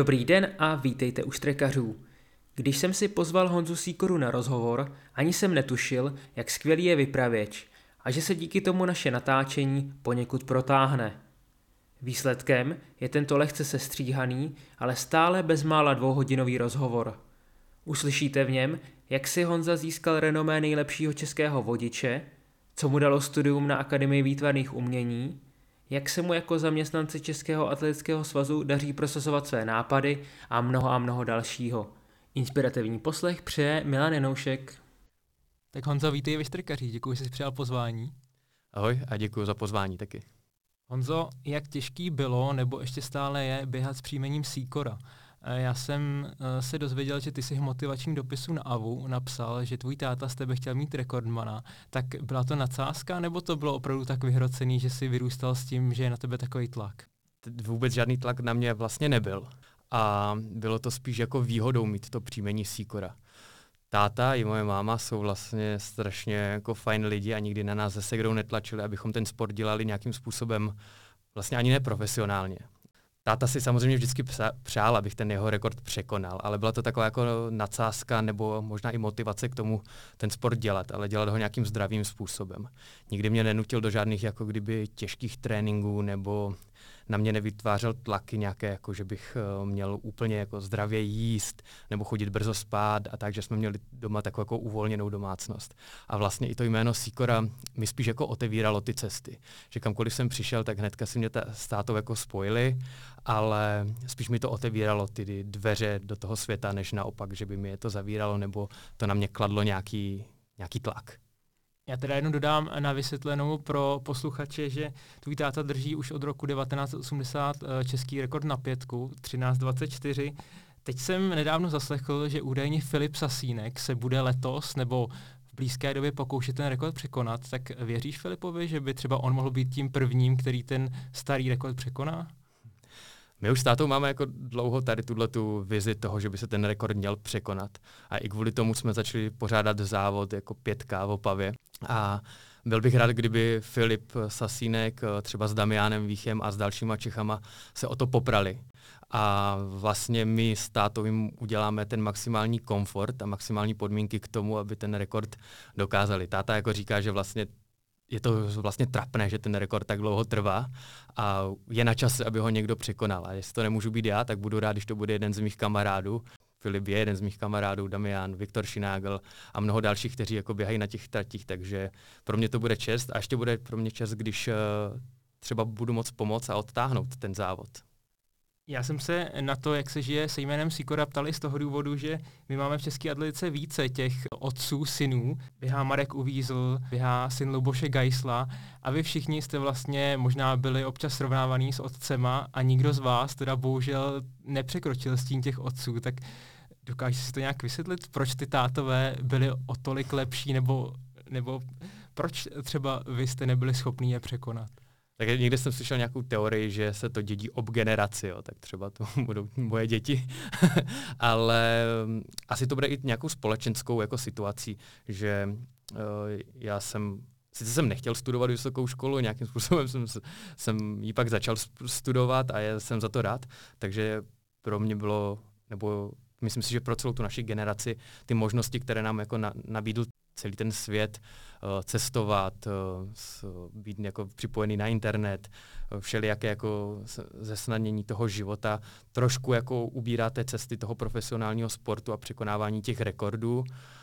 Dobrý den a vítejte u Štrekařů. Když jsem si pozval Honzu Sýkoru na rozhovor, ani jsem netušil, jak skvělý je vypravěč a že se díky tomu naše natáčení poněkud protáhne. Výsledkem je tento lehce sestříhaný, ale stále bezmála dvouhodinový rozhovor. Uslyšíte v něm, jak si Honza získal renomé nejlepšího českého vodiče, co mu dalo studium na Akademii výtvarných umění, jak se mu jako zaměstnanci Českého atletického svazu daří prosazovat své nápady a mnoho dalšího. Inspirativní poslech přeje Milan Janoušek. Tak Honzo, vítej ve Štrkařích, děkuji, že jsi přijal pozvání. Ahoj a děkuji za pozvání taky. Honzo, jak těžký bylo, nebo ještě stále je běhat s příjmením Sýkora? Já jsem se dozvěděl, že ty jsi v motivačním dopisu na AVU napsal, že tvůj táta z tebe chtěl mít rekordmana. Tak byla to nadsázka, nebo to bylo opravdu tak vyhrocený, že jsi vyrůstal s tím, že je na tebe takový tlak? Vůbec žádný tlak na mě vlastně nebyl. A bylo to spíš jako výhodou mít to příjmení Sýkora. Táta i moje máma jsou vlastně strašně jako fajn lidi a nikdy na nás se segrou netlačili, abychom ten sport dělali nějakým způsobem vlastně ani neprofesionálně. Táta si samozřejmě vždycky přál, abych ten jeho rekord překonal, ale byla to taková jako nadsázka nebo možná i motivace k tomu ten sport dělat, ale dělat ho nějakým zdravým způsobem. Nikdy mě nenutil do žádných jako kdyby těžkých tréninků nebo na mě nevytvářel tlaky nějaké, jako že bych měl úplně jako zdravě jíst nebo chodit brzo spát a tak, že jsme měli doma takovou jako uvolněnou domácnost. A vlastně i to jméno Sýkora mi spíš jako otevíralo ty cesty. Že kamkoliv jsem přišel, tak hnedka si mě s tátou jako spojili, ale spíš mi to otevíralo ty dveře do toho světa, než naopak, že by mi je to zavíralo nebo to na mě kladlo nějaký tlak. Já teda jenom dodám na vysvětlenou pro posluchače, že tvůj táta drží už od roku 1980 český rekord na pětku, 13.24. Teď jsem nedávno zaslechl, že údajně Filip Sasínek se bude letos nebo v blízké době pokoušet ten rekord překonat. Tak věříš Filipovi, že by třeba on mohl být tím prvním, který ten starý rekord překoná? My už s tátou máme jako dlouho tady tu vizi toho, že by se ten rekord měl překonat. A i kvůli tomu jsme začali pořádat závod jako 5K v Opavě. A byl bych rád, kdyby Filip Sasínek třeba s Damianem Víchem a s dalšíma Čechama se o to poprali. A vlastně my s tátou jim uděláme ten maximální komfort a maximální podmínky k tomu, aby ten rekord dokázali. Táta jako říká, že vlastně je to vlastně trapné, že ten rekord tak dlouho trvá a je na čase, aby ho někdo překonal. A jestli to nemůžu být já, tak budu rád, když to bude jeden z mých kamarádů. Filip je jeden z mých kamarádů, Damian, Viktor Šinágl a mnoho dalších, kteří jako běhají na těch tratích, takže pro mě to bude čest a ještě bude pro mě čest, když třeba budu moct pomoct a odtáhnout ten závod. Já jsem se na to, jak se žije se jménem Sýkora, ptali z toho důvodu, že my máme v české atletice více těch otců, synů. Běhá Marek Uvízl, běhá syn Luboše Geisla a vy všichni jste vlastně možná byli občas srovnávaný s otcema a nikdo z vás teda bohužel nepřekročil stín těch otců. Tak dokážeš si to nějak vysvětlit, proč ty tátové byli o tolik lepší nebo proč třeba vy jste nebyli schopní je překonat? Tak někde jsem slyšel nějakou teorii, že se to dědí ob generaci, tak třeba to budou moje děti. Ale asi to bude i nějakou společenskou jako situací, že já sice jsem nechtěl studovat vysokou školu, nějakým způsobem jsem ji pak začal studovat a jsem za to rád, takže pro mě bylo, nebo myslím si, že pro celou tu naši generaci ty možnosti, které nám jako nabídl celý ten svět, cestovat, být jako připojený na internet, všelijaké jako zesnadnění toho života, trošku jako ubírá té cesty toho profesionálního sportu a překonávání těch rekordů,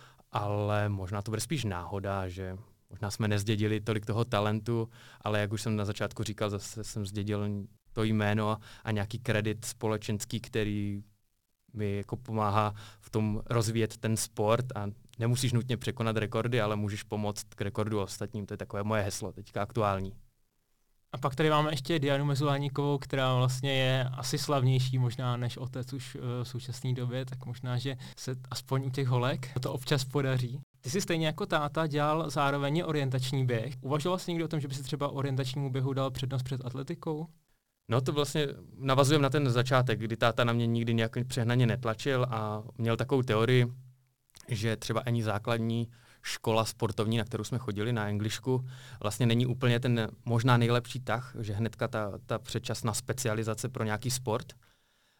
ale možná to bude spíš náhoda, že možná jsme nezdědili tolik toho talentu, ale jak už jsem na začátku říkal, zase jsem zdědil to jméno a nějaký kredit společenský, který mi jako pomáhá v tom rozvíjet ten sport a nemusíš nutně překonat rekordy, ale můžeš pomoct k rekordu ostatním. To je takové moje heslo, teďka aktuální. A pak tady máme ještě Dianu Mezuláníkovou, která vlastně je asi slavnější možná než otec už v současné době, tak možná, že se aspoň u těch holek to občas podaří. Ty jsi stejně jako táta dělal zároveň orientační běh. Uvažoval jsi někdy o tom, že by si třeba orientačnímu běhu dal přednost před atletikou? No to vlastně navazujeme na ten začátek, kdy táta na mě nikdy nějak přehnaně netlačil a měl takovou teorii, že třeba ani základní škola sportovní, na kterou jsme chodili na Englišku, vlastně není úplně ten možná nejlepší tah, že hnedka ta předčasná specializace pro nějaký sport.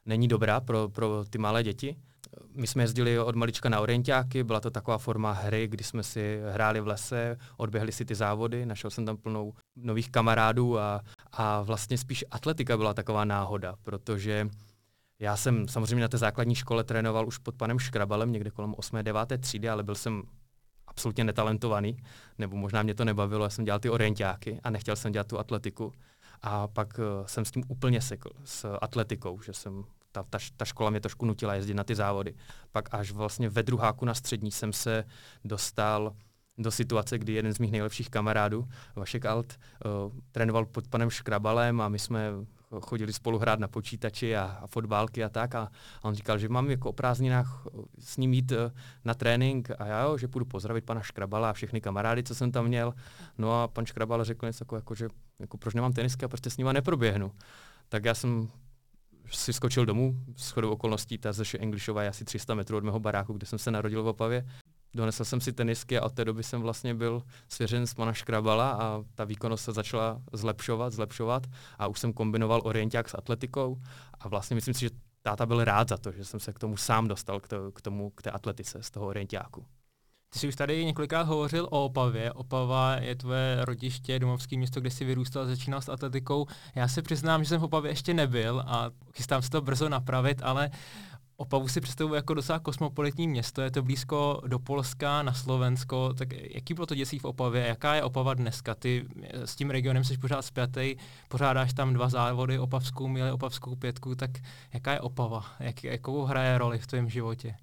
není dobrá pro ty malé děti. My jsme jezdili od malička na orientáky, byla to taková forma hry, kdy jsme si hráli v lese, odběhli si ty závody, našel jsem tam plnou nových kamarádů a vlastně spíš atletika byla taková náhoda, protože já jsem samozřejmě na té základní škole trénoval už pod panem Škrabalem někde kolem 8. 9. třídy, ale byl jsem absolutně netalentovaný, nebo možná mě to nebavilo, já jsem dělal ty orientáky a nechtěl jsem dělat tu atletiku. A pak jsem s tím úplně sekl, s atletikou, že jsem ta škola mě trošku nutila jezdit na ty závody. Pak až vlastně ve druháku na střední jsem se dostal do situace, kdy jeden z mých nejlepších kamarádů, Vašek Alt, trénoval pod panem Škrabalem a my jsme chodili spolu hrát na počítači a fotbálky a tak. A on říkal, že mám jako o prázdninách s ním jít na trénink a já, že půjdu pozdravit pana Škrabala a všechny kamarády, co jsem tam měl. No a pan Škrabal řekl něco jako, že jako proč nemám tenisky a prostě s nima neproběhnu. Tak já jsem si skočil domů, shodou okolností, ta ze Englišova je asi 300 metrů od mého baráku, kde jsem se narodil v Opavě. Donesl jsem si tenisky a od té doby jsem vlastně byl svěřen z pana Škrabala a ta výkonnost se začala zlepšovat a už jsem kombinoval orienták s atletikou a vlastně myslím si, že táta byl rád za to, že jsem se k tomu sám dostal, k té atletice z toho orientáku. Ty jsi už tady několikrát hovořil o Opavě. Opava je tvoje rodiště, domovské město, kde jsi vyrůstal, začínal s atletikou. Já se přiznám, že jsem v Opavě ještě nebyl a chystám se to brzo napravit, ale Opavu si představuji jako docela kosmopolitní město, je to blízko do Polska, na Slovensko, tak jaký bylo to dětství v Opavě, jaká je Opava dneska? Ty s tím regionem jsi pořád spjatý, pořádáš tam 2 závody, Opavskou míli, Opavskou 5, tak jaká je Opava? Jakou hraje roli v tvém životě?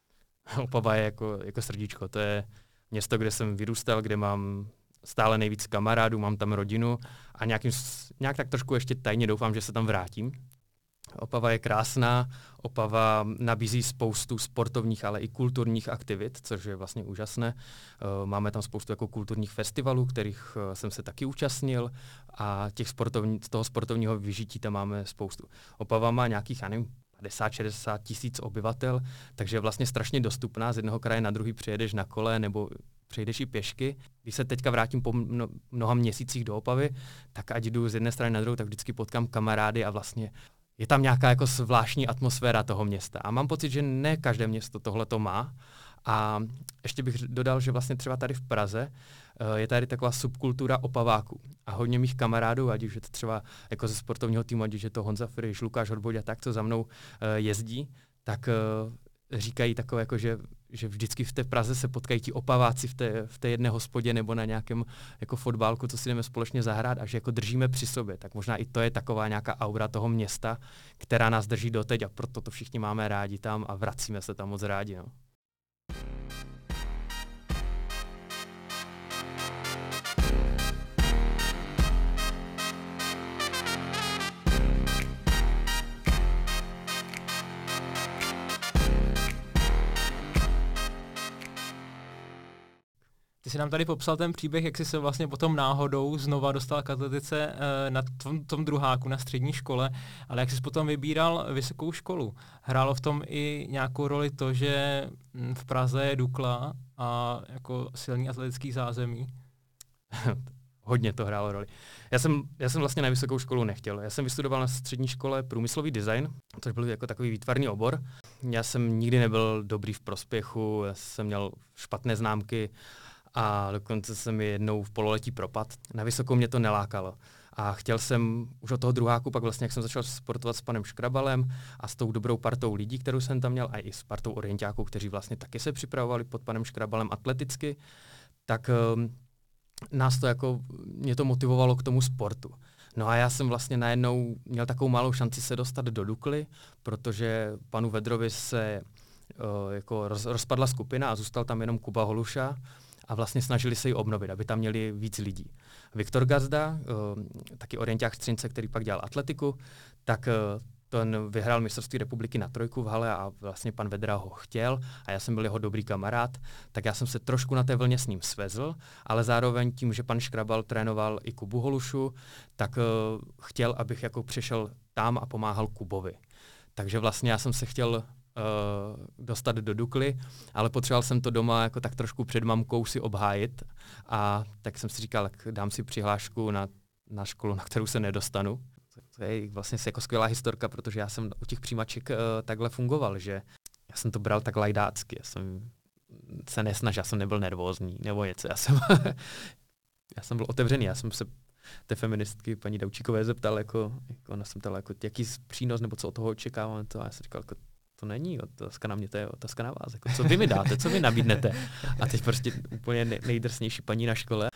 Opava je jako srdíčko, to je město, kde jsem vyrůstal, kde mám stále nejvíc kamarádů, mám tam rodinu a nějak tak trošku ještě tajně doufám, že se tam vrátím. Opava je krásná, Opava nabízí spoustu sportovních, ale i kulturních aktivit, což je vlastně úžasné. Máme tam spoustu jako kulturních festivalů, kterých jsem se taky účastnil a z toho sportovního vyžití tam máme spoustu. Opava má nějakých, 50-60 tisíc obyvatel, takže je vlastně strašně dostupná. Z jednoho kraje na druhý přijedeš na kole nebo přejdeš i pěšky. Když se teďka vrátím po mnoha měsících do Opavy, tak ať jdu z jedné strany na druhou, tak vždycky potkám kamarády a vlastně je tam nějaká jako zvláštní atmosféra toho města. A mám pocit, že ne každé město tohle to má. A ještě bych dodal, že vlastně třeba tady v Praze je tady taková subkultura Opaváků. A hodně mých kamarádů, ať už je to třeba jako ze sportovního týmu, ať už je to Honza Friš, Lukáš Hodboď a tak, co za mnou jezdí, tak říkají takové, jako že vždycky v té Praze se potkají ti Opaváci v té jedné hospodě nebo na nějakém jako fotbálku, co si jdeme společně zahrát a že jako držíme při sobě. Tak možná i to je taková nějaká aura toho města, která nás drží doteď a proto to všichni máme rádi tam a vracíme se tam moc rádi. No. Ty jsi nám tady popsal ten příběh, jak jsi se vlastně potom náhodou znova dostal k atletice na tom druháku na střední škole, ale jak jsi potom vybíral vysokou školu? Hrálo v tom i nějakou roli to, že v Praze je Dukla a jako silný atletický zázemí? Hodně to hrálo roli. Já jsem vlastně na vysokou školu nechtěl. Já jsem vystudoval na střední škole průmyslový design, což byl jako takový výtvarný obor. Já jsem nikdy nebyl dobrý v prospěchu, já jsem měl špatné známky a dokonce jsem mi jednou v pololetí propad. Na vysokou mě to nelákalo. A chtěl jsem už od toho druháku, pak vlastně, jak jsem začal sportovat s panem Škrabalem a s tou dobrou partou lidí, kterou jsem tam měl, a i s partou orientáků, kteří vlastně taky se připravovali pod panem Škrabalem atleticky, tak mě to motivovalo k tomu sportu. No a já jsem vlastně najednou měl takovou malou šanci se dostat do Dukly, protože panu Vedrovi se jako rozpadla skupina a zůstal tam jenom Kuba Holuša a vlastně snažili se ji obnovit, aby tam měli víc lidí. Viktor Gazda, taky orienták z Třince, který pak dělal atletiku, tak ten vyhrál mistrovství republiky na trojku v hale a vlastně pan Vedra ho chtěl a já jsem byl jeho dobrý kamarád, tak já jsem se trošku na té vlně s ním svezl, ale zároveň tím, že pan Škrabal trénoval i Kubu Holušu, tak chtěl, abych jako přišel tam a pomáhal Kubovi. Takže vlastně já jsem se chtěl dostat do Dukly, ale potřeboval jsem to doma jako tak trošku před mamkou si obhájit a tak jsem si říkal, dám si přihlášku na školu, na kterou se nedostanu. To je vlastně jako skvělá historka, protože já jsem u těch přijímaček takhle fungoval, že já jsem to bral tak lajdácky, já jsem se nesnažil, já jsem nebyl nervózní nebo něco, já jsem byl otevřený, já jsem se té feministky paní Daučíkové zeptal, jako ona se ptala, jako, jaký přínos nebo co od toho očekávám, a já jsem říkal, jako, to není otázka na mě, to je otázka na vás. Jako, co vy mi dáte, co vy nabídnete? A teď prostě úplně nejdrsnější paní na škole.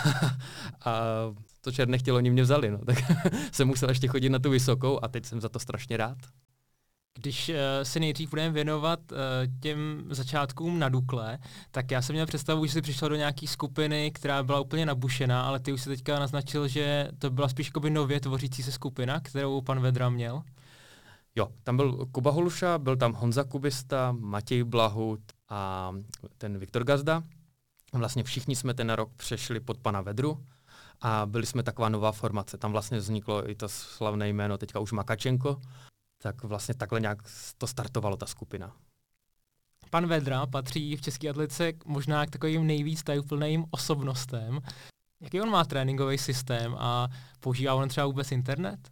A to černé chtělo, oni mě vzali. No. Tak jsem musel ještě chodit na tu vysokou a teď jsem za to strašně rád. Když se nejdřív budeme věnovat těm začátkům na Dukle, tak já jsem měl představu, že jsi přišel do nějaké skupiny, která byla úplně nabušená, ale ty už si teďka naznačil, že to byla spíš nově tvořící se skupina, kterou pan Vedra měl. Jo, tam byl Kuba Holuša, byl tam Honza Kubista, Matěj Blahut a ten Viktor Gazda. Vlastně všichni jsme ten rok přešli pod pana Vedru a byli jsme taková nová formace. Tam vlastně vzniklo i to slavné jméno teďka už Makačenko, tak vlastně takhle nějak to startovalo ta skupina. Pan Vedra patří v české atletice možná k takovým nejvíc tajuplným osobnostem. Jaký on má tréninkový systém a používá on třeba vůbec internet?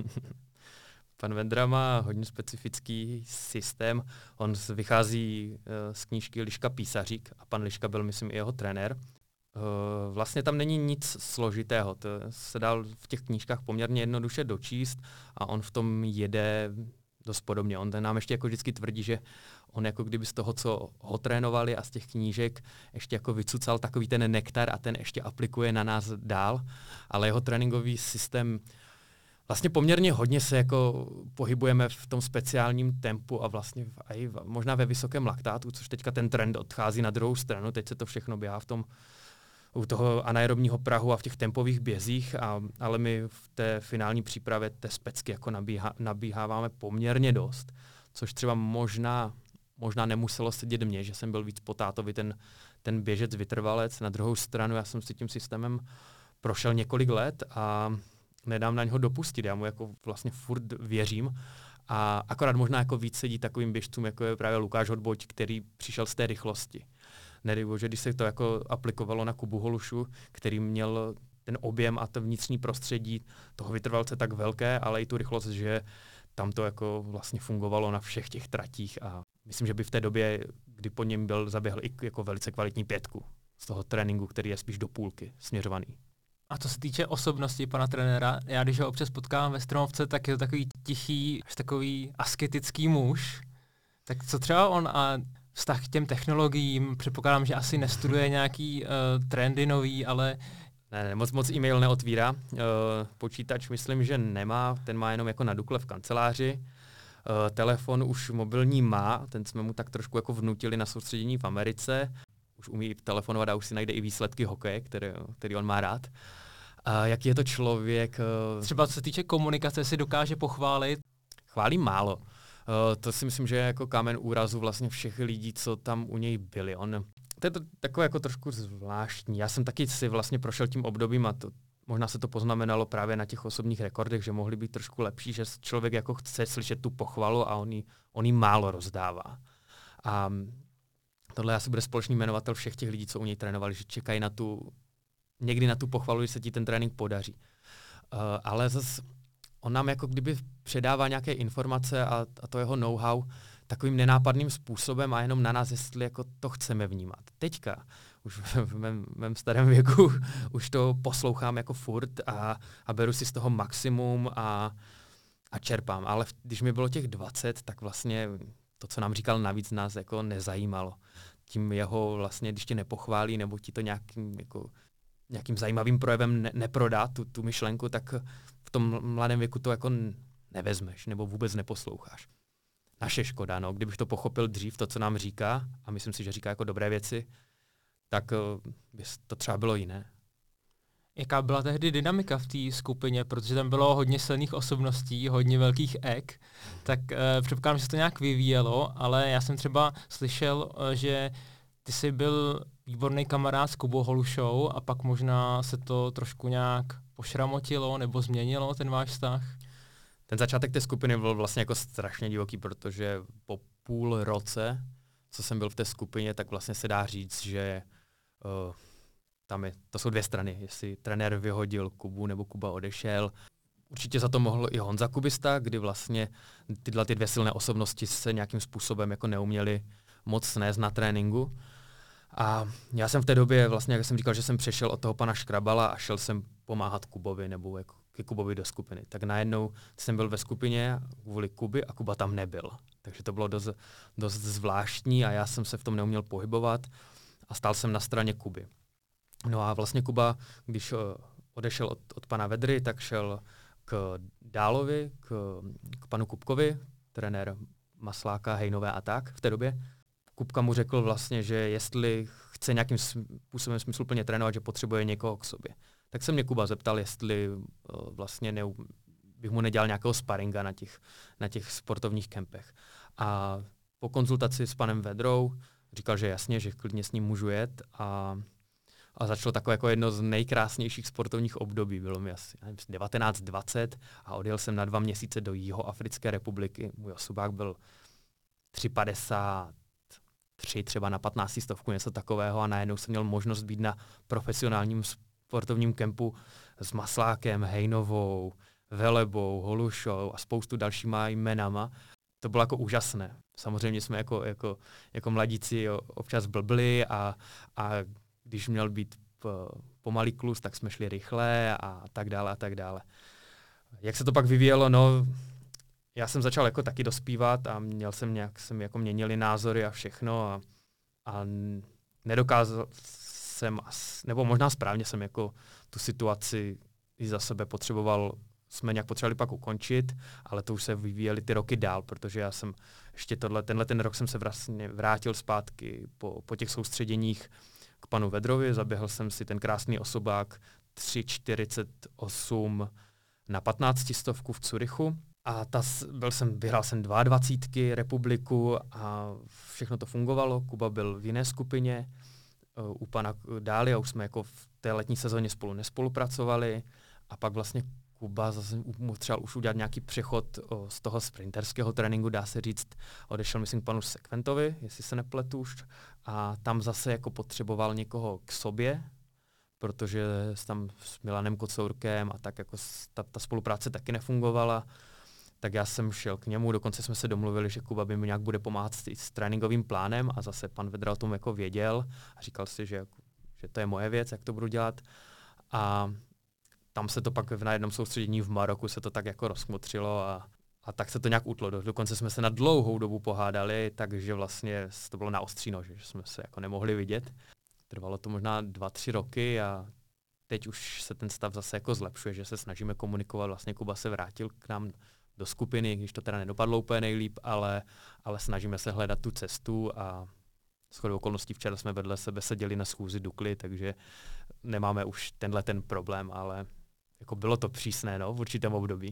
Pan Vendra má hodně specifický systém. On vychází z knížky Liška Písařík a pan Liška byl, myslím, i jeho trenér. Vlastně tam není nic složitého. To se dal v těch knížkách poměrně jednoduše dočíst a on v tom jede dost podobně. On nám ještě jako vždycky tvrdí, že on jako kdyby z toho, co ho trénovali a z těch knížek ještě jako vycucal takový ten nektar a ten ještě aplikuje na nás dál, ale jeho tréninkový systém vlastně poměrně hodně se jako pohybujeme v tom speciálním tempu a vlastně i možná ve vysokém laktátu, což teďka ten trend odchází na druhou stranu. Teď se to všechno běhá u toho anaerobního prahu a v těch tempových bězích, ale my v té finální přípravě té specky jako nabíháváme poměrně dost, což třeba možná nemuselo sedět mně, že jsem byl víc po tátovi ten běžec vytrvalec. Na druhou stranu já jsem si tím systémem prošel několik let a nedám na něho dopustit. Já mu jako vlastně furt věřím a akorát možná jako víc sedí takovým běžcům, jako je právě Lukáš Hodboť, který přišel z té rychlosti. Nedej bože, když se to jako aplikovalo na Kubu Holušu, který měl ten objem a to vnitřní prostředí toho vytrvalce tak velké, ale i tu rychlost, že tam to jako vlastně fungovalo na všech těch tratích a myslím, že by v té době, kdy po něm zaběhl i jako velice kvalitní 5 z toho tréninku, který je spíš do půlky směřovaný. A co se týče osobnosti pana trenéra, já když ho občas potkávám ve Stromovce, tak je to takový tichý, až takový asketický muž. Tak co třeba on a vztah k těm technologiím, předpokládám, že asi nestuduje nějaký trendy nový, ale... Ne, moc e-mail neotvírá. Počítač myslím, že nemá, ten má jenom jako na Dukle v kanceláři. Telefon už mobilní má, ten jsme mu tak trošku jako vnutili na soustředění v Americe. Už umí telefonovat a už si najde i výsledky hokeje, který on má rád. A jaký je to člověk? Třeba co se týče komunikace, si dokáže pochválit? Chválí málo. To si myslím, že je jako kámen úrazu vlastně všech lidí, co tam u něj byli. To je to takové jako trošku zvláštní. Já jsem taky si vlastně prošel tím obdobím a možná se to poznamenalo právě na těch osobních rekordech, že mohly být trošku lepší, že člověk jako chce slyšet tu pochvalu a on jí málo rozdává. A tohle asi bude společný jmenovatel všech těch lidí, co u něj trénovali, že čekají někdy na tu pochvalu, že se ti ten trénink podaří. Ale zase on nám jako kdyby předává nějaké informace a to jeho know-how takovým nenápadným způsobem a jenom na nás, jestli jako to chceme vnímat. Teďka, už v mém starém věku, už to poslouchám jako furt a beru si z toho maximum a čerpám. Ale když mi bylo těch 20, tak vlastně to, co nám říkal navíc, nás jako nezajímalo. Tím jeho vlastně, když tě nepochválí nebo ti to nějakým zajímavým projevem neprodá tu myšlenku, tak v tom mladém věku to jako nevezmeš nebo vůbec neposloucháš. Naše škoda, no, kdybych to pochopil dřív, to, co nám říká, a myslím si, že říká jako dobré věci, tak by to třeba bylo jiné. Jaká byla tehdy dynamika v té skupině, protože tam bylo hodně silných osobností, hodně velkých ek, tak předpokládám, že se to nějak vyvíjelo, ale já jsem třeba slyšel, že ty jsi byl výborný kamarád s Kubou Holušou a pak možná se to trošku nějak pošramotilo nebo změnilo ten váš vztah? Ten začátek té skupiny byl vlastně jako strašně divoký, protože po půl roce, co jsem byl v té skupině, tak vlastně se dá říct, že to jsou dvě strany. Jestli trenér vyhodil Kubu nebo Kuba odešel. Určitě za to mohl i Honza Kubista, kdy vlastně tyhle ty dvě silné osobnosti se nějakým způsobem jako neuměli moc snést na tréninku. A já jsem v té době, vlastně, jak jsem říkal, že jsem přešel od toho pana Škrabala a šel jsem pomáhat Kubovi nebo jako ke Kubovi do skupiny. Tak najednou jsem byl ve skupině kvůli Kuby a Kuba tam nebyl. Takže to bylo dost zvláštní a já jsem se v tom neuměl pohybovat a stál jsem na straně Kuby. No a vlastně Kuba, když odešel od pana Vedry, tak šel k Dálovi, k panu Kubkovi, trenér Masláka, Hejnové a tak v té době. Kubka mu řekl vlastně, že jestli chce nějakým způsobem smysluplně trénovat, že potřebuje někoho k sobě. Tak se mě Kuba zeptal, jestli vlastně bych mu nedělal nějakého sparinga na těch sportovních kempech. A po konzultaci s panem Vedrou říkal, že jasně, že klidně s ním můžu jet a začalo takové jako jedno z nejkrásnějších sportovních období. Bylo mi asi 1920 a odjel jsem na 2 měsíce do Jihoafrické republiky. Můj osobák byl 3,53 třeba na 15 stovku, něco takového a najednou jsem měl možnost být na profesionálním sportovním kempu s Maslákem, Hejnovou, Velebou, Holušou a spoustu dalšíma jménama. To bylo jako úžasné. Samozřejmě jsme jako mladíci občas blbli a když měl být pomalý klus, tak jsme šli rychle a tak dále a tak dále. Jak se to pak vyvíjelo? No, já jsem začal jako taky dospívat a jsem jako měnili názory a všechno a nedokázal jsem, nebo možná správně jsem jako tu situaci i za sebe jsme nějak potřebovali pak ukončit, ale to už se vyvíjely ty roky dál, protože já jsem ještě tenhle rok jsem se vlastně vrátil zpátky po těch soustředěních k panu Vedrovi, zaběhl jsem si ten krásný osobák 3,48 na 15 stovku v Curychu a vyhrál jsem 22 republiku a všechno to fungovalo. Kuba byl v jiné skupině, u pana Dály a už jsme jako v té letní sezóně spolu nespolupracovali a pak vlastně Kuba zase potřeboval už udělat nějaký přechod z toho sprinterského tréninku, dá se říct, odešel myslím k panu Sekventovi, jestli se nepletu už, a tam zase jako potřeboval někoho k sobě, protože tam s Milanem Kocourkem a tak jako ta spolupráce taky nefungovala, tak já jsem šel k němu, dokonce jsme se domluvili, že Kuba by mi nějak bude pomáhat s tréninkovým plánem a zase pan Vedra o tom jako věděl a říkal si, že to je moje věc, jak to budu dělat a tam se to pak na jednom soustředění v Maroku se to tak jako rozkmotřilo a tak se to nějak utlo. Dokonce jsme se na dlouhou dobu pohádali, takže vlastně to bylo na ostří nože, že jsme se jako nemohli vidět. Trvalo to možná 2-3 roky a teď už se ten stav zase jako zlepšuje, že se snažíme komunikovat. Vlastně Kuba se vrátil k nám do skupiny, když to teda nedopadlo úplně nejlíp, ale snažíme se hledat tu cestu a shodou okolností včera jsme vedle sebe seděli na schůzi Dukly, takže nemáme už ten problém, ale jako bylo to přísné v určitém období.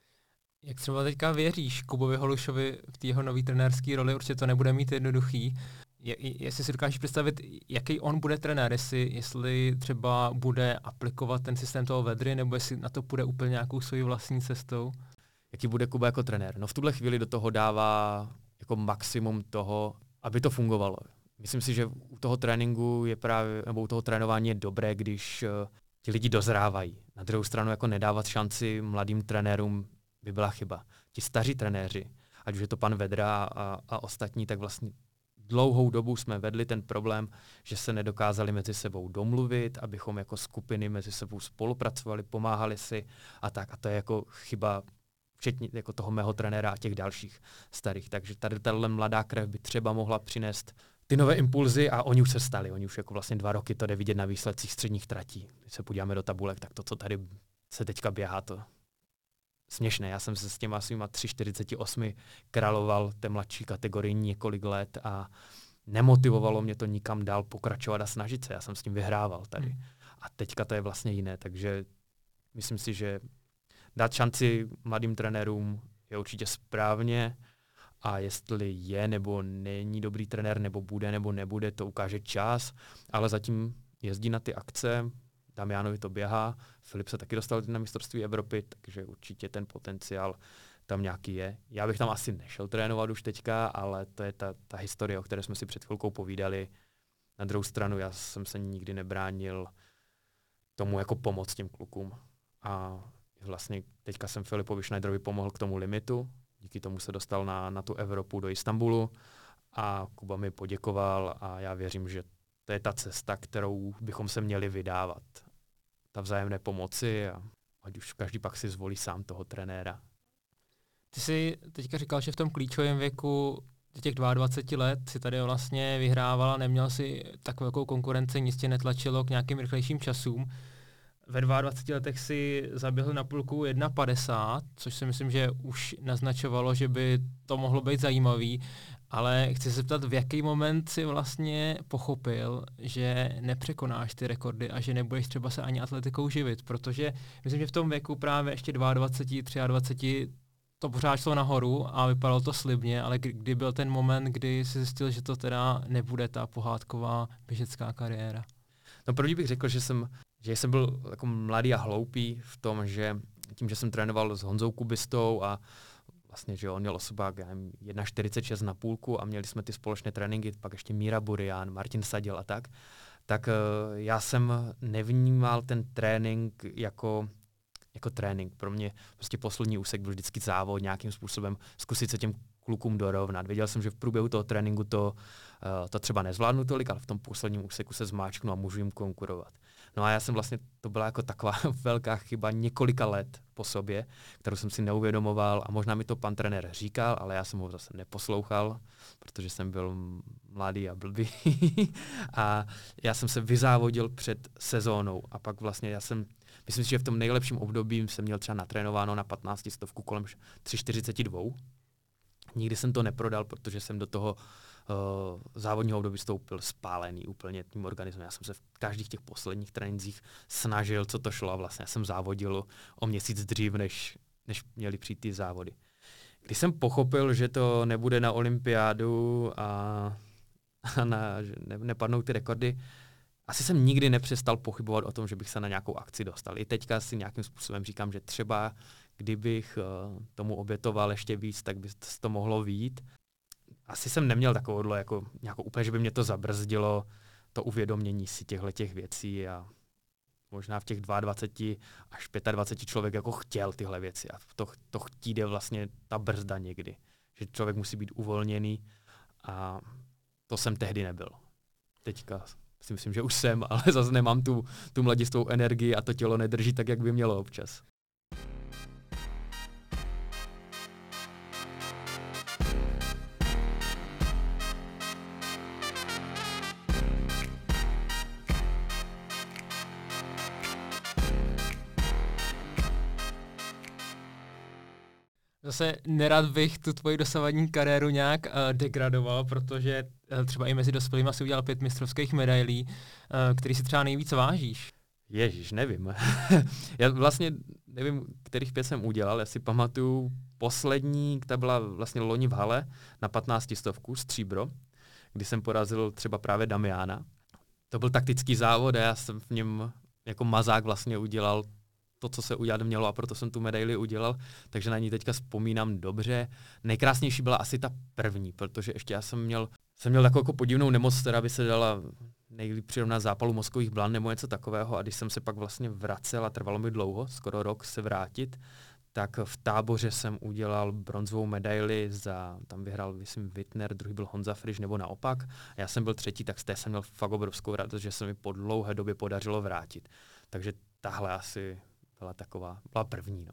Jak třeba teďka věříš Kubovi Holušovi v té jeho nový trenérské roli, určitě to nebude mít jednoduchý. Jestli si dokážeš představit, jaký on bude trenér, jestli třeba bude aplikovat ten systém toho Vedry, nebo jestli na to půjde úplně nějakou svojí vlastní cestou? Jaký bude Kuba jako trenér? No v tuhle chvíli do toho dává jako maximum toho, aby to fungovalo. Myslím si, že u toho tréninku nebo u toho trénování je dobré, když ti lidi dozrávají. Na druhou stranu jako nedávat šanci mladým trenérům by byla chyba. Ti staří trenéři, ať už je to pan Vedra a ostatní, tak vlastně dlouhou dobu jsme vedli ten problém, že se nedokázali mezi sebou domluvit, abychom jako skupiny mezi sebou spolupracovali, pomáhali si a tak. A to je jako chyba včetně jako toho mého trenéra a těch dalších starých. Takže tady tahle mladá krev by třeba mohla přinést ty nové impulzy a oni už se stali. Oni už jako vlastně 2 roky to jde vidět na výsledcích středních tratí. Když se podíváme do tabulek, tak to, co tady se teďka běhá, to směšné. Já jsem se s těma svýma 3,48 královal té mladší kategorii několik let a nemotivovalo mě to nikam dál pokračovat a snažit se. Já jsem s tím vyhrával tady. A teďka to je vlastně jiné, takže myslím si, že dát šanci mladým trenérům je určitě správně a jestli je nebo není dobrý trenér, nebo bude nebo nebude, to ukáže čas, ale zatím jezdí na ty akce, Damianovi to běhá, Filip se taky dostal na mistrovství Evropy, takže určitě ten potenciál tam nějaký je. Já bych tam asi nešel trénovat už teďka, ale to je ta historie, o které jsme si před chvilkou povídali. Na druhou stranu já jsem se nikdy nebránil tomu jako pomoct těm klukům. A Vlastně teďka jsem Filipovi Schneiderovi pomohl k tomu limitu, díky tomu se dostal na tu Evropu do Istanbulu a Kuba mi poděkoval a já věřím, že to je ta cesta, kterou bychom se měli vydávat. Ta vzájemné pomoci a ať už každý pak si zvolí sám toho trenéra. Ty jsi teďka říkal, že v tom klíčovém věku těch 22 let si tady vlastně vyhrával a neměl si tak velkou konkurenci, nic tě netlačilo k nějakým rychlejším časům. Ve 22 letech si zaběhl na půlku 1,50, což si myslím, že už naznačovalo, že by to mohlo být zajímavý, ale chci se zeptat, v jaký moment si vlastně pochopil, že nepřekonáš ty rekordy a že nebudeš třeba se ani atletikou živit, protože myslím, že v tom věku právě ještě 22, 23 to pořád šlo nahoru a vypadalo to slibně, ale kdy byl ten moment, kdy si zjistil, že to teda nebude ta pohádková běžecká kariéra? No první bych řekl, že jsem byl jako mladý a hloupý v tom, že tím, že jsem trénoval s Honzou Kubistou a vlastně, že on měl osobák 1,46 na půlku a měli jsme ty společné tréninky, pak ještě Míra Burian, Martin Sadil a tak já jsem nevnímal ten trénink jako trénink. Pro mě prostě poslední úsek byl vždycky závod, nějakým způsobem zkusit se těm klukům dorovnat. Věděl jsem, že v průběhu toho tréninku to třeba nezvládnu tolik, ale v tom posledním úseku se zmáčknu a můžu jim konkurovat. No a já jsem vlastně, to byla jako taková velká chyba několika let po sobě, kterou jsem si neuvědomoval a možná mi to pan trenér říkal, ale já jsem ho zase neposlouchal, protože jsem byl mladý a blbý a já jsem se vyzávodil před sezónou a pak vlastně myslím si, že v tom nejlepším období jsem měl třeba natrénováno na 15 stovku kolem 3,42. Nikdy jsem to neprodal, protože jsem do toho závodního období vstoupil spálený úplně tím organismem. Já jsem se v každých těch posledních trénincích snažil, co to šlo a vlastně jsem závodil o měsíc dřív, než měly přijít ty závody. Když jsem pochopil, že to nebude na olympiádu a že nepadnou ty rekordy, asi jsem nikdy nepřestal pochybovat o tom, že bych se na nějakou akci dostal. I teďka si nějakým způsobem říkám, že třeba kdybych tomu obětoval ještě víc, tak by to mohlo vyjít. Asi jsem neměl takovouhle jako úplně, že by mě to zabrzdilo, to uvědomění si těchto věcí a možná v těch 22 až 25 člověk jako chtěl tyhle věci a to chtít je vlastně ta brzda někdy, že člověk musí být uvolněný a to jsem tehdy nebyl. Teďka si myslím, že už jsem, ale zase nemám tu mladistvou energii a to tělo nedrží tak, jak by mělo občas. Zase nerad bych tu tvoji dosavadní kariéru nějak degradoval, protože třeba i mezi dospělými si udělal 5 mistrovských medailí, který si třeba nejvíc vážíš. Ježíš, nevím. Já vlastně nevím, kterých 5 jsem udělal. Já si pamatuju poslední, která byla vlastně loni v hale na 15 stovku stříbro, kdy jsem porazil třeba právě Damiana. To byl taktický závod a já jsem v něm jako mazák vlastně udělal to, co se udělat mělo a proto jsem tu medaili udělal, takže na ní teďka vzpomínám dobře. Nejkrásnější byla asi ta první, protože ještě já jsem měl takovou jako podivnou nemoc, která by se dala nejlíp přirovnat zápalu mozkových blan nebo něco takového a když jsem se pak vlastně vracel a trvalo mi dlouho, skoro rok se vrátit, tak v Táboře jsem udělal bronzovou medaili tam vyhrál, myslím, Wittner, druhý byl Honza Frisch nebo naopak. A já jsem byl třetí, tak z té jsem měl fakt obrovskou radost, že se mi po dlouhé době podařilo vrátit. Takže tahle asi byla první, no.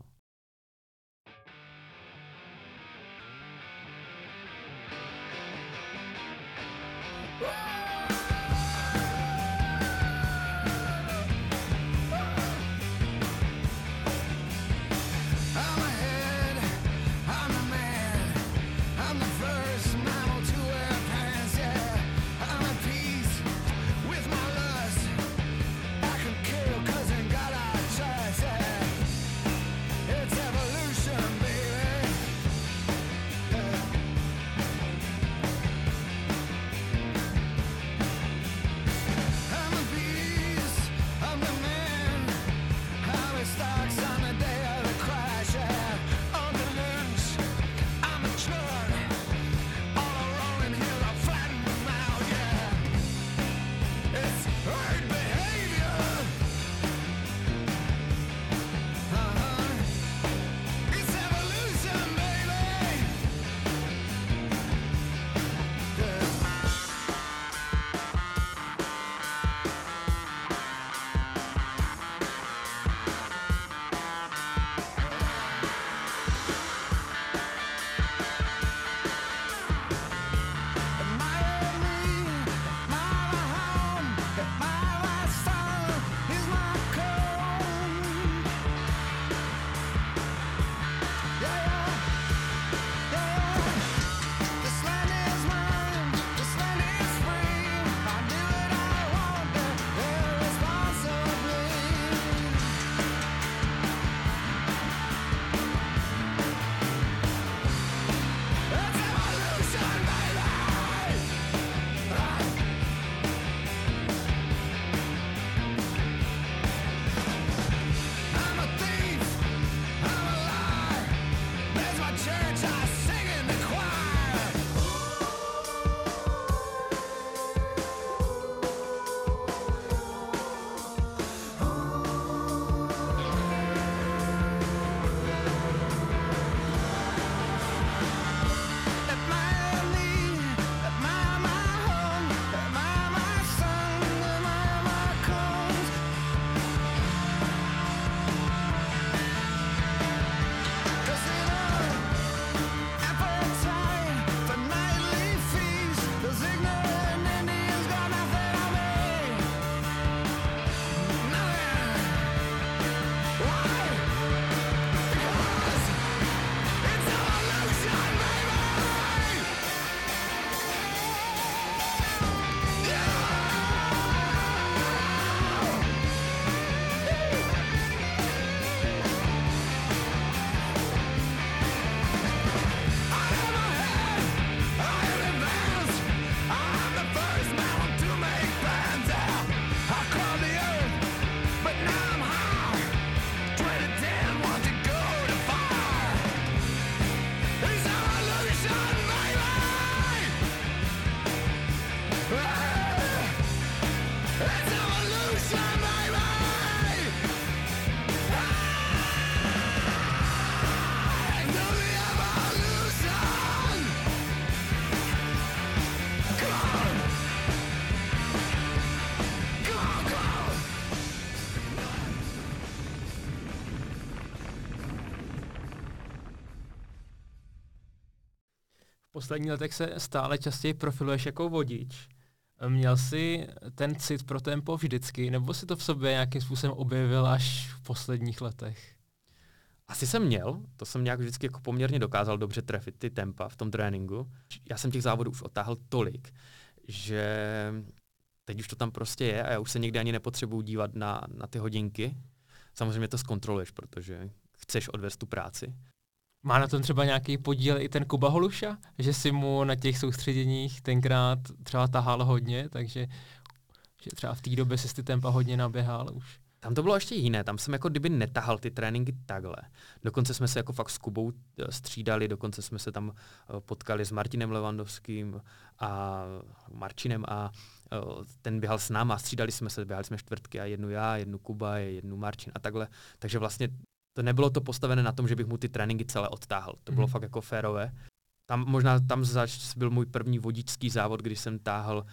posledních letech se stále častěji profiluješ jako vodič. Měl jsi ten cit pro tempo vždycky, nebo si to v sobě nějakým způsobem objevil až v posledních letech? Asi jsem měl, to jsem nějak vždycky jako poměrně dokázal dobře trefit ty tempa v tom tréninku. Já jsem těch závodů už otáhl tolik, že teď už to tam prostě je a já už se někdy ani nepotřebuji dívat na ty hodinky. Samozřejmě to zkontroluješ, protože chceš odvést tu práci. Má na tom třeba nějaký podíl i ten Kuba Holuša, že si mu na těch soustředěních tenkrát třeba tahal hodně, takže že třeba v té době si ty tempa hodně naběhal už. Tam to bylo ještě jiné, tam jsem jako kdyby netahal ty tréninky takhle. Dokonce jsme se jako fakt s Kubou střídali, dokonce jsme se tam potkali s Martinem Levandovským a Marčinem a ten běhal s náma, střídali jsme se, běhali jsme čtvrtky a jednu já, jednu Kuba, jednu Marčin a takhle. Takže vlastně to nebylo to postavené na tom, že bych mu ty tréninky celé odtáhl. To bylo fakt jako férové. Tam byl můj první vodičský závod, když jsem táhl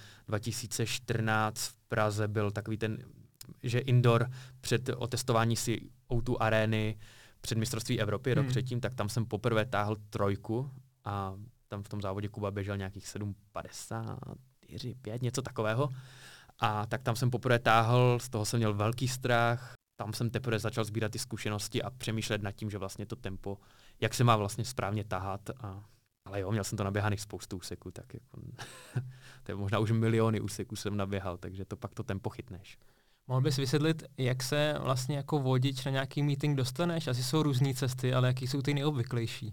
2014 v Praze, byl takový ten, že indoor před otestování si O2 arény před mistrovství Evropy rok předtím, tak tam jsem poprvé táhl 3 a tam v tom závodě Kuba běžel nějakých 7,54, 5, něco takového. A tak tam jsem poprvé táhl, z toho jsem měl velký strach. Tam jsem teprve začal sbírat ty zkušenosti a přemýšlet nad tím, že vlastně to tempo, jak se má vlastně správně tahat. Ale jo, měl jsem to naběhaných spoustu úseků, tak jako, to je možná už miliony úseků jsem naběhal, takže to pak to tempo chytneš. Mohl bys vysvětlit, jak se vlastně jako vodič na nějaký meeting dostaneš? Asi jsou různé cesty, ale jaký jsou ty nejobvyklejší?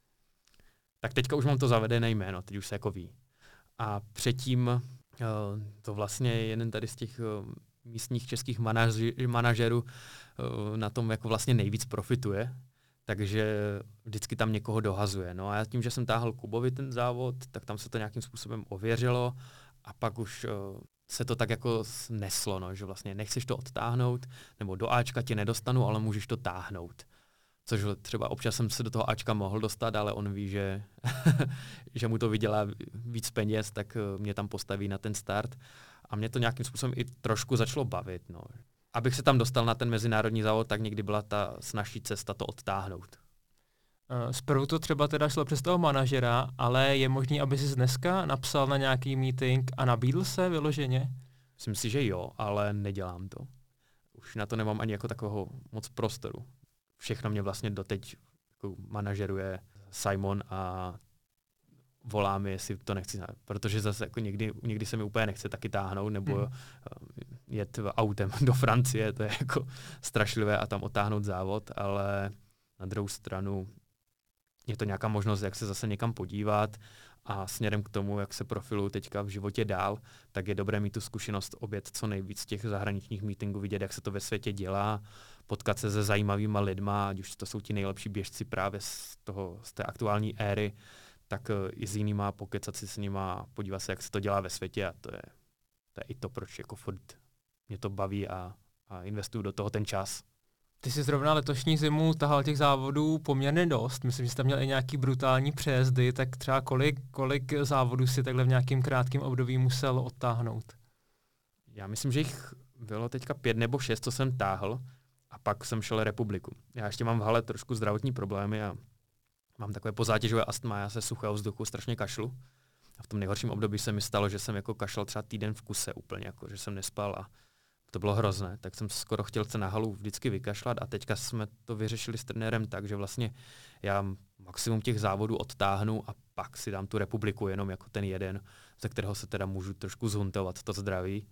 Tak teďka už mám to zavedené jméno, teď už se jako ví. A předtím to vlastně jeden tady z těch místních českých manažerů na tom jako vlastně nejvíc profituje, takže vždycky tam někoho dohazuje. No a já tím, že jsem táhl Kubovi ten závod, tak tam se to nějakým způsobem ověřilo a pak už se to tak jako neslo, no, že vlastně nechceš to odtáhnout, nebo do Ačka tě nedostanu, ale můžeš to táhnout. Což třeba občas jsem se do toho Ačka mohl dostat, ale on ví, že, že mu to vydělá víc peněz, tak mě tam postaví na ten start. A mě to nějakým způsobem i trošku začalo bavit. No. Abych se tam dostal na ten mezinárodní závod, tak někdy byla ta snazší cesta to odtáhnout. Zprvu to třeba teda šlo přes toho manažera, ale je možný, aby jsi dneska napsal na nějaký meeting a nabídl se vyloženě? Myslím si, že jo, ale nedělám to. Už na to nemám ani jako takového moc prostoru. Všechno mě vlastně doteď jako manažeruje Simon a volá mi, jestli to nechci znát, protože zase jako někdy se mi úplně nechce taky táhnout, nebo jet autem do Francie, to je jako strašlivé a tam otáhnout závod, ale na druhou stranu je to nějaká možnost, jak se zase někam podívat a směrem k tomu, jak se profiluju teďka v životě dál, tak je dobré mít tu zkušenost obět co nejvíc těch zahraničních meetingů, vidět, jak se to ve světě dělá, potkat se se zajímavýma lidma, ať už to jsou ti nejlepší běžci právě z té aktuální éry, tak i s jinýma pokecat si s nima, podívat se, jak se to dělá ve světě a to je i to, proč jako furt mě to baví a investuju do toho ten čas. Ty jsi zrovna letošní zimu tahal těch závodů poměrně dost. Myslím, že jsi tam měl i nějaký brutální přejezdy, tak třeba kolik závodů si takhle v nějakým krátkém období musel odtáhnout? Já myslím, že jich bylo teďka 5 nebo 6, co jsem táhl a pak jsem šel republiku. Já ještě mám v hale trošku zdravotní problémy a mám takové pozátěžové astma, já se suchého vzduchu strašně kašlu. A v tom nejhorším období se mi stalo, že jsem jako kašlal třeba týden v kuse úplně, jako, že jsem nespal a to bylo hrozné, tak jsem skoro chtěl se na halu vždycky vykašlat a teďka jsme to vyřešili s trenérem tak, že vlastně já maximum těch závodů odtáhnu a pak si dám tu republiku jenom jako ten jeden, ze kterého se teda můžu trošku zhuntovat to zdraví.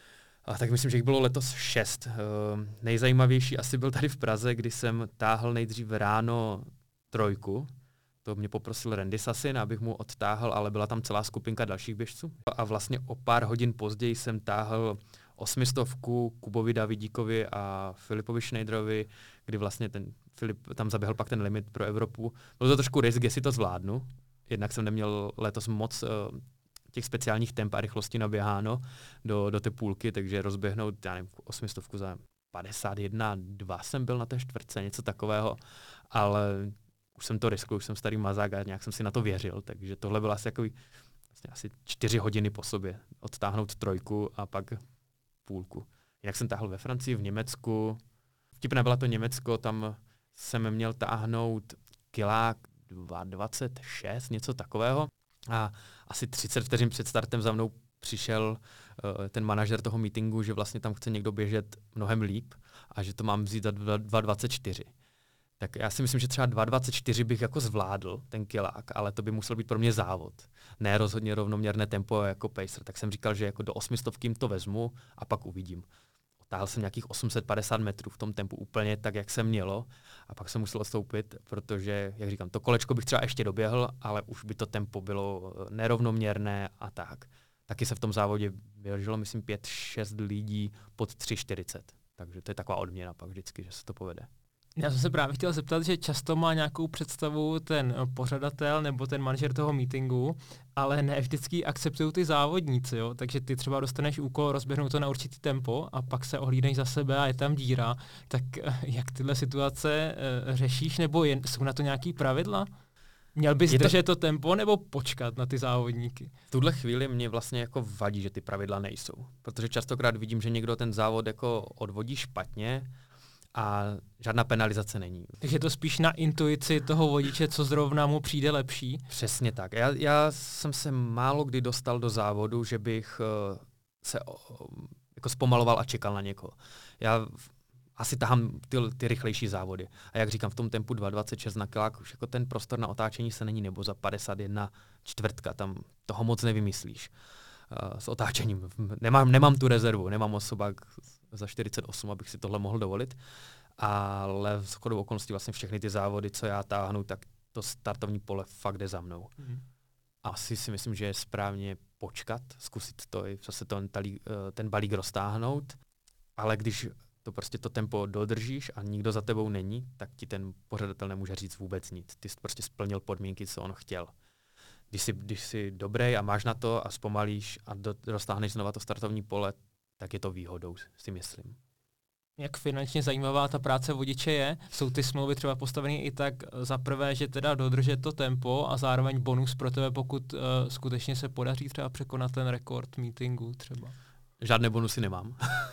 A tak myslím, že jich bylo letos 6. Nejzajímavější asi byl tady v Praze, kdy jsem táhl nejdřív ráno 3. To mě poprosil Randy Sassin, abych mu odtáhl, ale byla tam celá skupinka dalších běžců. A vlastně o pár hodin později jsem táhl 800 Kubovi Davidíkovi a Filipovi Schneiderovi, kdy vlastně ten Filip tam zaběhl pak ten limit pro Evropu. Bylo to trošku risk, jestli to zvládnu. Jednak jsem neměl letos moc těch speciálních temp a rychlosti naběháno do té půlky, takže rozběhnout, já nevím, 800 za 51,2 jsem byl na té čtvrtce, něco takového, ale už jsem to riskl, už jsem starý mazák a nějak jsem si na to věřil, takže tohle bylo asi asi 4 hodiny po sobě, odtáhnout 3 a pak půlku. Jinak jsem táhl ve Francii, v Německu, vtipné byla to Německo, tam jsem měl táhnout kilák 2,26, něco takového. A asi 30 vteřin před startem za mnou přišel ten manažer toho meetingu, že vlastně tam chce někdo běžet mnohem líp a že to mám vzít za 2,24. Tak já si myslím, že třeba 2,24 bych jako zvládl ten kilák, ale to by musel být pro mě závod. Ne rozhodně rovnoměrné tempo jako pacer. Tak jsem říkal, že jako do 800 to vezmu a pak uvidím. Otáhl jsem nějakých 850 metrů v tom tempu úplně tak, jak se mělo, a pak jsem musel odstoupit, protože, jak říkám, to kolečko bych třeba ještě doběhl, ale už by to tempo bylo nerovnoměrné a tak. Taky se v tom závodě běželo, myslím, 5-6 lidí pod 3,40. Takže to je taková odměna pak vždycky, že se to povede. Já jsem se právě chtěl zeptat, že často má nějakou představu ten pořadatel nebo ten manažer toho meetingu, ale ne vždycky akceptují ty závodníci, jo? Takže ty třeba dostaneš úkol rozběhnout to na určitý tempo a pak se ohlídneš za sebe a je tam díra. Tak jak tyhle situace řešíš, nebo jsou na to nějaký pravidla? Měl bys držet to tempo nebo počkat na ty závodníky? V tuhle chvíli mě vlastně jako vadí, že ty pravidla nejsou. Protože častokrát vidím, že někdo ten závod jako odvodí špatně a žádná penalizace není. Takže je to spíš na intuici toho vodiče, co zrovna mu přijde lepší? Přesně tak. Já jsem se málo kdy dostal do závodu, že bych se jako zpomaloval a čekal na někoho. Já asi tahám ty rychlejší závody. A jak říkám, v tom tempu 2,26 na kilák už jako ten prostor na otáčení se není, nebo za 51 čtvrtka, tam toho moc nevymyslíš. S otáčením. Nemám tu rezervu, nemám osobák za 48, abych si tohle mohl dovolit, ale s shodou okolností vlastně všechny ty závody, co já táhnu, tak to startovní pole fakt jde za mnou. Asi si myslím, že je správně počkat, zkusit to i zase ten balík roztáhnout, ale když to prostě to tempo dodržíš a nikdo za tebou není, tak ti ten pořadatel nemůže říct vůbec nic. Ty jsi prostě splnil podmínky, co on chtěl. Když jsi dobrý a máš na to a zpomalíš a roztáhneš znova to startovní pole, tak je to výhodou, si myslím. Jak finančně zajímavá ta práce vodiče je? Jsou ty smlouvy třeba postaveny i tak za prvé, že teda dodržet to tempo a zároveň bonus pro tebe, pokud skutečně se podaří třeba překonat ten rekord meetingu třeba? Žádné bonusy nemám.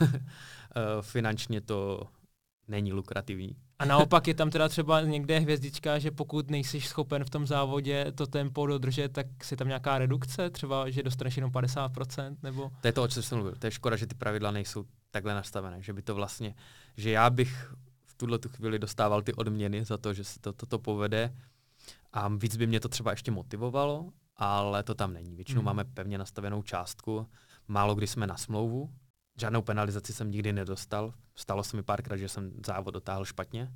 Finančně to není lukrativní. A naopak je tam teda třeba někde hvězdička, že pokud nejsi schopen v tom závodě to tempo dodržet, tak si tam nějaká redukce, třeba, že dostaneš jenom 50%, nebo? To je to, o čem jsem mluvil. To je škoda, že ty pravidla nejsou takhle nastavené, že by to vlastně, že já bych v tuhle tu chvíli dostával ty odměny za to, že se toto povede a víc by mě to třeba ještě motivovalo, ale to tam není. Většinou máme pevně nastavenou částku, málo kdy jsme na smlouvu, žádnou penalizaci jsem nikdy nedostal. Stalo se mi párkrát, že jsem závod dotáhl špatně.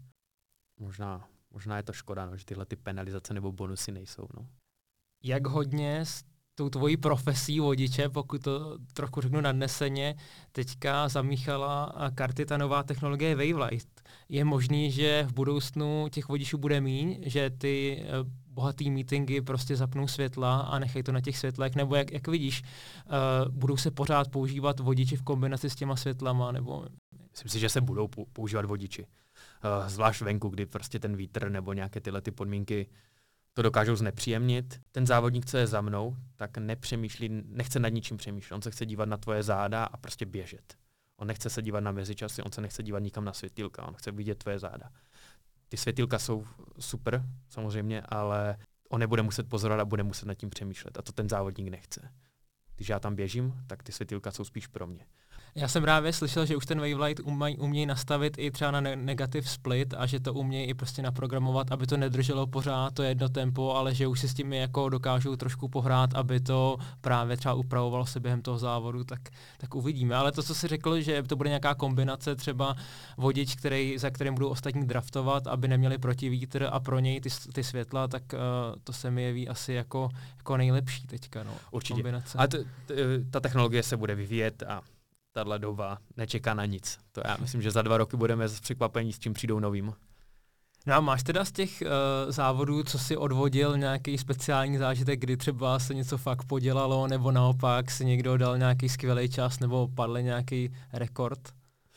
Možná je to škoda, no, že tyhle ty penalizace nebo bonusy nejsou. No. Jak hodně s tou tvojí profesí vodiče, pokud to trochu řeknu nadneseně, teďka zamíchala karty ta nová technologie Wavelight. Je možný, že v budoucnu těch vodičů bude míň, že ty bohatý meetingy prostě zapnou světla a nechají to na těch světlech, nebo jak vidíš, budou se pořád používat vodiči v kombinaci s těma světlama, nebo? Myslím si, že se budou používat vodiči. Zvlášť venku, kdy prostě ten vítr nebo nějaké tyhle ty podmínky to dokážou znepříjemnit. Ten závodník, co je za mnou, tak nechce nad ničím přemýšlet. On se chce dívat na tvoje záda a prostě běžet. On nechce se dívat na mezičasy, on se nechce dívat nikam na světýlka, on chce vidět tvoje záda. Ty světýlka jsou super, samozřejmě, ale on nebude muset pozorovat a bude muset nad tím přemýšlet. A to ten závodník nechce. Když já tam běžím, tak ty světýlka jsou spíš pro mě. Já jsem právě slyšel, že už ten Wavelight umějí nastavit i třeba na negative split a že to umějí i prostě naprogramovat, aby to nedrželo pořád to jedno tempo, ale že už si s tím jako dokážou trošku pohrát, aby to právě třeba upravovalo se během toho závodu, tak uvidíme. Ale to, co jsi řekl, že to bude nějaká kombinace, třeba vodič, za kterým budou ostatní draftovat, aby neměli protivítr a pro něj ty světla, tak to se mi jeví asi jako nejlepší teďka. No, určitě. Kombinace. A ta technologie se bude vyvíjet a tahle doba nečeká na nic. To já myslím, že za 2 roky budeme překvapení, s čím přijdou novým. No a máš teda z těch závodů, co si odvodil, nějaký speciální zážitek, kdy třeba se něco fakt podělalo, nebo naopak si někdo dal nějaký skvělý čas, nebo padl nějaký rekord?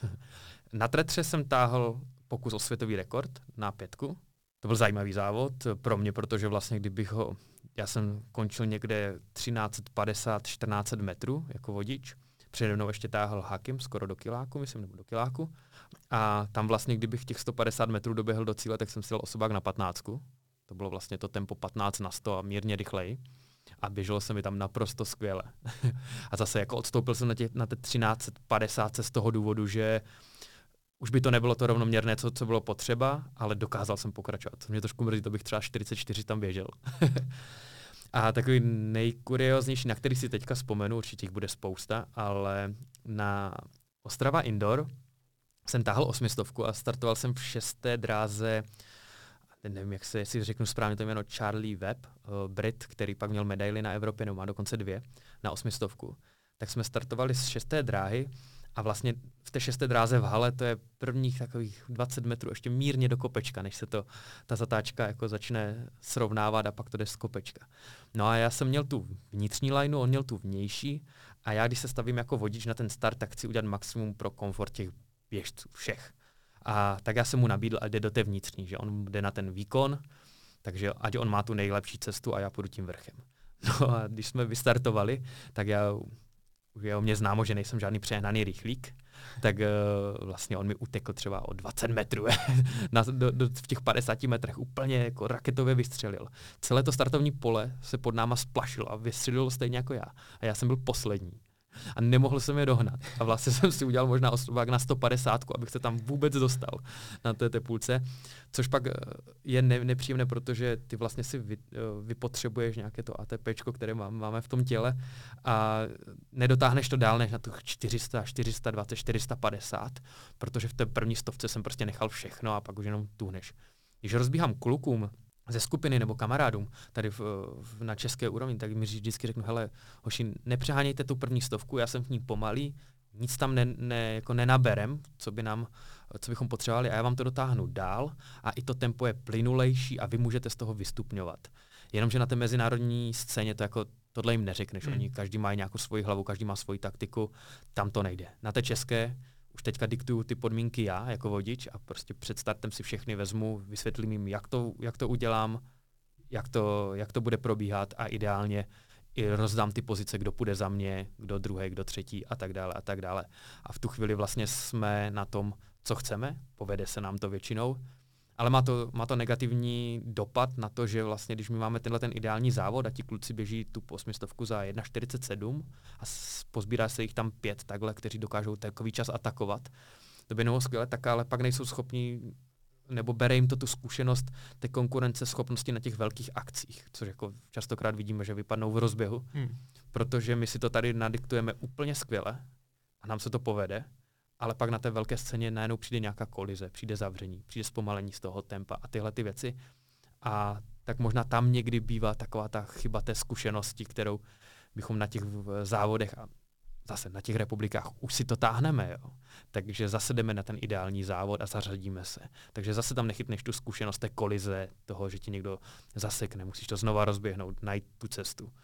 Na Tretře jsem táhl pokus o světový rekord na 5. To byl zajímavý závod pro mě, protože vlastně já jsem končil někde 1350-1400 metrů jako vodič. Přede mnou ještě táhl Hakim skoro do kiláku, nebo do kiláku. A tam vlastně, kdybych těch 150 metrů doběhl do cíle, tak jsem si dal osobák na 15. To bylo vlastně to tempo 15 na 100 a mírně rychleji. A běželo se mi tam naprosto skvěle. A zase jako odstoupil jsem na té 1350 z toho důvodu, že už by to nebylo to rovnoměrné, co bylo potřeba, ale dokázal jsem pokračovat. Mě trošku mrzí, to bych třeba 44 tam běžel. A takový nejkurióznější, na který si teďka vzpomenu, určitě jich bude spousta, ale na Ostrava Indoor jsem táhl 800 a startoval jsem v 6. dráze, nevím, jestli řeknu správně to jméno, Charlie Webb, Brit, který pak měl medaili na Evropě, nebo má dokonce 2, na 800. Tak jsme startovali z 6. dráhy a vlastně v té 6. dráze v hale to je prvních takových 20 metrů ještě mírně do kopečka, než se ta zatáčka jako začne srovnávat a pak to jde z kopečka. No a já jsem měl tu vnitřní lineu, on měl tu vnější a já, když se stavím jako vodič na ten start, tak chci udělat maximum pro komfort těch běžců, všech. A tak já jsem mu nabídl, ať jde do té vnitřní, že on jde na ten výkon, takže ať on má tu nejlepší cestu a já půjdu tím vrchem. No a když jsme vystartovali, tak už je o mě známo, že nejsem žádný přehnaný rychlík, tak vlastně on mi utekl třeba o 20 metrů. V těch 50 metrech úplně jako raketově vystřelil. Celé to startovní pole se pod náma splašilo a vystřelilo stejně jako já. A já jsem byl poslední. A nemohl jsem je dohnat. A vlastně jsem si udělal možná ostrůvák na 150, abych se tam vůbec dostal na té půlce. Což pak je nepříjemné, protože ty vlastně si vypotřebuješ nějaké to ATPčko, které máme v tom těle a nedotáhneš to dál než na tu 400, 420, 450, protože v té první stovce jsem prostě nechal všechno a pak už jenom tuhneš. Když rozbíhám klukům ze skupiny nebo kamarádům tady na české úrovni, tak mi vždycky řeknu, hele, hoši, nepřehánějte tu první 100, já jsem v ní pomalý, nic tam jako nenaberem, co bychom potřebovali a já vám to dotáhnu dál a i to tempo je plynulejší a vy můžete z toho vystupňovat. Jenomže na té mezinárodní scéně to jako tohle jim neřekneš, oni každý má nějakou svoji hlavu, každý má svoji taktiku, tam to nejde. Na té české už teďka diktuju ty podmínky já jako vodič a prostě před startem si všechny vezmu, vysvětlím jim, jak to udělám, jak to bude probíhat a ideálně i rozdám ty pozice, kdo půjde za mě, kdo druhý, kdo třetí a tak dále a tak dále. A v tu chvíli vlastně jsme na tom, co chceme, povede se nám to většinou, ale má to negativní dopad na to, že vlastně, když my máme ten ideální závod a ti kluci běží tu 800 za 1,47 a pozbírá se jich tam 5 takhle, kteří dokážou takový čas atakovat, to by nebylo skvěle, tak ale pak nejsou schopni, nebo bere jim to tu zkušenost té konkurence schopnosti na těch velkých akcích, což jako častokrát vidíme, že vypadnou v rozběhu, protože my si to tady nadiktujeme úplně skvěle a nám se to povede, ale pak na té velké scéně najednou přijde nějaká kolize, přijde zavření, přijde zpomalení z toho tempa a tyhle ty věci. A tak možná tam někdy bývá taková ta chyba té zkušenosti, kterou bychom na těch závodech a zase na těch republikách už si to táhneme, jo. Takže zase jdeme na ten ideální závod a zařadíme se. Takže zase tam nechytneš tu zkušenost té kolize, toho, že ti někdo zasekne, musíš to znova rozběhnout, najít tu cestu.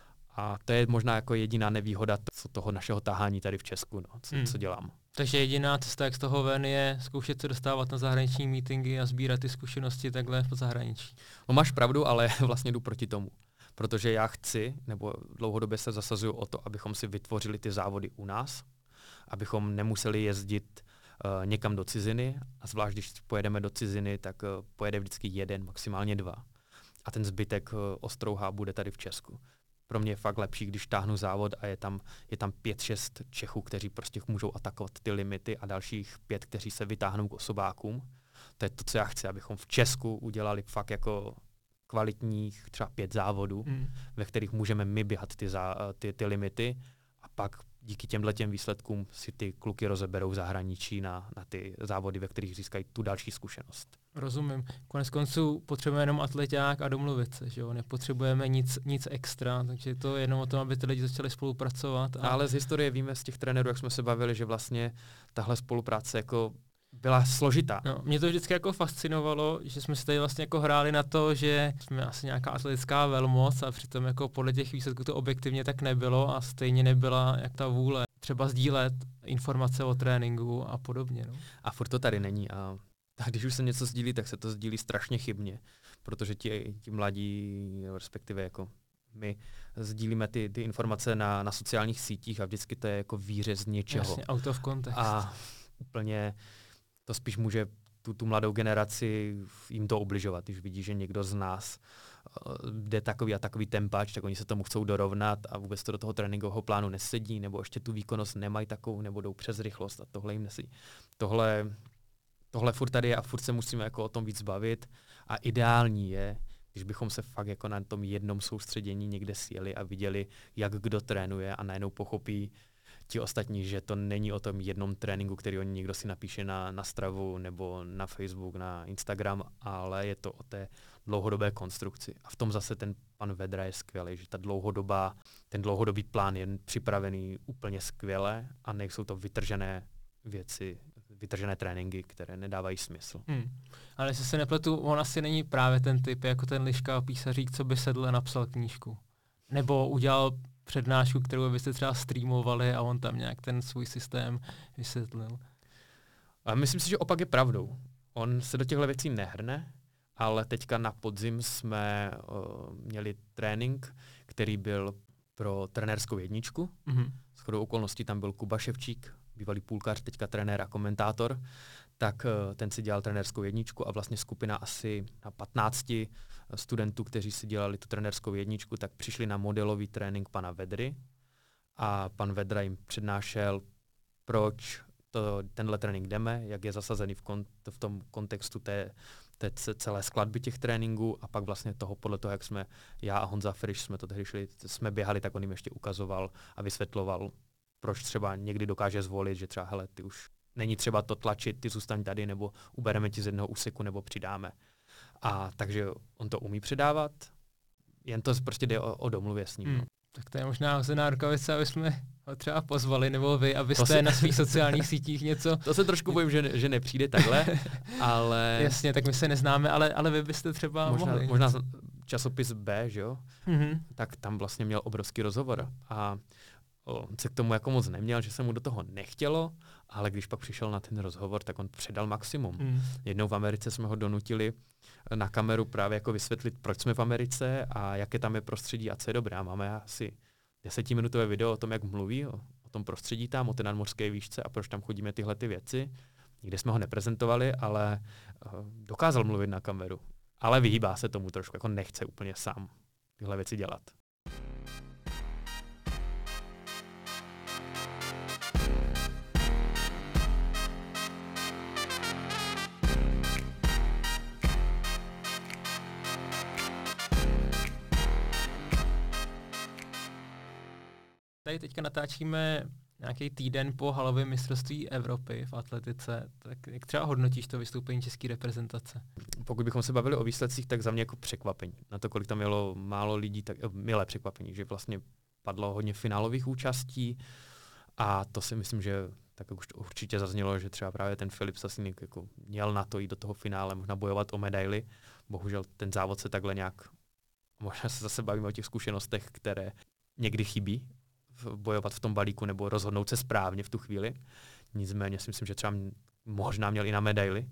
A to je možná jako jediná nevýhoda toho našeho tahání tady v Česku, no, co dělám. Takže jediná cesta, jak z toho ven, je zkoušet se dostávat na zahraniční meetingy a sbírat ty zkušenosti takhle v zahraničí. No máš pravdu, ale vlastně jdu proti tomu. Protože já chci, nebo dlouhodobě se zasazuju o to, abychom si vytvořili ty závody u nás, abychom nemuseli jezdit někam do ciziny, a zvlášť když pojedeme do ciziny, tak pojede vždycky 1, maximálně 2. A ten zbytek ostrouhá bude tady v Česku. Pro mě je fakt lepší, když táhnu závod a je tam 5-6 Čechů, kteří prostě můžou atakovat ty limity a dalších 5, kteří se vytáhnou k osobákům. To je to, co já chci, abychom v Česku udělali fakt jako kvalitních třeba 5 závodů, ve kterých můžeme my běhat ty limity a pak díky těmhletěm výsledkům si ty kluky rozeberou v zahraničí na ty závody, ve kterých získají tu další zkušenost. Rozumím. Konec konců potřebujeme jenom atleták a domluvit se, že jo? Nepotřebujeme nic extra, takže to je jenom o tom, aby ty lidi začali spolupracovat. Ale z historie víme z těch trenérů, jak jsme se bavili, že vlastně tahle spolupráce jako byla složitá. No, mě to vždycky jako fascinovalo, že jsme si tady vlastně jako hráli na to, že jsme asi nějaká atletická velmoc a přitom jako podle těch výsledků to objektivně tak nebylo a stejně nebyla jak ta vůle třeba sdílet informace o tréninku a podobně. No. A furt to tady není a když už se něco sdílí, tak se to sdílí strašně chybně, protože ti mladí, respektive jako my sdílíme ty informace na sociálních sítích a vždycky to je jako výřez něčeho. Jasně, out of context. A úplně to spíš může tu mladou generaci jim to ubližovat, když vidí, že někdo z nás jde takový a takový tempač, tak oni se tomu chcou dorovnat a vůbec to do toho tréninkového plánu nesedí, nebo ještě tu výkonnost nemají takovou, nebo jdou přes rychlost a tohle jim nesedí. Tohle furt tady je a furt se musíme jako o tom víc bavit a ideální je, když bychom se fakt jako na tom jednom soustředění někde sjeli a viděli, jak kdo trénuje a najednou pochopí ti ostatní, že to není o tom jednom tréninku, který oni někdo si napíše na Stravu nebo na Facebook, na Instagram, ale je to o té dlouhodobé konstrukci. A v tom zase ten pan Vedra je skvělý, že ten dlouhodobý plán je připravený úplně skvěle a nejsou to vytržené věci, vytržené tréninky, které nedávají smysl. Ale jestli se nepletu, on asi není právě ten typ, jako ten Liška písařík, co by sedl a napsal knížku. Nebo udělal přednášku, kterou byste třeba streamovali a on tam nějak ten svůj systém vysvětlil. A myslím si, že opak je pravdou. On se do těchto věcí nehrne, ale teďka na podzim jsme měli trénink, který byl pro trenérskou jedničku. Shodou okolností tam byl Kuba Ševčík, bývalý půlkař, teďka trenér a komentátor, tak ten si dělal trenérskou jedničku a vlastně skupina asi na 15 studentů, kteří si dělali tu trenérskou jedničku, tak přišli na modelový trénink pana Vedry a pan Vedra jim přednášel, proč tenhle trénink jdeme, jak je zasazený v tom kontextu té celé skladby těch tréninků a pak vlastně podle toho, jak jsme já a Honza Friš jsme to tehdy jsme běhali, tak on jim ještě ukazoval a vysvětloval, proč třeba někdy dokáže zvolit, že třeba hele, ty už není třeba to tlačit, ty zůstaň tady, nebo ubereme ti z jednoho úseku, nebo přidáme. A takže on to umí předávat, jen to prostě jde o domluvě s ním. Tak to je možná hozená rukavice, aby jsme ho třeba pozvali, nebo vy, abyste na svých sociálních sítích něco... To se trošku bojím, že nepřijde takhle, ale... Jasně, tak my se neznáme, ale vy byste třeba mohli. Možná časopis B, že jo? Tak tam vlastně měl obrovský rozhovor a on se k tomu jako moc neměl, že se mu do toho nechtělo, ale když pak přišel na ten rozhovor, tak on předal maximum. Jednou v Americe jsme ho donutili na kameru právě jako vysvětlit, proč jsme v Americe a jaké tam je prostředí a co je dobré. A máme asi 10minutové video o tom, jak mluví, o tom prostředí tam, o té nadmořské výšce a proč tam chodíme tyhle ty věci. Nikde jsme ho neprezentovali, ale dokázal mluvit na kameru. Ale vyhýbá se tomu trošku, jako nechce úplně sám tyhle věci dělat. Tady teďka natáčíme nějaký týden po halovém mistrovství Evropy v atletice. Tak jak třeba hodnotíš to vystoupení české reprezentace? Pokud bychom se bavili o výsledcích, tak za mě jako překvapení. Na to, kolik tam jelo málo lidí, tak milé překvapení, že vlastně padlo hodně finálových účastí a to si myslím, že tak už určitě zaznělo, že třeba právě ten Filip Sasínek jako měl na to jít do toho finále, možná bojovat o medaily. Bohužel ten závod se takhle nějak, možná se zase bavíme o těch zkušenostech, které někdy chybí, bojovat v tom balíku nebo rozhodnout se správně v tu chvíli. Nicméně si myslím, že třeba možná měl i na medaily.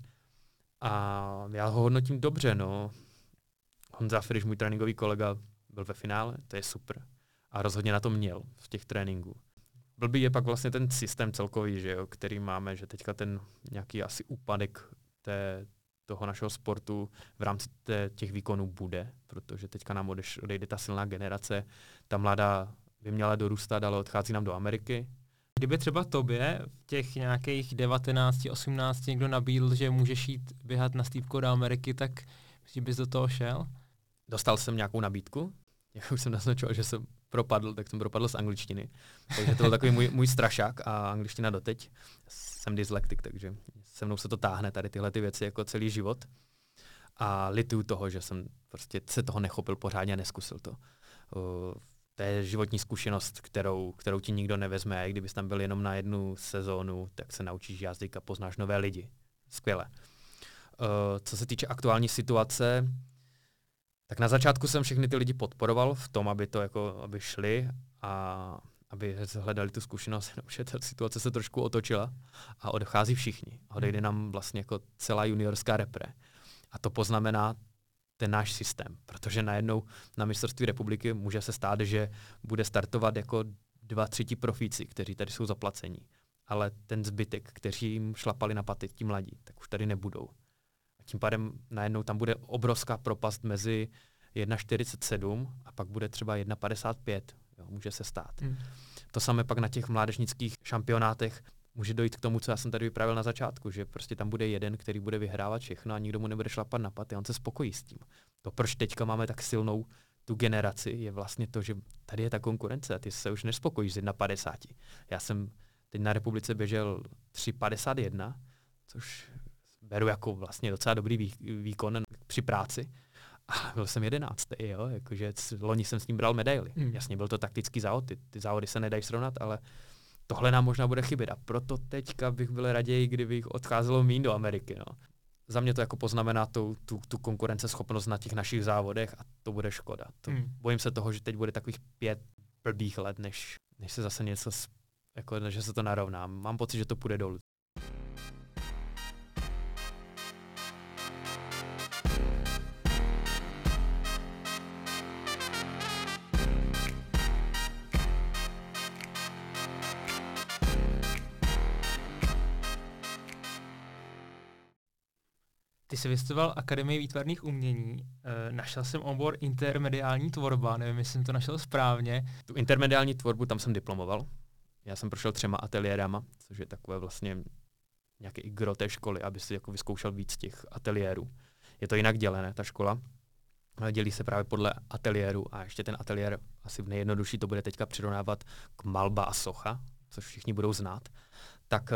A já ho hodnotím dobře, no. Honza Friš, můj tréninkový kolega, byl ve finále, to je super. A rozhodně na to měl v těch tréninků. Blbý je pak vlastně ten systém celkový, že jo, který máme, že teďka ten nějaký asi úpadek toho našeho sportu v rámci těch výkonů bude, protože teďka nám odejde ta silná generace, ta mladá by měla dorůstat, ale odchází nám do Ameriky. Kdyby třeba tobě v těch nějakých 19, 18 někdo nabídl, že můžeš jít běhat na stýpko do Ameriky, tak myslíš, bys do toho šel? Dostal jsem nějakou nabídku, jak už jsem naznačoval, že jsem propadl, tak jsem propadl z angličtiny. Takže to byl takový můj strašák a angličtina doteď. Jsem dyslektik, takže se mnou se to táhne tady tyhle ty věci jako celý život. A lituju toho, že jsem prostě se toho nechopil pořádně a neskusil to. To je životní zkušenost, kterou ti nikdo nevezme. A i kdybys tam byl jenom na jednu sezónu, tak se naučíš jazdit a poznáš nové lidi. Skvěle. Co se týče aktuální situace, tak na začátku jsem všechny ty lidi podporoval v tom, aby šli a aby hledali tu zkušenost, že ta situace se trošku otočila a odchází všichni. Odejde nám vlastně jako celá juniorská repre. A to poznamená ten náš systém, protože najednou na mistrovství republiky může se stát, že bude startovat jako 2/3 profíci, kteří tady jsou zaplacení. Ale ten zbytek, kteří jim šlapali na paty, ti mladí, tak už tady nebudou. A tím pádem najednou tam bude obrovská propast mezi 1,47 a pak bude třeba 1,55. Jo, může se stát. To samé pak na těch mládežnických šampionátech může dojít k tomu, co já jsem tady vyprávěl na začátku, že prostě tam bude jeden, který bude vyhrávat všechno a nikdo mu nebude šlapat na paty a on se spokojí s tím. To, proč teďka máme tak silnou tu generaci, je vlastně to, že tady je ta konkurence a ty se už nespokojíš s 1,50. Já jsem teď na republice běžel 3,51, což beru jako vlastně docela dobrý výkon při práci. A byl jsem 11. Jo? Jakože loni jsem s ním bral medaili. Jasně, byl to taktický závod, ty závody se nedají srovnat, ale tohle nám možná bude chybět. A proto teďka bych byl raději, kdybych odcházelo míň do Ameriky. No. Za mě to jako poznamená tu konkurenceschopnost na těch našich závodech a to bude škoda. Bojím se toho, že teď bude takových 5 blbých let, než se zase něco, jako, že se to narovná. Mám pocit, že to půjde dolů. Ty jsi vystudoval Akademii výtvarných umění, našel jsem obor intermediální tvorba, nevím, jestli jsem to našel správně. Tu intermediální tvorbu tam jsem diplomoval. Já jsem prošel 3 ateliérama, což je takové vlastně nějaké igro té školy, aby si jako vyzkoušel víc těch ateliérů. Je to jinak dělené, ta škola. Dělí se právě podle ateliéru a ještě ten ateliér asi v nejjednodušší to bude teďka přirovnávat k malba a socha, což všichni budou znát. Tak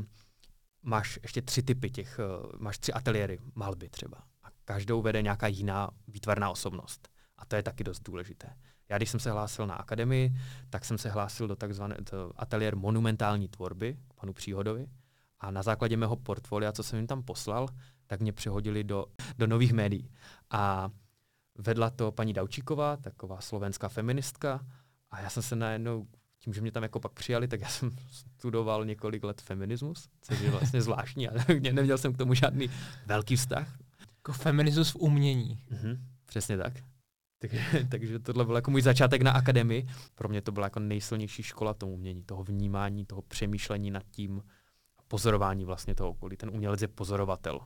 máš ještě 3 typy máš 3 ateliéry malby třeba. A každou vede nějaká jiná výtvarná osobnost. A to je taky dost důležité. Já když jsem se hlásil na akademii, tak jsem se hlásil do takzvaného ateliér monumentální tvorby k panu Příhodovi. A na základě mého portfolia, co jsem jim tam poslal, tak mě přehodili do nových médií. A vedla to paní Daučíková, taková slovenská feministka. A já jsem se najednou tím, že mě tam jako pak přijali, tak já jsem studoval několik let feminismus, což je vlastně zvláštní, ale neměl jsem k tomu žádný velký vztah. Jako feminismus v umění. Přesně tak. Takže tohle byl jako můj začátek na akademii. Pro mě to byla jako nejsilnější škola tomu umění, toho vnímání, toho přemýšlení nad tím, pozorování vlastně toho okolí. Ten umělec je pozorovatel.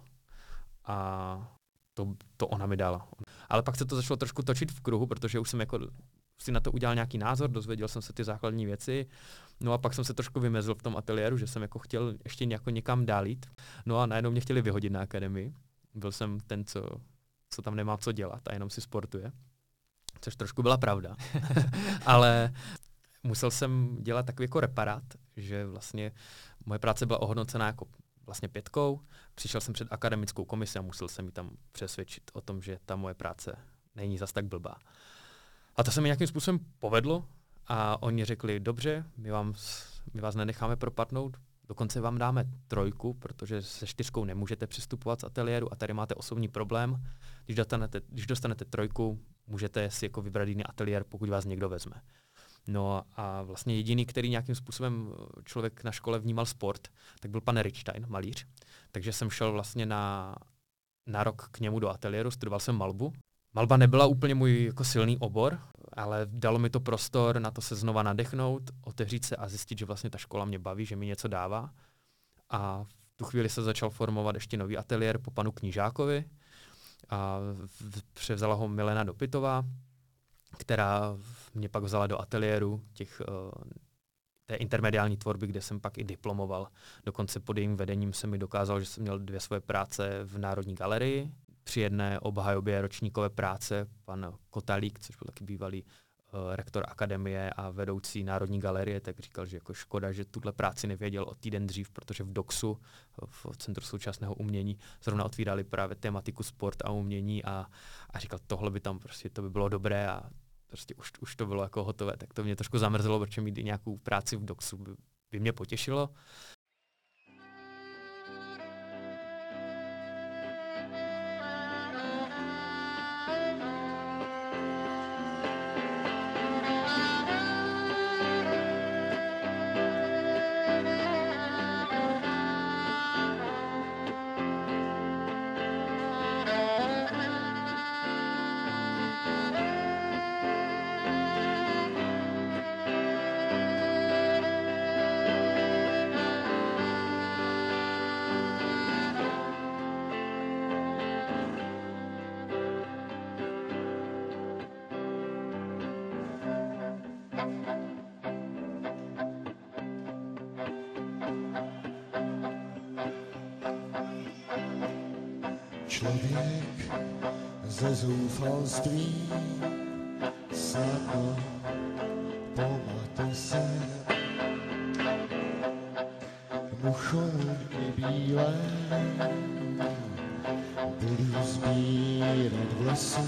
A to ona mi dala. Ale pak se to začalo trošku točit v kruhu, protože už jsem jako si na to udělal nějaký názor, dozvěděl jsem se ty základní věci, no a pak jsem se trošku vymezil v tom ateliéru, že jsem jako chtěl ještě jako někam dál jít, no a najednou mě chtěli vyhodit na akademii. Byl jsem ten, co tam nemá co dělat a jenom si sportuje, což trošku byla pravda, ale musel jsem dělat takový jako reparát, že vlastně moje práce byla ohodnocena jako vlastně 5, přišel jsem před akademickou komisi a musel jsem ji tam přesvědčit o tom, že ta moje práce není zas tak blbá. A to se mi nějakým způsobem povedlo a oni řekli, dobře, my vás nenecháme propadnout, dokonce vám dáme 3, protože se 4 nemůžete přistupovat z ateliéru a tady máte osobní problém. Když dostanete 3, můžete si jako vybrat jiný ateliér, pokud vás někdo vezme. No a vlastně jediný, který nějakým způsobem člověk na škole vnímal sport, tak byl pan Richstein, malíř. Takže jsem šel vlastně na rok k němu do ateliéru, studoval jsem malbu. Malba nebyla úplně můj jako silný obor, ale dalo mi to prostor na to se znova nadechnout, otevřít se a zjistit, že vlastně ta škola mě baví, že mi něco dává. A v tu chvíli se začal formovat ještě nový ateliér po panu Knížákovi. A převzala ho Milena Dopitová, která mě pak vzala do ateliéru té intermediální tvorby, kde jsem pak i diplomoval. Dokonce pod jejím vedením se mi dokázal, že jsem měl 2 svoje práce v Národní galerii. Při jedné obhajobě ročníkové práce pan Kotalík, což byl taky bývalý rektor akademie a vedoucí Národní galerie, tak říkal, že jako škoda, že tuhle práci nevěděl o týden dřív, protože v DOXu, v Centru současného umění, zrovna otvírali právě tematiku sport a umění a říkal, tohle by tam prostě, to by bylo dobré a prostě už to bylo jako hotové, tak to mě trošku zamrzelo, protože mít nějakou práci v DOXu by mě potěšilo. Člověk ze zoufalství snadno pomate se. Muchomůrky bílé budu sbírat v lese.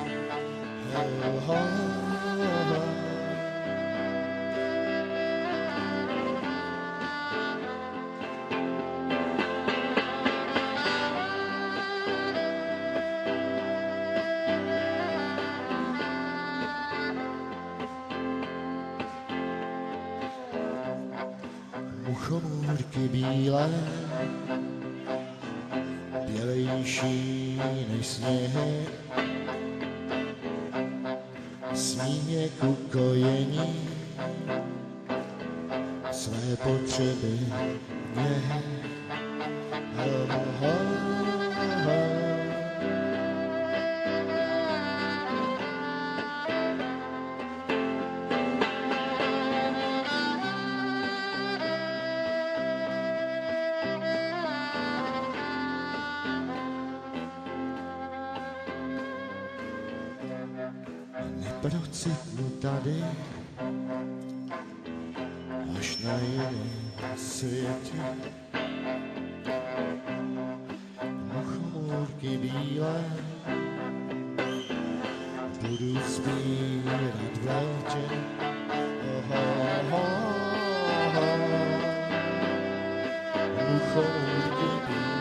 Muchomůrky bílé, bělejší než sněhy, snímě k ukojení své potřeby mě. Neprocitnu tady až na jiném světě. Muchomůrky bílé budu sbírat v létě. Muchomůrky bílé.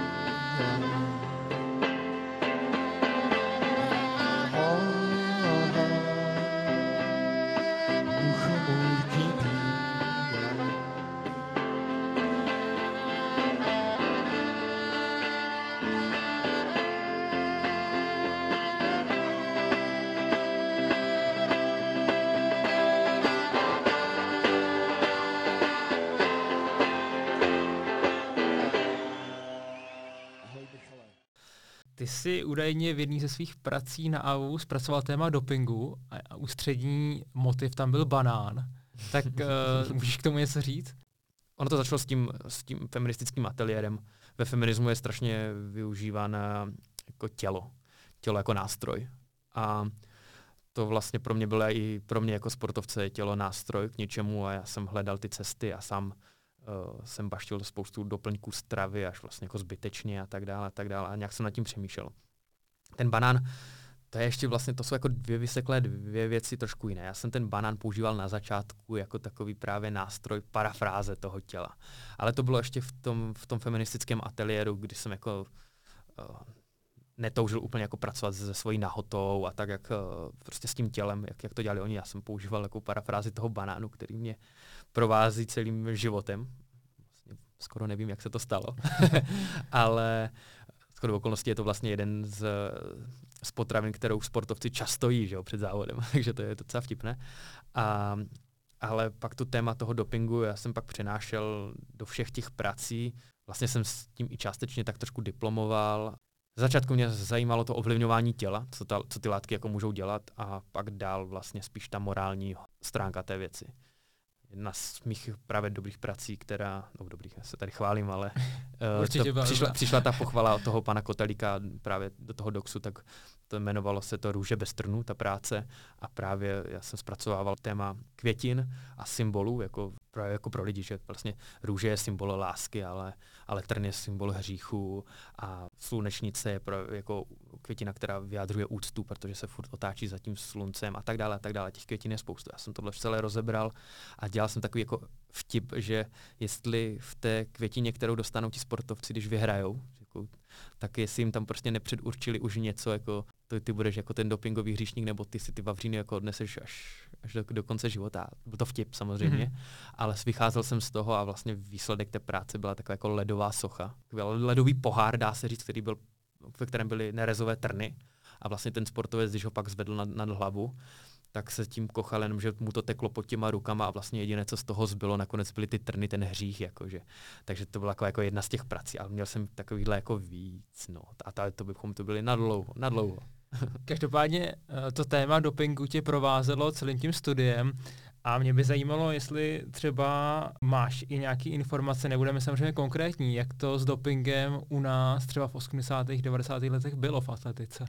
Ty jsi údajně v jedné ze svých prací na AU zpracoval téma dopingu a ústřední motiv tam byl banán. Tak můžeš k tomu něco říct? Ono to začalo s tím feministickým ateliérem. Ve feminismu je strašně využíváno jako tělo jako nástroj. A to vlastně pro mě bylo i pro mě jako sportovce tělo nástroj k něčemu a já jsem hledal ty cesty a sám jsem baštil spoustu doplňků stravy až vlastně jako zbytečně a tak dále a nějak jsem nad tím přemýšlel. Ten banán, to je ještě vlastně, to jsou jako dvě věci trošku jiné. Já jsem ten banán používal na začátku jako takový právě nástroj parafráze toho těla. Ale to bylo ještě v tom feministickém ateliéru, kdy jsem jako netoužil úplně jako pracovat se svojí nahotou a tak, jak prostě s tím tělem, jak to dělali oni. Já jsem používal jako parafrázi toho banánu, který mě provází celým životem. Vlastně skoro nevím, jak se to stalo, ale shodou okolností je to vlastně jeden z potravin, kterou sportovci často jí, že jo, před závodem, takže to je docela vtipné. Ale pak to téma toho dopingu já jsem pak přenášel do všech těch prací. Vlastně jsem s tím i částečně tak trošku diplomoval. Z začátku mě zajímalo to ovlivňování těla, co ty látky jako můžou dělat a pak dál vlastně spíš ta morální stránka té věci. Jedna z mých právě dobrých prací, dobrých, já se tady chválím, ale přišla ta pochvala od toho pana Kotelíka právě do toho doxu, tak to jmenovalo se to Růže bez trnů, ta práce, a právě já jsem zpracovával téma květin a symbolů, jako pro lidi, že vlastně růže je symbol lásky, ale trn je symbol hříchu a slunečnice je jako květina, která vyjadřuje úctu, protože se furt otáčí za tím sluncem a tak dále, a tak dále. Těch květin je spoustu. Já jsem tohle celé rozebral a dělal jsem takový jako vtip, že jestli v té květině, kterou dostanou ti sportovci, když vyhrajou, tak jestli jim tam prostě nepředurčili už něco, jako ty budeš jako ten dopingový hříšník, nebo ty si ty vavříny jako odneseš až do konce života. Byl to vtip samozřejmě, ale vycházel jsem z toho a vlastně výsledek té práce byla taková jako ledová socha. Ledový pohár, dá se říct, ve kterém byly nerezové trny a vlastně ten sportovec, když ho pak zvedl nad hlavu, tak se tím kochal, jenom že mu to teklo pod těma rukama a vlastně jediné, co z toho zbylo, nakonec byly ty trny, ten hřích, jakože. Takže to byla jako jedna z těch prací, ale měl jsem takovýhle jako víc, no. A to bychom to byli na dlouho. Každopádně to téma dopingu tě provázelo celým tím studiem a mě by zajímalo, jestli třeba máš i nějaké informace, nebudeme samozřejmě konkrétní, jak to s dopingem u nás třeba v 80. 90. letech bylo v atletice.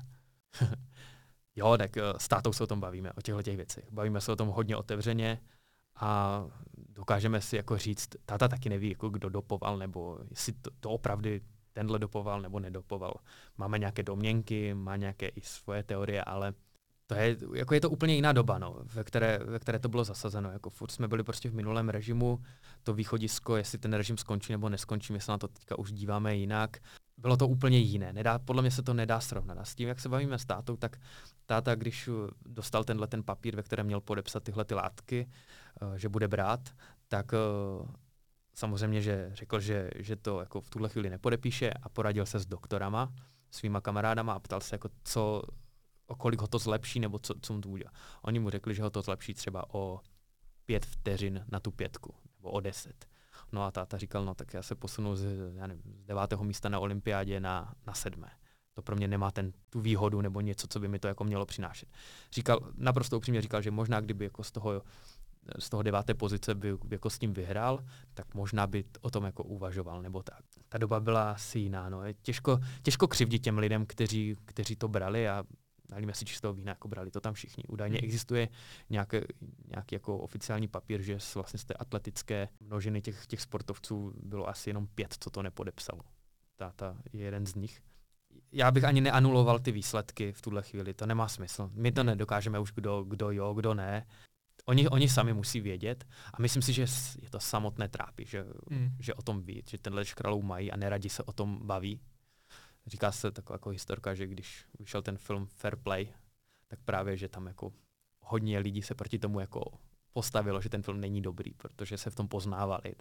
Jo, tak s tátou se o tom bavíme, o těchto těch věcech. Bavíme se o tom hodně otevřeně a dokážeme si jako říct, táta taky neví, jako kdo dopoval, nebo jestli to opravdu tenhle dopoval nebo nedopoval. Máme nějaké domněnky, má nějaké i svoje teorie, ale je to úplně jiná doba, no, ve které to bylo zasazeno. Jako furt jsme byli prostě v minulém režimu, to východisko, jestli ten režim skončí nebo neskončí, my se na to teďka už díváme jinak. Bylo to úplně jiné. Podle mě se to nedá srovnat. A s tím, jak se bavíme s tátou, tak táta, když dostal ten papír, ve kterém měl podepsat tyhle ty látky, že bude brát, tak samozřejmě, že řekl, že to jako v tuhle chvíli nepodepíše a poradil se s doktorama, svýma kamarádama a ptal se, jako o kolik ho to zlepší, nebo co mu to udělá. Oni mu řekli, že ho to zlepší třeba o 5 vteřin na tu 5, nebo o 10. No a táta říkal, no tak já se posunu z 9. místa na olympiádě na 7. To pro mě nemá tu výhodu nebo něco, co by mi to jako mělo přinášet. Naprosto upřímně říkal, že možná kdyby jako z toho 9. pozice by jako s tím vyhrál, tak možná by o tom jako uvažoval nebo tak. Ta doba byla asi jiná. No. Je těžko křivdit těm lidem, kteří to brali a nalíme si čistého vína, jako brali to tam všichni. Údajně existuje nějaký jako oficiální papír, že vlastně z té atletické množiny těch sportovců bylo asi jenom 5, co to nepodepsalo. Táta je jeden z nich. Já bych ani neanuloval ty výsledky v tuhle chvíli, to nemá smysl. My to nedokážeme už, kdo jo, kdo ne. Oni sami musí vědět a myslím si, že je to samotné trápí, že o tom ví, že tenhle škralou mají a neradi se o tom baví. Říká se taková jako historka, že když vyšel ten film Fair Play, tak právě, že tam jako hodně lidí se proti tomu jako postavilo, že ten film není dobrý, protože se v tom poznávali.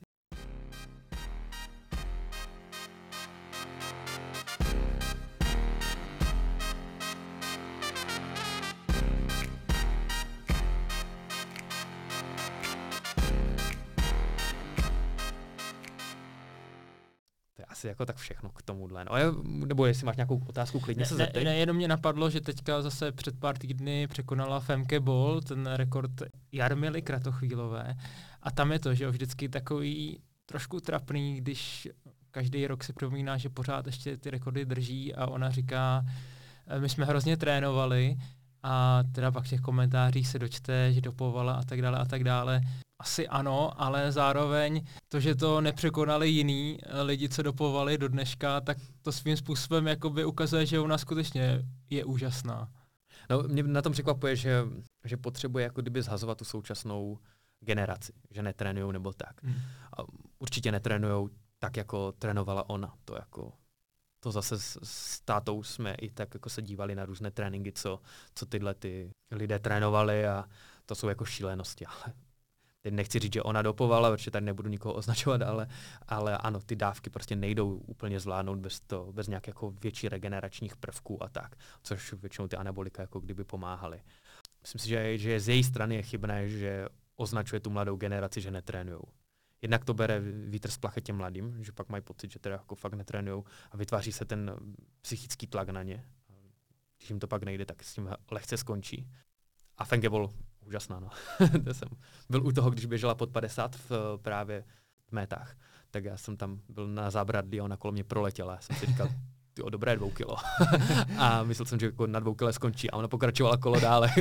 Asi jako tak všechno k tomuhle. No, nebo jestli máš nějakou otázku, klidně se zeptej. Ne, jenom mě napadlo, že teďka zase před pár týdny překonala Femke Bol, ten rekord Jarmily Kratochvílové. A tam je to, že vždycky takový trošku trapný, když každý rok si připomíná, že pořád ještě ty rekordy drží a ona říká, my jsme hrozně trénovali a teda pak v těch komentářích se dočte, že dopovala a tak dále a tak dále. Asi ano, ale zároveň to, že to nepřekonali jiný lidi, co dopovali do dneška, tak to svým způsobem jakoby ukazuje, že ona skutečně je úžasná. No, mě na tom překvapuje, že potřebuje jako kdyby zhazovat tu současnou generaci, že netrénujou nebo tak. A určitě netrénujou tak, jako trénovala ona. To zase s tátou jsme i tak jako se dívali na různé tréninky, co tyhle ty lidé trénovali a to jsou jako šílenosti, ale teď nechci říct, že ona dopovala, protože tady nebudu nikoho označovat, ale ano, ty dávky prostě nejdou úplně zvládnout bez nějakých jako větší regeneračních prvků a tak, což většinou ty anabolika jako kdyby pomáhaly. Myslím si, že z její strany je chybné, že označuje tu mladou generaci, že netrénujou. Jednak to bere vítr z plachet těm mladým, že pak mají pocit, že teda jako fakt netrénujou a vytváří se ten psychický tlak na ně. Když jim to pak nejde, tak s tím lehce skončí. A Femke Bol úžasná, no. To jsem byl u toho, když běžela pod 50 právě v métách, tak já jsem tam byl na zábradlí a ona kolem mě proletěla. Já jsem si říkal, ty o dobré 2 kilo. A myslel jsem, že jako na 2 kilo skončí a ona pokračovala kolo dále.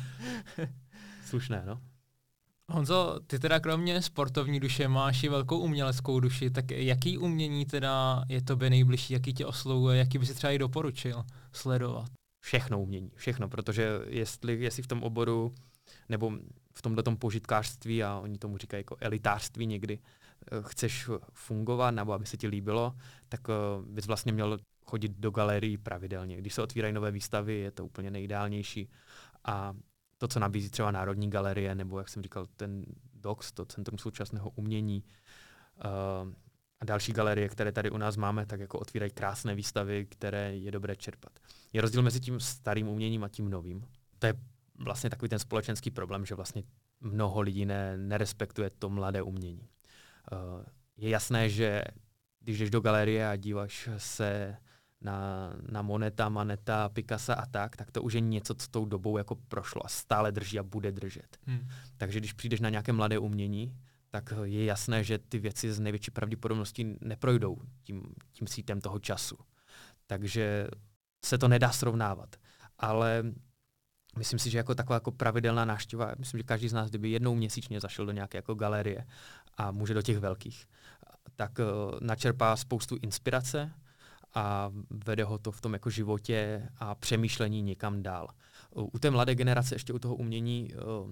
Slušné, no. Honzo, ty teda kromě sportovní duše máš i velkou uměleckou duši, tak jaký umění teda je tobě nejbližší, jaký tě oslovuje, jaký by si třeba i doporučil sledovat? Všechno umění, všechno, protože jestli v tom oboru nebo v tomhletom požitkářství, a oni tomu říkají jako elitářství někdy, chceš fungovat nebo aby se ti líbilo, tak bys vlastně měl chodit do galerií pravidelně. Když se otvírají nové výstavy, je to úplně nejideálnější. A to, co nabízí třeba Národní galerie, nebo jak jsem říkal, ten DOX, to Centrum současného umění, a další galerie, které tady u nás máme, tak jako otvírají krásné výstavy, které je dobré čerpat. Je rozdíl mezi tím starým uměním a tím novým. To je vlastně takový ten společenský problém, že vlastně mnoho lidí nerespektuje to mladé umění. Je jasné, že když jdeš do galerie a díváš se na Moneta, Maneta, Picassa a tak to už je něco, co tou dobou jako prošlo a stále drží a bude držet. Takže když přijdeš na nějaké mladé umění, tak je jasné, že ty věci z největší pravděpodobností neprojdou tím sítem toho času. Takže se to nedá srovnávat. Ale myslím si, že jako taková jako pravidelná návštěva, myslím, že každý z nás, kdyby jednou měsíčně zašel do nějaké jako galerie a může do těch velkých, tak načerpá spoustu inspirace a vede ho to v tom jako životě a přemýšlení někam dál. U té mladé generace ještě u toho umění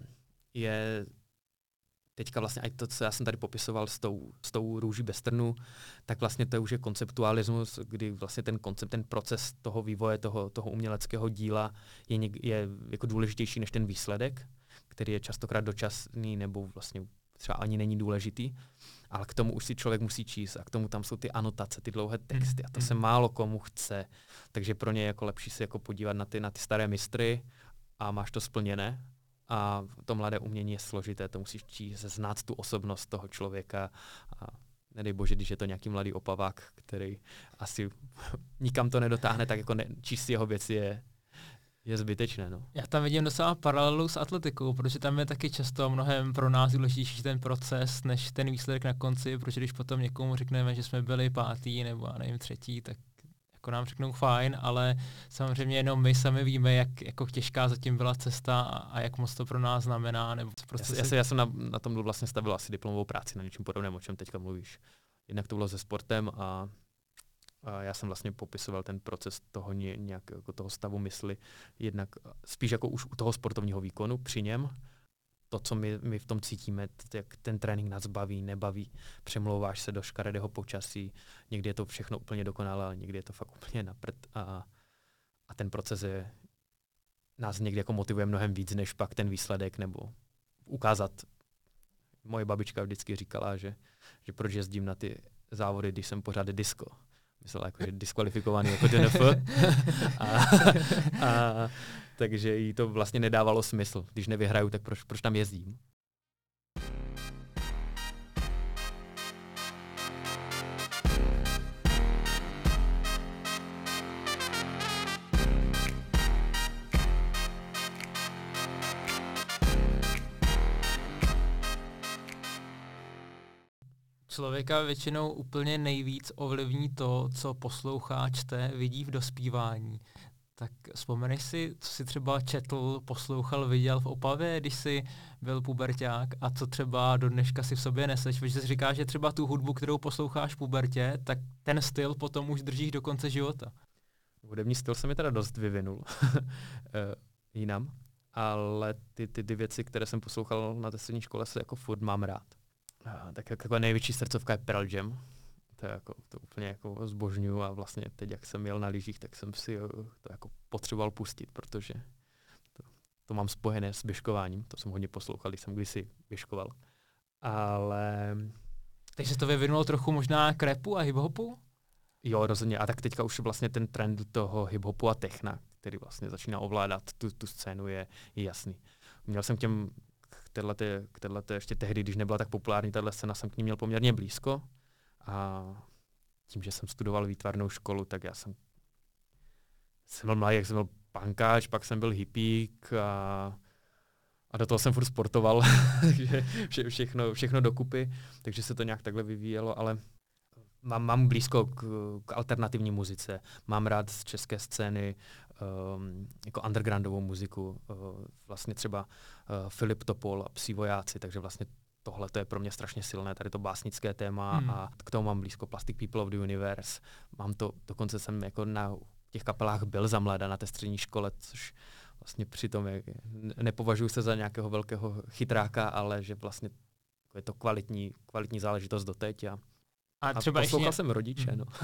je teďka vlastně i to, co já jsem tady popisoval s tou růží bez trnu, tak vlastně to už je konceptualismus, kdy vlastně ten koncept, ten proces toho vývoje, toho uměleckého díla je jako důležitější než ten výsledek, který je častokrát dočasný nebo vlastně třeba ani není důležitý, ale k tomu už si člověk musí číst a k tomu tam jsou ty anotace, ty dlouhé texty a to se málo komu chce, takže pro ně je jako lepší se jako podívat na ty staré mistry a máš to splněné. A to mladé umění je složité, to musíš číst, znát tu osobnost toho člověka a nedej bože, když je to nějaký mladý opavák, který asi nikam to nedotáhne, tak jako číst jeho věci je zbytečné. No. Já tam vidím docela paralelu s atletikou, protože tam je taky často mnohem pro nás důležitější ten proces, než ten výsledek na konci, protože když potom někomu řekneme, že jsme byli 5. nebo já nevím 3., tak jako nám řeknou fajn, ale samozřejmě jenom my sami víme, jak jako těžká zatím byla cesta a jak moc to pro nás znamená. Nebo prostě já jsem na tom vlastně stavil asi diplomovou práci na něčem podobném, o čem teďka mluvíš. Jednak to bylo se sportem a já jsem vlastně popisoval ten proces toho nějak jako toho stavu mysli, jednak spíš jako už u toho sportovního výkonu při něm, to, co my v tom cítíme, jak ten trénink nás baví, nebaví, přemlouváš se do škaredého počasí, někdy je to všechno úplně dokonalé, ale někdy je to fakt úplně na prd a ten proces nás někdy jako motivuje mnohem víc, než pak ten výsledek nebo ukázat. Moje babička vždycky říkala, že proč jezdím na ty závody, když jsem pořád disco. Myslela jako, že diskvalifikovaný jako DNF. Takže jí to vlastně nedávalo smysl. Když nevyhraju, tak proč tam jezdím? Člověka většinou úplně nejvíc ovlivní to, co poslouchá, čte, vidí v dospívání. Tak vzpomeneš si, co jsi třeba četl, poslouchal, viděl v Opavě, když jsi byl puberťák a co třeba do dneška si v sobě neseš, protože jsi říká, že třeba tu hudbu, kterou posloucháš v pubertě, tak ten styl potom už držíš do konce života. Hudební styl se mi teda dost vyvinul jinam, ale ty věci, které jsem poslouchal na té střední škole, se jako furt mám rád. Tak jako největší srdcovka je Pearl Jam. To úplně jako zbožňuju a vlastně teď, jak jsem jel na lyžích, tak jsem si to jako potřeboval pustit, protože to mám spojené s běžkováním. To jsem hodně poslouchal, když jsem kdysi běžkoval. Ale... Takže se to vyvinulo trochu možná k rapu a hiphopu? Jo, rozhodně. A tak teďka už vlastně ten trend toho hiphopu a techna, který vlastně začíná ovládat tu scénu, je jasný. Měl jsem k téhleté ještě tehdy, když nebyla tak populární tahle scéna, jsem k ní měl poměrně blízko. A tím, že jsem studoval výtvarnou školu, tak já jsem byl mladý, jak jsem byl punkáč, pak jsem byl hippík a do toho jsem furt sportoval, takže všechno dokupy, takže se to nějak takhle vyvíjelo, ale mám blízko k alternativní muzice, mám rád z české scény jako undergroundovou muziku, vlastně třeba Filip Topol a Psí vojáci, takže vlastně tohle to je pro mě strašně silné, tady to básnické téma a k tomu mám blízko Plastic People of the Universe. Dokonce jsem jako na těch kapelách byl za mladá na té střední škole, což vlastně přitom nepovažuji se za nějakého velkého chytráka, ale že vlastně je to kvalitní záležitost doteď. A třeba poslouchal jsem rodiče. No.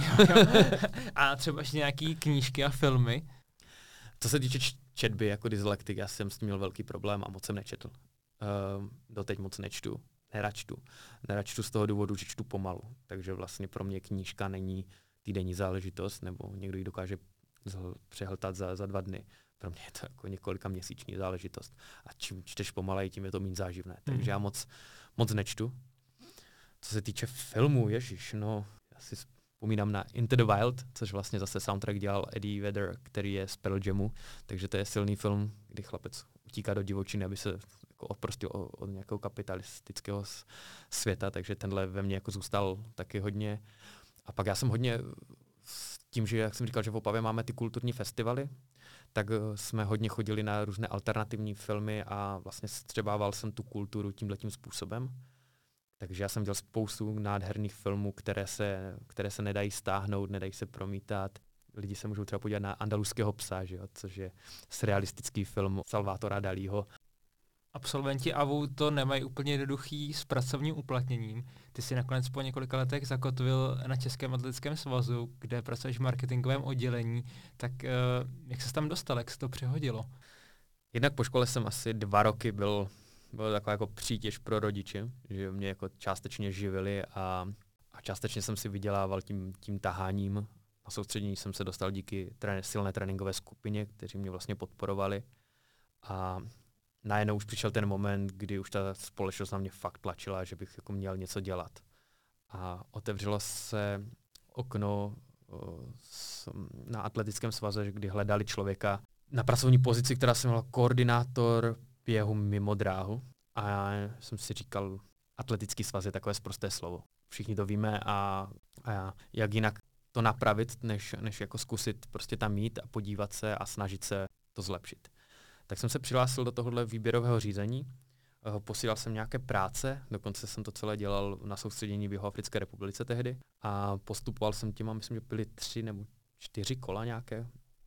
A třeba ještě nějaký knížky a filmy? Co se týče četby jako dyslektik, já jsem s tím měl velký problém a moc jsem nečetl. Doteď moc nečtu. Neračtu z toho důvodu, že čtu pomalu. Takže vlastně pro mě knížka není týdenní záležitost, nebo někdo ji dokáže přehltat za 2 dny. Pro mě je to jako několika měsíční záležitost. A čím čteš pomaleji, tím je to méně záživné. Takže já moc nečtu. Co se týče filmů, ježiš, no, vzpomínám na Into the Wild, což vlastně zase soundtrack dělal Eddie Vedder, který je z Pearl Jamu, takže to je silný film, kdy chlapec utíká do divočiny, aby se jako odprostil od nějakého kapitalistického světa, takže tenhle ve mně jako zůstal taky hodně. A pak já jsem hodně s tím, že jak jsem říkal, že v Opavě máme ty kulturní festivaly, tak jsme hodně chodili na různé alternativní filmy a vlastně střebával jsem tu kulturu tímhletím způsobem. Takže já jsem dělal spoustu nádherných filmů, které se nedají stáhnout, nedají se promítat. Lidi se můžou třeba podívat na Andaluského psa, že jo, což je surrealistický film Salvatora Dalího. Absolventi AVU to nemají úplně jednoduchý s pracovním uplatněním. Ty si nakonec po několika letech zakotvil na Českém atletickém svazu, kde pracuješ v marketingovém oddělení. Tak jak se tam dostal, jak se to přehodilo? Jednak po škole jsem asi 2 roky byl taková jako přítěž pro rodiče, že mě jako částečně živili a částečně jsem si vydělával tím taháním. Na soustředění jsem se dostal díky silné tréninkové skupině, kteří mě vlastně podporovali. A najednou už přišel ten moment, kdy už ta společnost na mě fakt tlačila, že bych jako měl něco dělat. A otevřelo se okno na atletickém svaze, kdy hledali člověka na pracovní pozici, která se jmenovala koordinátor běhu mimo dráhu. A já jsem si říkal, atletický svaz je takové sprosté slovo. Všichni to víme a jak jinak to napravit, než jako zkusit prostě tam mít a podívat se a snažit se to zlepšit. Tak jsem se přihlásil do tohohle výběrového řízení, posílal jsem nějaké práce, dokonce jsem to celé dělal na soustředění v Jihoafrické republice tehdy a postupoval jsem tím a myslím, že byly 3 nebo 4 kola nějaké,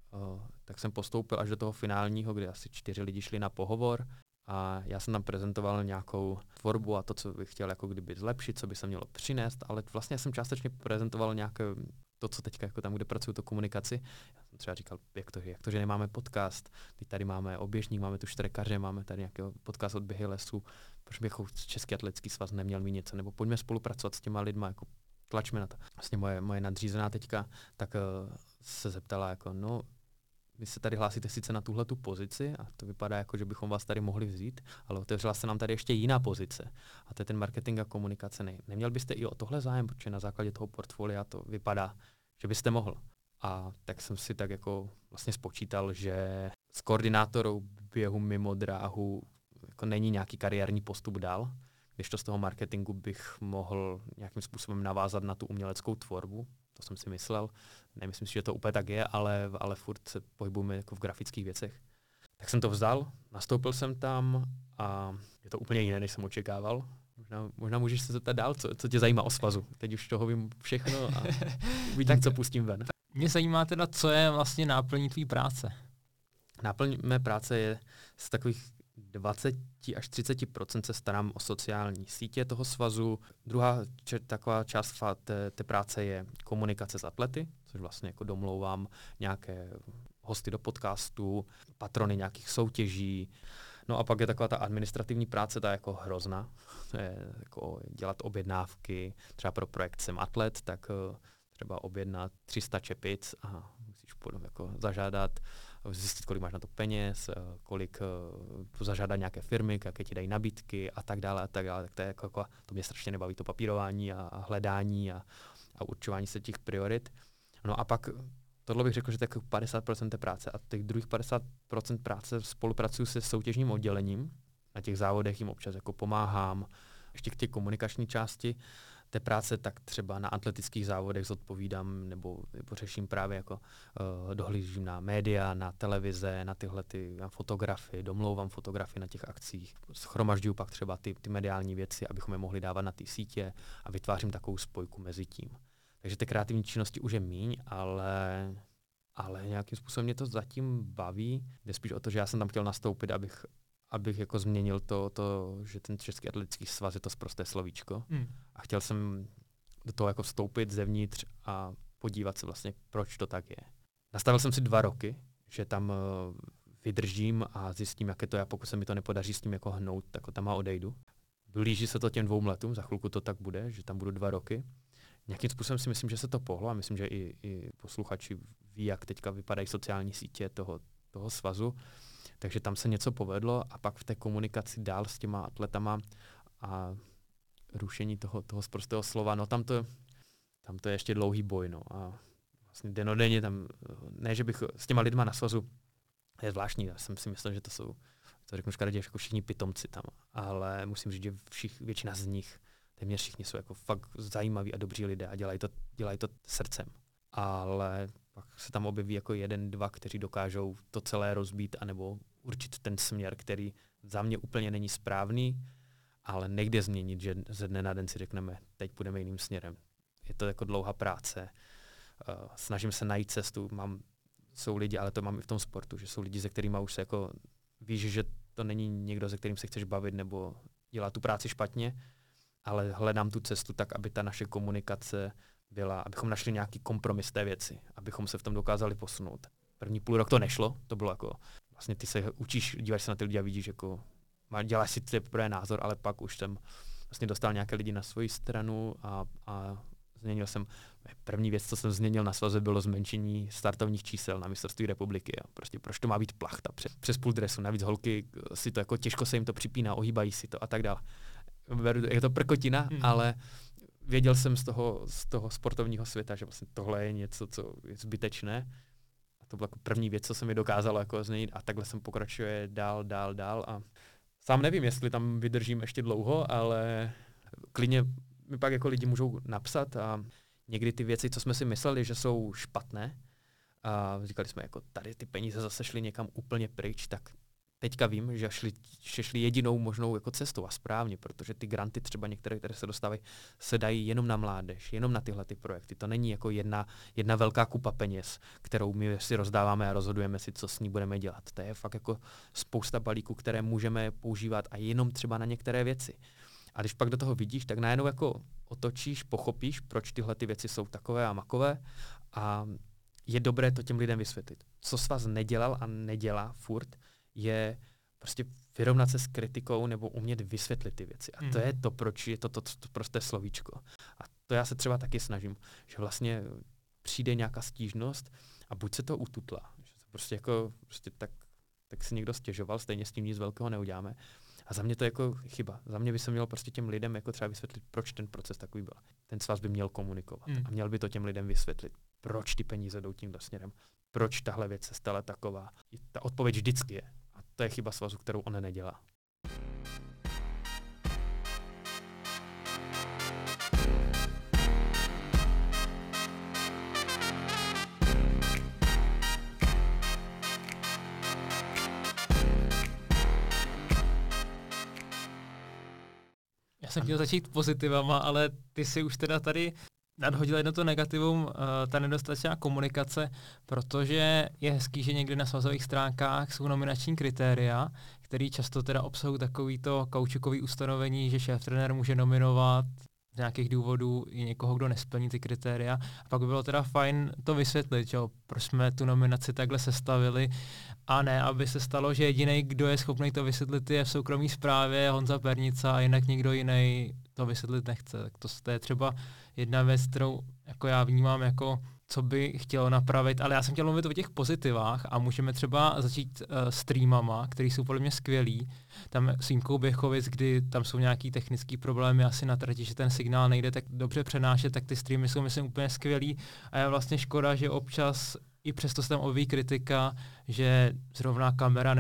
tak jsem postoupil až do toho finálního, kde asi 4 lidi šli na pohovor a já jsem tam prezentoval nějakou tvorbu a to, co bych chtěl jako kdyby zlepšit, co by se mělo přinést, ale vlastně jsem částečně prezentoval nějaké to, co teďka jako tam, kde pracuju, to komunikaci. Já jsem třeba říkal, jak to, že nemáme podcast, teď tady máme oběžník, máme tu štrekaře, máme tady nějaký podcast od Běhy lesů, proč bych Český atletický svaz neměl mít něco, nebo pojďme spolupracovat s těma lidma, jako tlačme na to. Vlastně moje nadřízená teďka tak se zeptala, jako no, vy se tady hlásíte sice na tuhletu pozici a to vypadá jako, že bychom vás tady mohli vzít, ale otevřela se nám tady ještě jiná pozice a to je ten marketing a komunikace. Neměl byste i o tohle zájem, protože na základě toho portfolia to vypadá, že byste mohl. A tak jsem si tak jako vlastně spočítal, že s koordinátorou běhu mimo dráhu jako není nějaký kariérní postup dál, když to z toho marketingu bych mohl nějakým způsobem navázat na tu uměleckou tvorbu. To jsem si myslel. Nemyslím si, že to úplně tak je, ale furt se pohybujeme jako v grafických věcech. Tak jsem to vzal, nastoupil jsem tam a je to úplně jiné, než jsem očekával. Možná můžeš se zeptat dál, co tě zajímá o svazu. Teď už toho vím všechno a uvidím, co pustím ven. Mě zajímá teda, co je vlastně náplní tvý práce. Náplň mé práce je z takových 20 až 30% se starám o sociální sítě toho svazu. Druhá taková část té práce je komunikace s atlety, což vlastně jako domlouvám nějaké hosty do podcastu, patrony nějakých soutěží. No a pak je taková ta administrativní práce, ta je jako hrozná. To je jako dělat objednávky, třeba pro projekt Jsem atlet, tak třeba objednat 300 čepic a musíš jako zažádat, zjistit, kolik máš na to peněz, kolik zažádat nějaké firmy, jaké ti dají nabídky a tak dále. Tak to je jako to mě strašně nebaví, to papírování a hledání a určování se těch priorit. No a pak tohle bych řekl, že to je jako 50% té práce a těch druhých 50% práce spolupracuju se soutěžním oddělením. Na těch závodech jim občas jako pomáhám. Ještě k té komunikační části té práce, tak třeba na atletických závodech zodpovídám nebo řeším právě jako dohlížím na média, na televize, na tyhle na fotografii, domlouvám fotografii na těch akcích. Shromažďuju pak třeba ty mediální věci, abychom je mohli dávat na ty sítě a vytvářím takovou spojku mezi tím. Takže ty kreativní činnosti už je míň, ale nějakým způsobem mě to zatím baví. Jde spíš o to, že já jsem tam chtěl nastoupit, abych jako změnil to, že ten Český atletický svaz je to sprosté slovíčko. A chtěl jsem do toho jako vstoupit zevnitř a podívat se vlastně, proč to tak je. Nastavil jsem si 2 roky, že tam vydržím a zjistím, jaké to je, a pokud se mi to nepodaří s tím jako hnout, tak tam a odejdu. Blíží se to těm 2 letům, za chvilku to tak bude, že tam budu 2 roky. Nějakým způsobem si myslím, že se to pohlo a myslím, že i posluchači ví, jak teďka vypadají sociální sítě toho svazu. Takže tam se něco povedlo a pak v té komunikaci dál s těma atletama a rušení toho sprostého slova, no tam to tam to je ještě dlouhý boj, no. A vlastně denodenně tam, ne, že bych s těma lidma na svazu, je zvláštní, já jsem si myslel, že to jsou, to řeknu škaredě, jako všichni pitomci tam, ale musím říct, že většina z nich, téměř všichni jsou jako fakt zajímaví a dobří lidé a dělají to srdcem. Ale pak se tam objeví jako jeden, dva, kteří dokážou to celé rozbít anebo určit ten směr, který za mě úplně není správný, ale nejde změnit, že ze dne na den si řekneme, teď půjdeme jiným směrem. Je to jako dlouhá práce, snažím se najít cestu, jsou lidi, ale to mám i v tom sportu, že jsou lidi, se kterými už se jako víš, že to není někdo, se kterým se chceš bavit nebo dělá tu práci špatně, ale hledám tu cestu tak, aby ta naše komunikace byla, abychom našli nějaký kompromis té věci, abychom se v tom dokázali posunout. První půl rok to nešlo, to bylo jako, vlastně ty se učíš, díváš se na ty lidi a vidíš, jako, děláš si teprve názor, ale pak už jsem vlastně dostal nějaké lidi na svoji stranu a změnil jsem, první věc, co jsem změnil na svaze, bylo zmenšení startovních čísel na mistrovství republiky. A prostě proč to má být plachta přes půl dresu, navíc holky si to jako těžko se jim to připíná, ohýbají si to a tak dále. Je to prkotina, ale věděl jsem z toho sportovního světa, že vlastně tohle je něco, co je zbytečné. A to byla jako první věc, co se mi dokázalo jako změnit a takhle jsem pokračuje dál a sám nevím, jestli tam vydržím ještě dlouho, ale klidně mi pak jako lidi můžou napsat a někdy ty věci, co jsme si mysleli, že jsou špatné, a říkali jsme, jako tady ty peníze zase šly někam úplně pryč, tak teďka vím, že šli jedinou možnou jako cestou a správně, protože ty granty třeba některé, které se dostávají, se dají jenom na mládež, jenom na tyhle ty projekty. To není jako jedna velká kupa peněz, kterou my si rozdáváme a rozhodujeme si, co s ní budeme dělat. To je fakt jako spousta balíků, které můžeme používat a jenom třeba na některé věci. A když pak do toho vidíš, tak najednou jako otočíš, pochopíš, proč tyhle ty věci jsou takové a makové a je dobré to těm lidem vysvětlit. Co svaz nedělal a nedělá furt, je prostě vyrovnat se s kritikou nebo umět vysvětlit ty věci. A to je to, proč je to prosté slovíčko. A to já se třeba taky snažím, že vlastně přijde nějaká stížnost a buď se to ututla, že to prostě tak si někdo stěžoval, stejně s tím nic velkého neuděláme. A za mě to je jako chyba. Za mě by se mělo prostě těm lidem jako třeba vysvětlit, proč ten proces takový byl. Ten svaz by měl komunikovat a měl by to těm lidem vysvětlit, proč ty peníze jdou tímhle směrem, proč tahle věc se stala taková. Ta odpověď vždycky je. A to je chyba svazu, kterou on nedělá. Já jsem chtěl začít pozitivama, ale ty si už teda tady nadhodil jedno to negativum, ta nedostatečná komunikace, protože je hezký, že někdy na svazových stránkách jsou nominační kritéria, které často teda obsahují takovýto kaučukový ustanovení, že šéf-trenér může nominovat z nějakých důvodů i někoho, kdo nesplní ty kritéria. A pak by bylo teda fajn to vysvětlit, že proč jsme tu nominaci takhle sestavili a ne, aby se stalo, že jediný, kdo je schopný to vysvětlit, je v soukromé správě Honza Pernica a jinak nikdo jiný to vysvětlit nechce. Tak to je třeba jedna věc, kterou jako já vnímám jako co by chtělo napravit, ale já jsem chtěl mluvit o těch pozitivách a můžeme třeba začít streamama, které jsou podle mě skvělý. Tam s výjimkou Běchovic, kdy tam jsou nějaký technický problémy asi na trati, že ten signál nejde tak dobře přenášet, tak ty streamy jsou myslím úplně skvělý a je vlastně škoda, že občas i přesto se tam objeví kritika, že zrovna kamera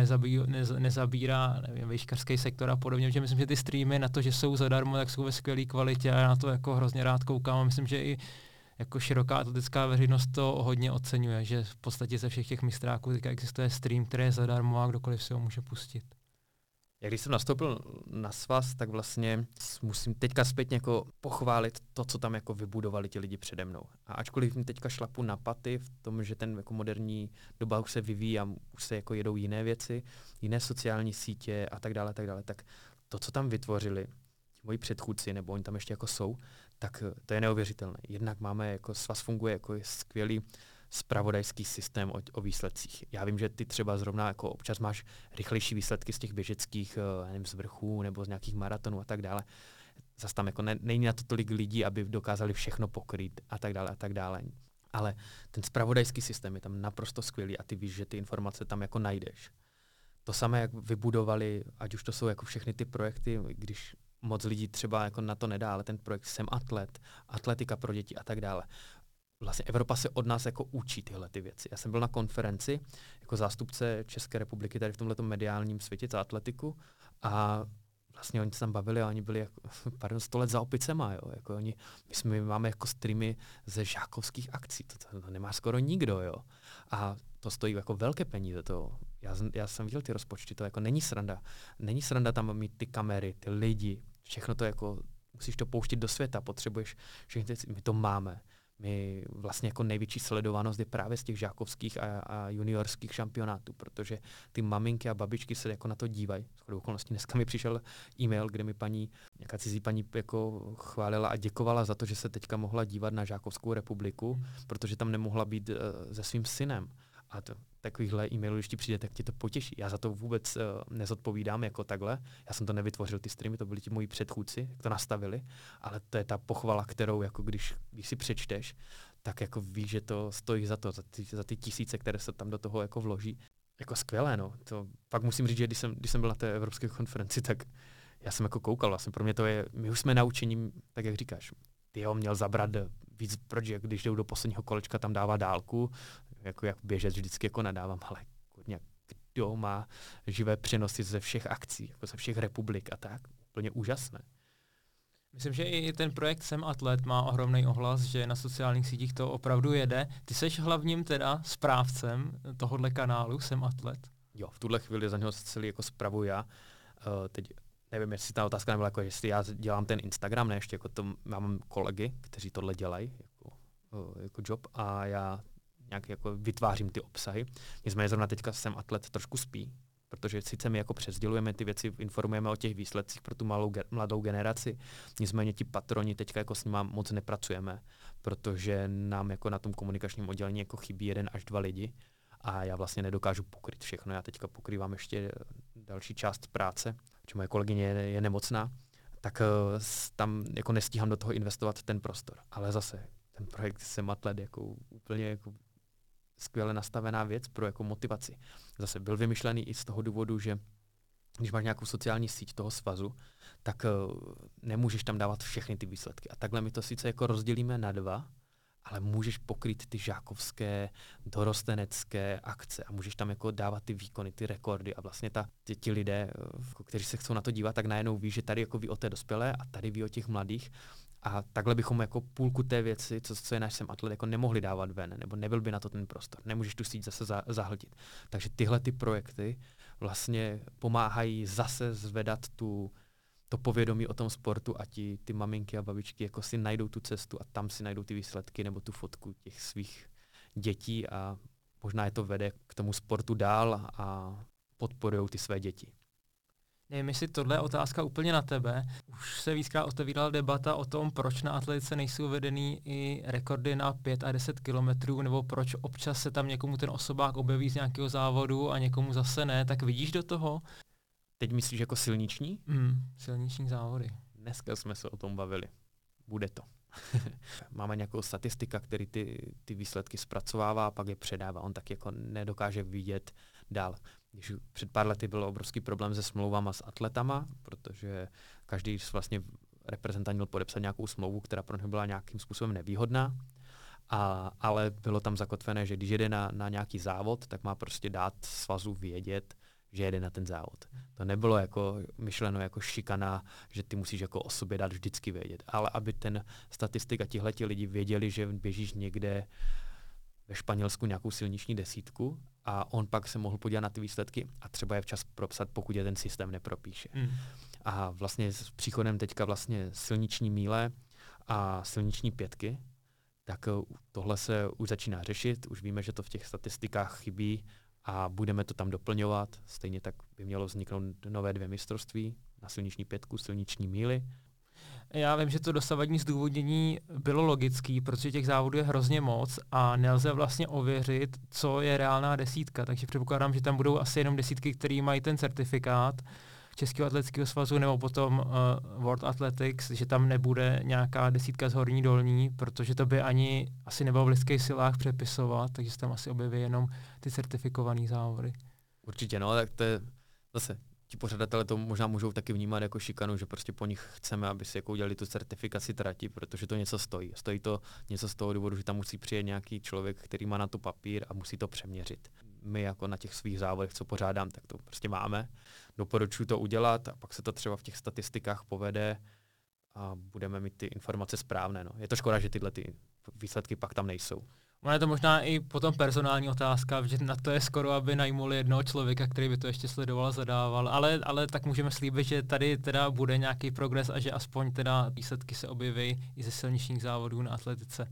nezabírá nevím, výškařský sektor a podobně, že myslím, že ty streamy na to, že jsou zadarmo, tak jsou ve skvělé kvalitě a já na to jako hrozně rád koukám a myslím, že i jako široká atletická veřejnost to hodně oceňuje, že v podstatě ze všech těch mistráků teďka existuje stream, který je zadarmo a kdokoliv si ho může pustit. Jak když jsem nastoupil na svaz, tak vlastně musím teďka zpětně jako pochválit to, co tam jako vybudovali ti lidi přede mnou. A ačkoliv jim teďka šlapu na paty v tom, že ten jako moderní doba už se vyvíjí a už se jako jedou jiné věci, jiné sociální sítě a tak dále, tak to, co tam vytvořili moji předchůdci, nebo oni tam ještě jako jsou, tak to je neuvěřitelné. Jednak máme, jako svaz funguje jako skvělý zpravodajský systém o výsledcích. Já vím, že ty třeba zrovna jako občas máš rychlejší výsledky z těch běžeckých, nevím, z vrchů nebo z nějakých maratonů a tak dále. Zas tam jako není na to tolik lidí, aby dokázali všechno pokrýt a tak dále a tak dále. Ale ten zpravodajský systém je tam naprosto skvělý a ty víš, že ty informace tam jako najdeš. To samé, jak vybudovali, ať už to jsou jako všechny ty projekty, když moc lidí třeba jako na to nedá, ale ten projekt Jsem atlet, atletika pro děti a tak dále. Vlastně Evropa se od nás jako učí tyhle ty věci. Já jsem byl na konferenci jako zástupce České republiky tady v tomhletom mediálním světě za atletiku a vlastně oni se tam bavili a oni byli jako, 100 let za opicema, jo. Jako my máme jako streamy ze žákovských akcí, to nemá skoro nikdo, jo. A to stojí jako velké peníze, já jsem viděl ty rozpočty, to jako není sranda. Není sranda tam mít ty kamery, ty lidi, všechno to jako, musíš to pouštět do světa, potřebuješ, my to máme. My vlastně jako největší sledovanost je právě z těch žákovských a juniorských šampionátů, protože ty maminky a babičky se jako na to dívají. Shodou okolností dneska mi přišel e-mail, kde mi nějaká cizí paní jako chválila a děkovala za to, že se teďka mohla dívat na Žákovskou republiku, protože tam nemohla být se svým synem. A takovýchhle e-mailů, když ti přijde, tak tě to potěší. Já za to vůbec nezodpovídám jako takhle. Já jsem to nevytvořil, ty streamy, to byli ti moji předchůdci, jak to nastavili, ale to je ta pochvala, kterou jako když si přečteš, tak jako víš, že to stojí za to, za ty tisíce, které se tam do toho jako vloží. Jako skvělé, no. To fakt musím říct, že když jsem byl na té evropské konferenci, tak já jsem jako koukal vlastně. Pro mě to je, my už jsme naučení, tak jak říkáš, ty ho měl zabrat víc, proč, když jdou do posledního kolečka, tam dává dálku, jako jak běžec vždycky jako nadávám, ale kdo má živé přenosy ze všech akcí, jako ze všech republik a tak, úplně úžasné. Myslím, že i ten projekt Jsem atlet má ohromný ohlas, že na sociálních sítích to opravdu jede. Ty seš hlavním teda správcem tohohle kanálu Jsem atlet? Jo, v tuhle chvíli za něho celý jako spravuji já. Teď nevím, jestli ta otázka nebyla, jako jestli já dělám ten Instagram, ne, ještě jako to mám kolegy, kteří tohle dělají jako job a já nějak jako vytvářím ty obsahy. Nicméně zrovna teďka Jsem atlet trošku spí, protože sice my jako přesdělujeme ty věci, informujeme o těch výsledcích pro tu mladou generaci, nicméně ti patroni teďka jako s nima moc nepracujeme, protože nám jako na tom komunikačním oddělení jako chybí 1 až 2 lidi a já vlastně nedokážu pokryt všechno. Já teďka pokrývám ještě další část práce, protože moje kolegyně je nemocná, tak tam jako nestíhám do toho investovat ten prostor. Ale zase ten projekt Jsem atlet jako úplně jako skvěle nastavená věc pro jako motivaci. Zase byl vymyšlený i z toho důvodu, že když máš nějakou sociální síť toho svazu, tak nemůžeš tam dávat všechny ty výsledky. A takhle my to sice jako rozdělíme na 2, ale můžeš pokrýt ty žákovské, dorostenecké akce a můžeš tam jako dávat ty výkony, ty rekordy a vlastně ti lidé, kteří se chcou na to dívat, tak najednou ví, že tady jako ví o té dospělé a tady ví o těch mladých. A takhle bychom jako půlku té věci, co je náš Jsem atlet, jako nemohli dávat ven, nebo nebyl by na to ten prostor. Nemůžeš tu síť zase zahltit. Takže tyhle ty projekty vlastně pomáhají zase zvedat to povědomí o tom sportu a ty maminky a babičky jako si najdou tu cestu a tam si najdou ty výsledky nebo tu fotku těch svých dětí a možná je to vede k tomu sportu dál a podporují ty své děti. Nevím, jestli tohle je otázka úplně na tebe. Už se víckrát otevírala debata o tom, proč na atletice nejsou vedený i rekordy na 5 a 10 kilometrů, nebo proč občas se tam někomu ten osobák objeví z nějakého závodu a někomu zase ne. Tak vidíš do toho? Teď myslíš jako silniční? Silniční závody. Dneska jsme se o tom bavili. Bude to. Máme nějakou statistika, který ty výsledky zpracovává a pak je předává. On tak jako nedokáže vidět dál. Když před pár lety byl obrovský problém se smlouvama s atletama, protože každý vlastně reprezentant měl podepsat nějakou smlouvu, která pro něho byla nějakým způsobem nevýhodná, ale bylo tam zakotvené, že když jede na nějaký závod, tak má prostě dát svazu vědět, že jede na ten závod. To nebylo jako myšleno jako šikana, že ty musíš jako o sobě dát vždycky vědět, ale aby ten statistik a tihleti lidi věděli, že běžíš někde ve Španělsku nějakou silniční desítku a on pak se mohl podívat na ty výsledky a třeba je včas propsat, pokud je ten systém nepropíše. A vlastně s příchodem teďka vlastně silniční míle a silniční 5, tak tohle se už začíná řešit, už víme, že to v těch statistikách chybí a budeme to tam doplňovat. Stejně tak by mělo vzniknout nové 2 mistrovství na silniční 5, silniční míly. Já vím, že to dosavadní zdůvodnění bylo logický, protože těch závodů je hrozně moc a nelze vlastně ověřit, co je reálná desítka, takže předpokládám, že tam budou asi jenom desítky, které mají ten certifikát Českého atletického svazu nebo potom World Athletics, že tam nebude nějaká desítka z horní dolní, protože to by ani asi nebylo v lidských silách přepisovat, takže se tam asi objeví jenom ty certifikované závody. Určitě, no, tak to je zase ti pořadatelé to možná můžou taky vnímat jako šikanu, že prostě po nich chceme, aby si jako udělali tu certifikaci trati, protože to něco stojí. Stojí to něco z toho důvodu, že tam musí přijet nějaký člověk, který má na to papír a musí to přeměřit. My jako na těch svých závodech, co pořádám, tak to prostě máme. Doporučuji to udělat a pak se to třeba v těch statistikách povede a budeme mít ty informace správné. No. Je to škoda, že tyhle ty výsledky pak tam nejsou. Ono je to možná i potom personální otázka, že na to je skoro, aby najmuli jednoho člověka, který by to ještě sledoval, zadával, ale tak můžeme slíbit, že tady teda bude nějaký progres a že aspoň teda výsledky se objeví i ze silničních závodů na atletice.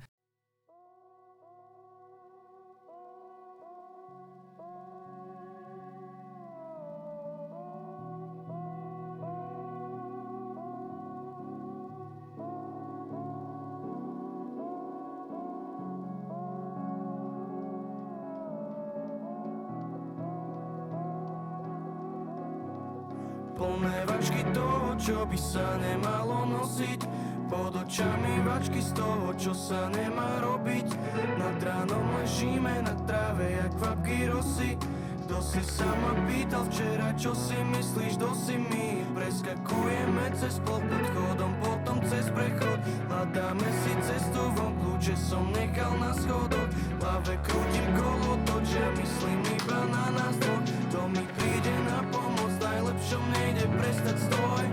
Plné vačky toho, čo by sa nemalo nosiť, pod očami vačky z toho, čo sa nemá robiť. Nad ránom ležíme na tráve, jak kvapky rosy. Kto si sa ma pýtal včera, čo si myslíš, kto si my? Preskakujeme cez plot pod chodom, potom cez prechod. Hľadáme si cestu von, kľúče som nechal na schodoch. V hlave krútim kolo, točia myslím iba na nás dvoch. To mi príde na pomoc, najlepšom nejde prestať stoj.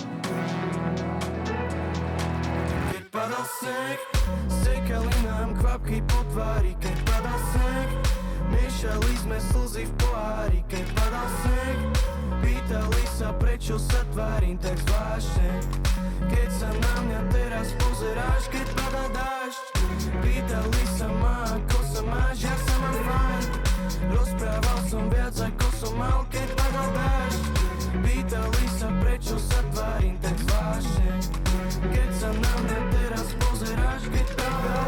Keď padal sneh, sekali nám kvapky po tvári. Keď padal sneh, miešali sme slzy v pohári. Keď padal sneh, pýtali sa, prečo sa tvárim tak zvláštne. Keď sa na mňa teraz pozeráš, keď padá dážď, pýtali sa ma, ako sa máš, ja sa mám fajn. Rozprával som viac, ako som mal, keď padal dážď. Pýtali sa, prečo sa tvárim tak zvláštne. Keď sa na mňa teraz pozeráš, keď padal,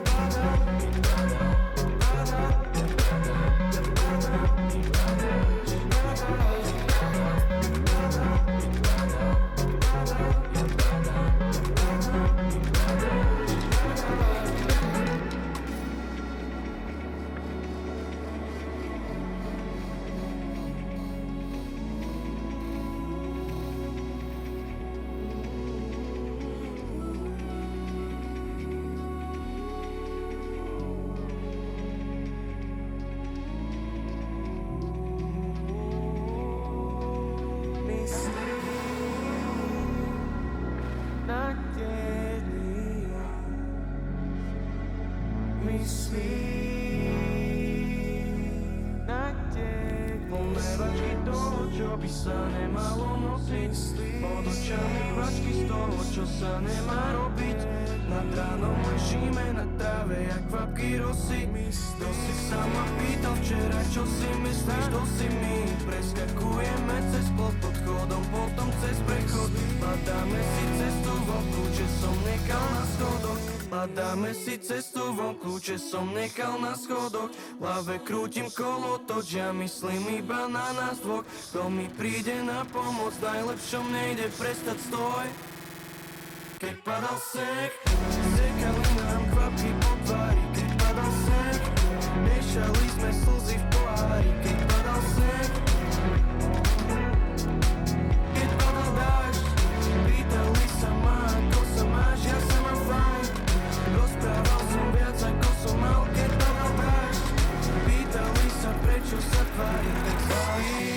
by sa nemalo nosiť. Pod očami vačky z toho, čo sa nemá robiť. Nad ránom ležíme na tráve, jak kvapky rosy. Kto si sa ma pýtal včera, čo si myslíš, kto si my? Preskakujeme cez plot pod chodom, potom cez prechod. Hľadáme si cestu von, kľúče som nechal na schodoch. Hľadáme si cestu von, kľúče som nechal na schodoch. V hlave krútim kolo, točia myslím iba na nás dvoch. Kto mi príde na pomoc, najlepšom nejde prestať stoj. Keď padal sneh, sekali nám kvapky po tvári. Keď padal sneh, miešali sme slzy v pohári. Keď padal sneh, keď padal dážď, pýtali sa ma, ako sa máš, ja sa mám fajn. Rozprával som viac, ako som mal, keď padal dážď. Pýtali sa, prečo sa tvárim tak zvláštne.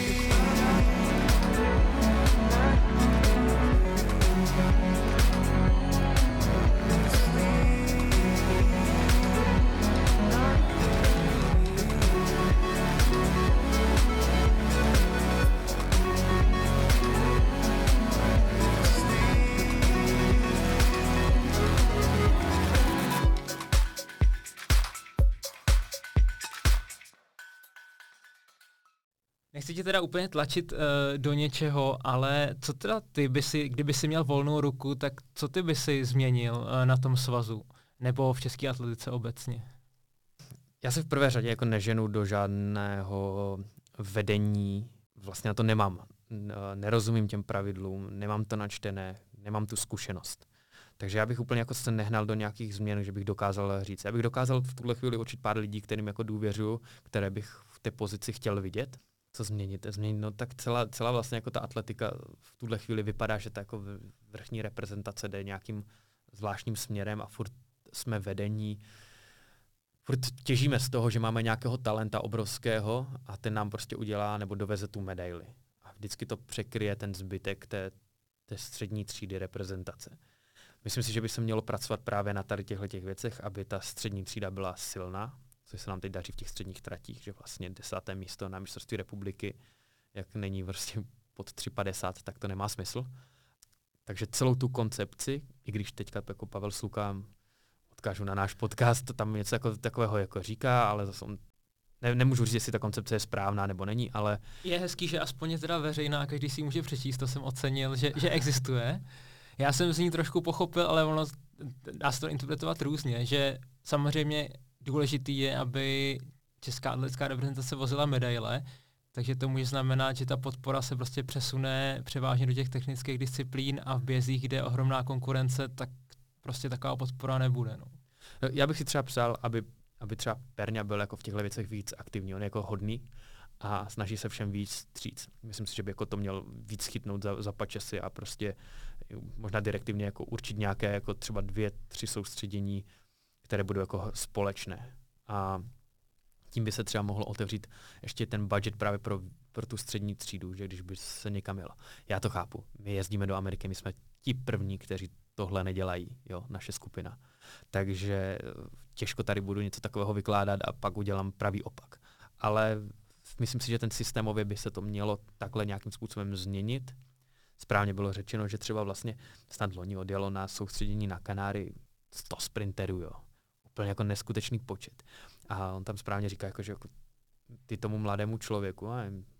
Nechci tě teda úplně tlačit do něčeho, ale co teda ty by si, kdyby si měl volnou ruku, tak co ty by si změnil na tom svazu? Nebo v české atletice obecně? Já se v prvé řadě jako neženu do žádného vedení, vlastně na to nemám. Nerozumím těm pravidlům, nemám to načtené, nemám tu zkušenost. Takže já bych úplně jako se nehnal do nějakých změn, že bych dokázal říct. Já bych dokázal v tuhle chvíli určit pár lidí, kterým jako důvěřuju, které bych v té pozici chtěl vidět. Co změnit? No tak celá vlastně jako ta atletika v tuhle chvíli vypadá, že ta jako vrchní reprezentace jde nějakým zvláštním směrem a furt jsme vedení, furt těžíme z toho, že máme nějakého talenta obrovského a ten nám prostě udělá nebo doveze tu medaili. A vždycky to překryje ten zbytek té střední třídy reprezentace. Myslím si, že by se mělo pracovat právě na tady těchto věcech, aby ta střední třída byla silná, což se nám teď daří v těch středních tratích, že vlastně 10. místo na mistrovství republiky, jak není vlastně pod 3,50, tak to nemá smysl. Takže celou tu koncepci, i když teďka jako Pavel Sluka, odkážu na náš podcast, tam něco jako takového jako říká, ale zase nemůžu říct, jestli ta koncepce je správná nebo není, ale... Je hezký, že aspoň je teda veřejná, každý si ji může přečíst, to jsem ocenil, že existuje. Já jsem z ní trošku pochopil, ale ono dá se to interpretovat různě, že samozřejmě důležitý je, aby česká atletická reprezentace vozila medaile, takže to může znamenat, že ta podpora se prostě přesune převážně do těch technických disciplín a v bězích, kde je ohromná konkurence, tak prostě taková podpora nebude. No. Já bych si třeba přál, aby třeba Perňa byl jako v těchto věcech víc aktivní, on je jako hodný a snaží se všem víc stříc. Myslím si, že by jako to měl víc chytnout za pačesy a prostě možná direktivně jako určit nějaké jako třeba 2-3 soustředění, které budou jako společné. A tím by se třeba mohlo otevřít ještě ten budget právě pro tu střední třídu, že když by se někam jelo. Já to chápu. My jezdíme do Ameriky, my jsme ti první, kteří tohle nedělají, jo, naše skupina. Takže těžko tady budu něco takového vykládat a pak udělám pravý opak. Ale myslím si, že ten systémově by se to mělo takhle nějakým způsobem změnit. Správně bylo řečeno, že třeba vlastně snad loni odjelo na soustředění na Kanáry 100 sprinterů, jo. Úplně jako neskutečný počet. A on tam správně říká, jako, že jako ty tomu mladému člověku,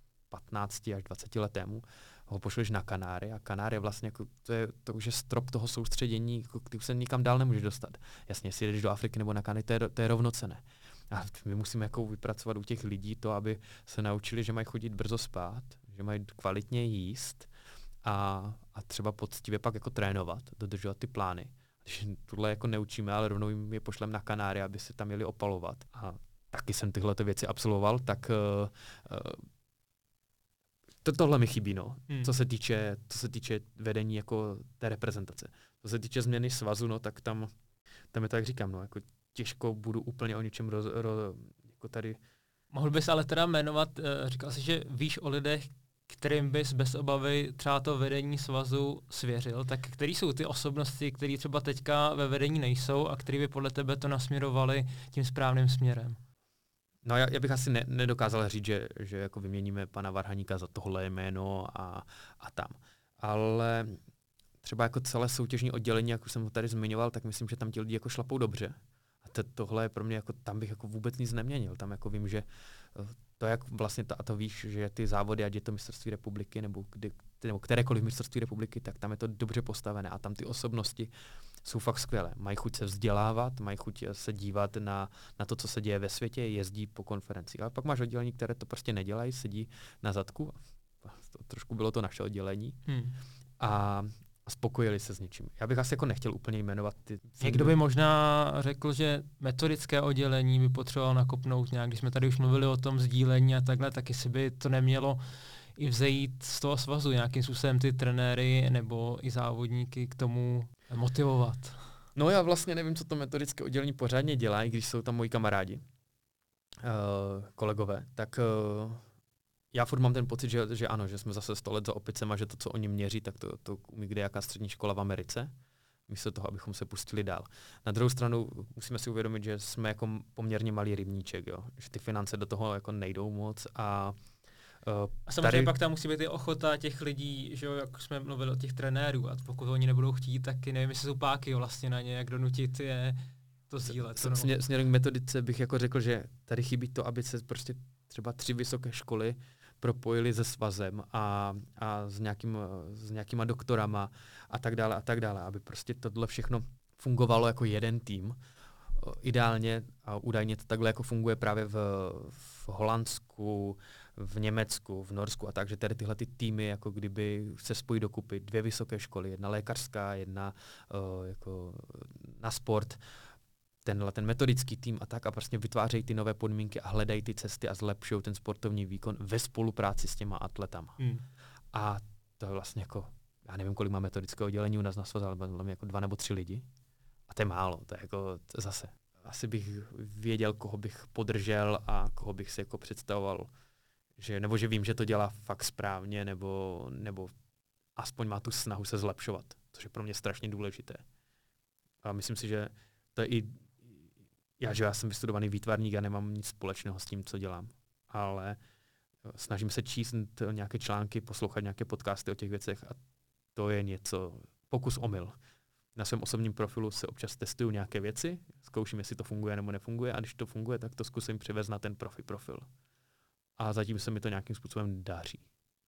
15 až 20 letému, ho pošleš na Kanáry a Kanáry vlastně jako, to už je strop toho soustředění, jako, ty už se nikam dál nemůžeš dostat. Jasně, jestli jdeš do Afriky nebo na Kanáry, to je rovnocenné. A my musíme jako vypracovat u těch lidí to, aby se naučili, že mají chodit brzo spát, že mají kvalitně jíst a třeba poctivě pak jako trénovat, dodržovat ty plány. Když tohle jako neučíme, ale rovnou jim je pošlem na Kanáry, aby se tam jeli opalovat. A taky jsem tyhle věci absolvoval, tak tohle mi chybí, no. Co se týče vedení jako té reprezentace. Co se týče změny svazu, no, tak tam je to, jak říkám, no, jako těžko budu úplně o něčem jako tady. Mohl bys ale teda jmenovat, říkal jsi, že víš o lidech, kterým bys bez obavy třeba to vedení svazu svěřil, tak který jsou ty osobnosti, které třeba teďka ve vedení nejsou a který by podle tebe to nasměrovali tím správným směrem? No já bych asi nedokázal říct, že jako vyměníme pana Varhaníka za tohle jméno a tam. Ale třeba jako celé soutěžní oddělení, jak už jsem ho tady zmiňoval, tak myslím, že tam ti lidi jako šlapou dobře. A tohle je pro mě, jako tam bych jako vůbec nic neměnil. Tam jako vím, že to jak vlastně to víš, že ty závody, ať je to mistrovství republiky nebo kterékoliv mistrovství republiky, tak tam je to dobře postavené a tam ty osobnosti jsou fakt skvělé. Mají chuť se vzdělávat, mají chuť se dívat na to, co se děje ve světě, jezdí po konferencích. Ale pak máš oddělení, které to prostě nedělají, sedí na zadku. Trošku bylo to naše oddělení. A spokojili se s něčím. Já bych asi jako nechtěl úplně jmenovat ty... Někdo by možná řekl, že metodické oddělení by potřebovalo nakopnout nějak, když jsme tady už mluvili o tom sdílení a takhle, tak jestli by to nemělo i vzejít z toho svazu nějakým způsobem ty trenéry nebo i závodníky k tomu motivovat. No já vlastně nevím, co to metodické oddělení pořádně dělá, i když jsou tam moji kamarádi, kolegové, tak já furt mám ten pocit, že ano, že jsme zase 100 let za opicema, že to, co oni měří, tak to umí kde jaká střední škola v Americe, místo toho, abychom se pustili dál. Na druhou stranu musíme si uvědomit, že jsme jako poměrně malý rybníček, jo? Že ty finance do toho jako nejdou moc a samozřejmě pak tam musí být i ochota těch lidí, že jo, jak jsme mluvili o těch trenérů a pokud oni nebudou chtít, tak nevím, jestli jsou páky vlastně na ně, jak donutit je to sdílet. Směrem k metodice bych jako řekl, že tady chybí to, aby se prostě třeba 3 vysoké školy propojili se svazem a s nějakýma doktorama a tak dále, aby prostě tohle všechno fungovalo jako jeden tým. Ideálně a údajně to takhle jako funguje právě v Holandsku, v Německu, v Norsku a tak, že tady tyhle ty týmy jako kdyby se spojí dokupy 2 vysoké školy, jedna lékařská, jedna jako na sport, ten metodický tým a tak a prostě vytvářejí ty nové podmínky a hledají ty cesty a zlepšují ten sportovní výkon ve spolupráci s těma atletama. A to je vlastně jako, já nevím, kolik má metodického oddělení u nás na svazu, ale jako 2 nebo 3 lidi. A to je málo, to je jako zase. Asi bych věděl, koho bych podržel a koho bych si jako představoval, nebo že vím, že to dělá fakt správně, nebo aspoň má tu snahu se zlepšovat, což je pro mě strašně důležité. A myslím si, že to je i já jsem vystudovaný výtvarník a nemám nic společného s tím, co dělám. Ale snažím se číst nějaké články, poslouchat nějaké podcasty o těch věcech a to je něco, pokus omyl. Na svém osobním profilu se občas testuju nějaké věci, zkouším, jestli to funguje nebo nefunguje a když to funguje, tak to zkusím přivést na ten profil. A zatím se mi to nějakým způsobem daří.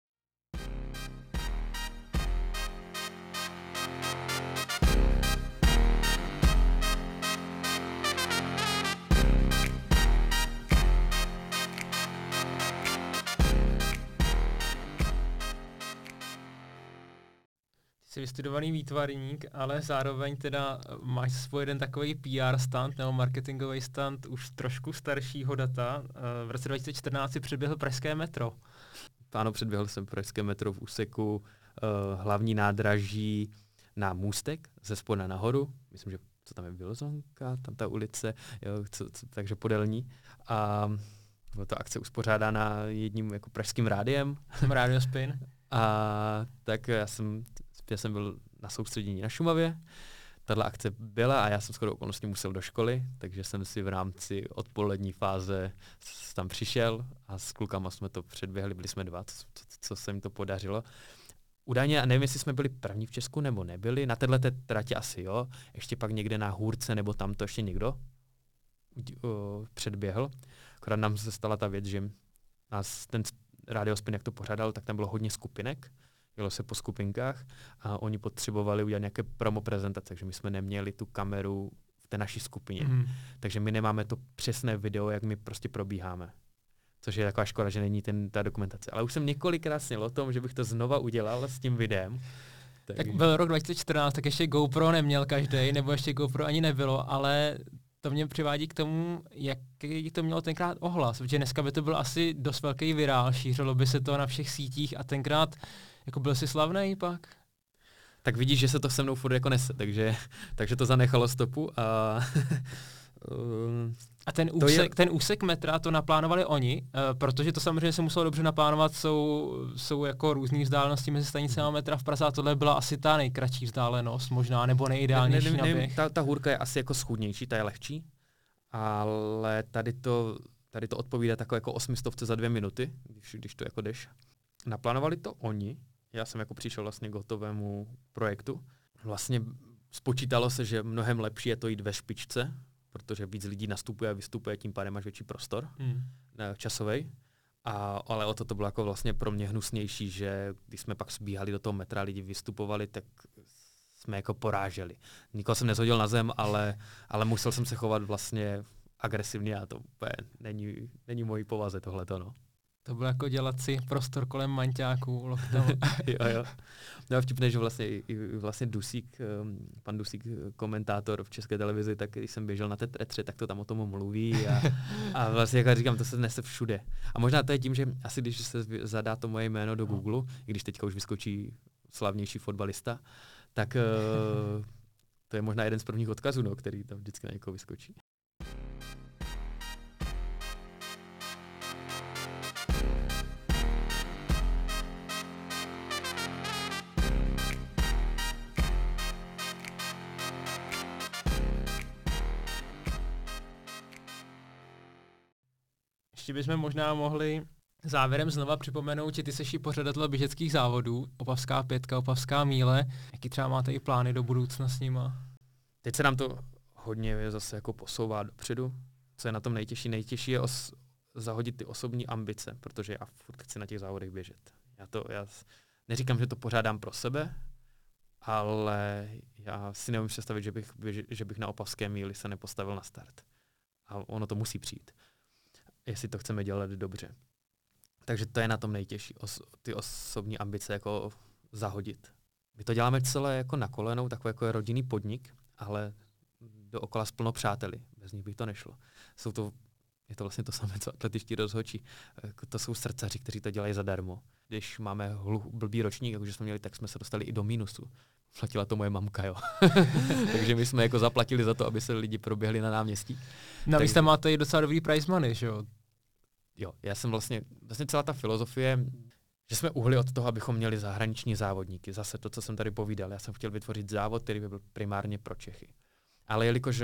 Jsi vystudovaný výtvarník, ale zároveň teda máš svůj jeden takový PR stand nebo marketingový stand už trošku staršího data. V roce 2014 si předběhl pražské metro. Ano, předběhl jsem pražské metro v úseku hlavní nádraží na Můstek, ze spoda nahoru. Myslím, že co tam je Vilzonka, tam ta ulice, jo, takže podélní. A byla to akce uspořádána jedním jako pražským rádiem. Radio Spin. A tak já jsem byl na soustředění na Šumavě. Tato akce byla a já jsem shodou okolností musel do školy, takže jsem si v rámci odpolední fáze tam přišel a s klukama jsme to předběhli, byli jsme 2, co se mi to podařilo. Údajně, a nevím, jestli jsme byli první v Česku nebo nebyli, na této trati asi jo, ještě pak někde na Hůrce nebo tam to ještě někdo předběhl. Akorát nám se stala ta věc, že nás ten Radio Spin, jak to pořádal, tak tam bylo hodně skupinek, jelo se po skupinkách a oni potřebovali udělat nějaké promo prezentace, takže my jsme neměli tu kameru v té naší skupině. Takže my nemáme to přesné video, jak my prostě probíháme. Což je taková škoda, že není ta dokumentace. Ale už jsem několikrát snil o tom, že bych to znova udělal s tím videem. Tak byl rok 2014, tak ještě GoPro neměl každý, nebo ještě GoPro ani nebylo, ale to mě přivádí k tomu, jaký to mělo tenkrát ohlas, protože dneska by to byl asi dost velký virál, šířilo by se to na všech sítích a tenkrát jako byl jsi slavnej pak. Tak vidíš, že se to se mnou furt jako nese, takže to zanechalo stopu a... A ten úsek metra to naplánovali oni, protože to samozřejmě se muselo dobře naplánovat, jsou jako různý vzdálenosti mezi stanicemi metra v Praze a tohle byla asi ta nejkratší vzdálenost možná, nebo nejideálnější na běh. Ta hůrka je asi jako schůdnější, ta je lehčí, ale tady to odpovídá takové jako 800 za 2 minuty, když to jako jdeš. Naplánovali to oni, já jsem jako přišel vlastně k hotovému projektu. Vlastně spočítalo se, že mnohem lepší je to jít ve špičce, protože víc lidí nastupuje a vystupuje, tím pádem máš větší prostor časovej. Ale o to bylo jako vlastně pro mě hnusnější, že když jsme pak zbíhali do toho metra, lidi vystupovali, tak jsme jako poráželi. Nikoho jsem nezhodil na zem, ale musel jsem se chovat vlastně agresivně a to úplně není mojí povaze tohleto, no. To bylo jako dělat si prostor kolem manťáků, lockdown. jo. No vtipné, že vlastně Dusík, pan Dusík, komentátor v České televizi, tak když jsem běžel na té tretře, tak to tam o tom mluví a vlastně jako říkám, to se nese všude. A možná to je tím, že asi když se zadá to moje jméno do Google, i když teďka už vyskočí slavnější fotbalista, tak to je možná jeden z prvních odkazů, no, který tam vždycky na někoho vyskočí. Ještě bychom možná mohli závěrem znova připomenout, že ty seš i pořadatel běžeckých závodů, Opavská 5, Opavská míle. Jaký třeba máte i plány do budoucna s nima? Teď se nám to hodně zase jako posouvá dopředu. Co je na tom nejtěžší? Nejtěžší je zahodit ty osobní ambice, protože já furt chci na těch závodech běžet. Já neříkám, že to pořádám pro sebe, ale já si neumím představit, že bych na Opavské míli se nepostavil na start. A ono to musí přijít, jestli to chceme dělat dobře. Takže to je na tom nejtěžší, ty osobní ambice jako zahodit. My to děláme celé jako na kolenou, takový jako rodinný podnik, ale dookola s plno přáteli. Bez nich by to nešlo. Je to vlastně to samé, co atletičtí rozhodčí. To jsou srdcaři, kteří to dělají zadarmo. Když máme blbý ročník, jak už jsme měli, tak jsme se dostali i do mínusu. Platila to moje mamka, jo. Takže my jsme jako zaplatili za to, aby se lidi proběhli na náměstí. Navíc tam máte i docela dobrý prize money, že jo? Jo, já jsem vlastně celá ta filozofie, že jsme uhli od toho, abychom měli zahraniční závodníky. Zase to, co jsem tady povídal. Já jsem chtěl vytvořit závod, který by byl primárně pro Čechy. Ale jelikož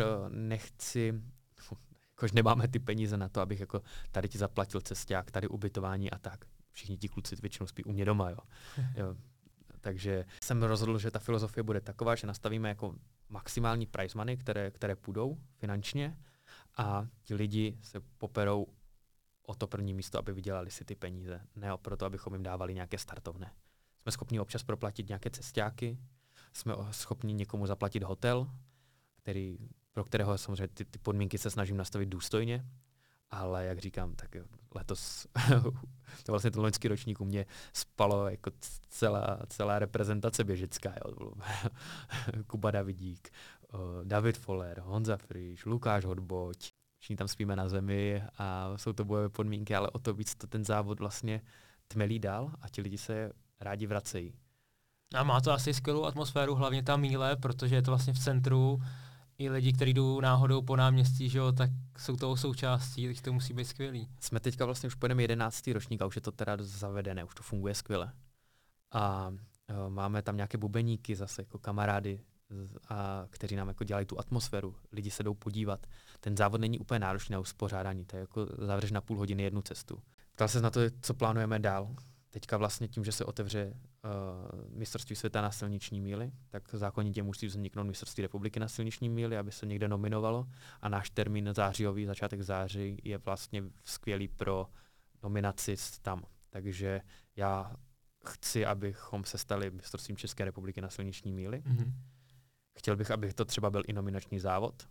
jakož nemáme ty peníze na to, abych jako tady ti zaplatil cesták, tady ubytování a tak. Všichni ti kluci většinou spí u mě doma, jo. Takže jsem rozhodl, že ta filozofie bude taková, že nastavíme jako maximální prize money, které půjdou finančně a ti lidi se poperou o to první místo, aby vydělali si ty peníze. Ne proto, abychom jim dávali nějaké startovné. Jsme schopni občas proplatit nějaké cestáky, jsme schopni někomu zaplatit hotel, pro kterého samozřejmě ty podmínky se snažím nastavit důstojně, ale jak říkám, tak letos, to vlastně ten loňský ročník u mě spalo jako celá reprezentace běžecká. Jo. Kuba Davidík, David Foller, Honza Friš, Lukáš Hodboť, všichni tam spíme na zemi a jsou to bojové podmínky, ale o to víc to ten závod vlastně tmelí dál a ti lidi se rádi vracejí. A má to asi skvělou atmosféru, hlavně ta míle, protože je to vlastně v centru. I lidi, kteří jdou náhodou po náměstí, že jo, tak jsou toho součástí, takže to musí být skvělý. Jsme teďka vlastně už pojedeme 11. ročník a už je to teda zavedené, už to funguje skvěle. A máme tam nějaké bubeníky zase jako kamarády, kteří nám jako dělají tu atmosféru. Lidi se jdou podívat. Ten závod není úplně náročný na uspořádání, to je jako zavřeš na půl hodiny jednu cestu. Ptal se na to, co plánujeme dál. Teďka vlastně tím, že se otevře mistrovství světa na silniční míli, tak zákonitě musí vzniknout mistrovství republiky na silniční míli, aby se někde nominovalo. A náš termín zářijový, začátek září, je vlastně skvělý pro nominaci tam. Takže já chci, abychom se stali mistrovstvím České republiky na silniční míli. Mm-hmm. Chtěl bych, aby to třeba byl i nominační závod.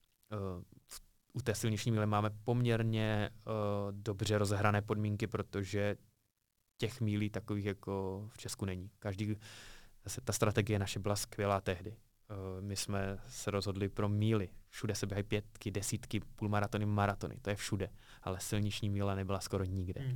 U té silniční míle máme poměrně dobře rozehrané podmínky, protože těch mílí takových jako v Česku není. Zase ta strategie naše byla skvělá tehdy. My jsme se rozhodli pro míly. Všude se běhají 5, 10, půlmaratony, maratony. To je všude. Ale silniční míla nebyla skoro nikde.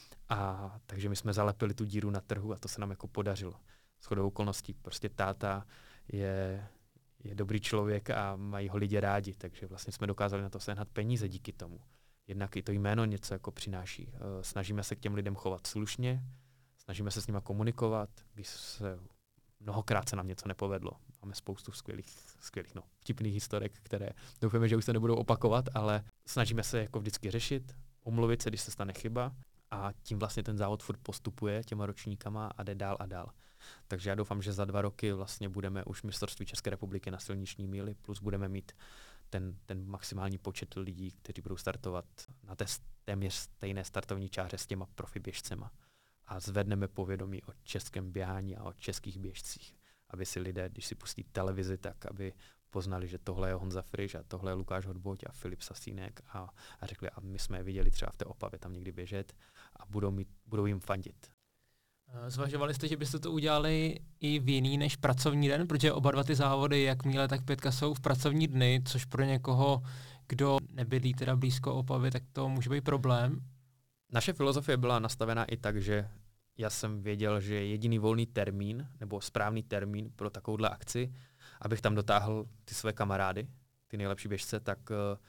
A takže my jsme zalepili tu díru na trhu a to se nám jako podařilo. Shodou okolností. Prostě táta je dobrý člověk a mají ho lidi rádi, takže vlastně jsme dokázali na to sehnat peníze díky tomu. Jednak i to jméno něco jako přináší. Snažíme se k těm lidem chovat slušně, snažíme se s nimi komunikovat, když mnohokrát se nám něco nepovedlo. Máme spoustu vtipných historek, které doufáme, že už se nebudou opakovat, ale snažíme se jako vždycky řešit, omluvit se, když se stane chyba a tím vlastně ten závod furt postupuje těma ročníkama a jde dál a dál. Takže já doufám, že za 2 roky vlastně budeme už mistrovství České republiky na silniční míli, plus budeme mít ten maximální počet lidí, kteří budou startovat na té téměř stejné startovní čáře s těma profi běžcema. A zvedneme povědomí o českém běhání a o českých běžcích. Aby si lidé, když si pustí televizi, tak aby poznali, že tohle je Honza Friš a tohle je Lukáš Hodboť a Filip Sasínek a řekli, a my jsme je viděli třeba v té Opavě tam někdy běžet a budou jim fandit. Zvažovali jste, že byste to udělali i v jiný než pracovní den, protože oba dva ty závody, jak míle, tak 5, jsou v pracovní dny, což pro někoho, kdo nebydlí teda blízko Opavy, tak to může být problém. Naše filozofie byla nastavená i tak, že já jsem věděl, že jediný volný termín nebo správný termín pro takovouhle akci, abych tam dotáhl ty své kamarády, ty nejlepší běžce, tak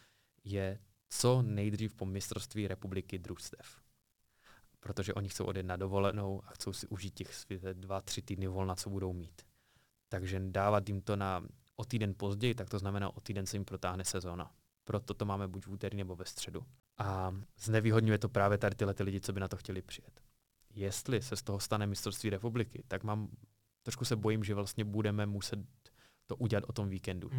je co nejdřív po mistrovství republiky družstev. Protože oni chcou odjet na dovolenou a chcou si užít těch 2-3 týdny volna, co budou mít. Takže dávat jim to o týden později, tak to znamená o týden se jim protáhne sezóna. Proto to máme buď v úterý nebo ve středu. A znevýhodňuje to právě tady tyhle lidi, co by na to chtěli přijet. Jestli se z toho stane mistrovství republiky, tak trošku se bojím, že vlastně budeme muset to udělat o tom víkendu.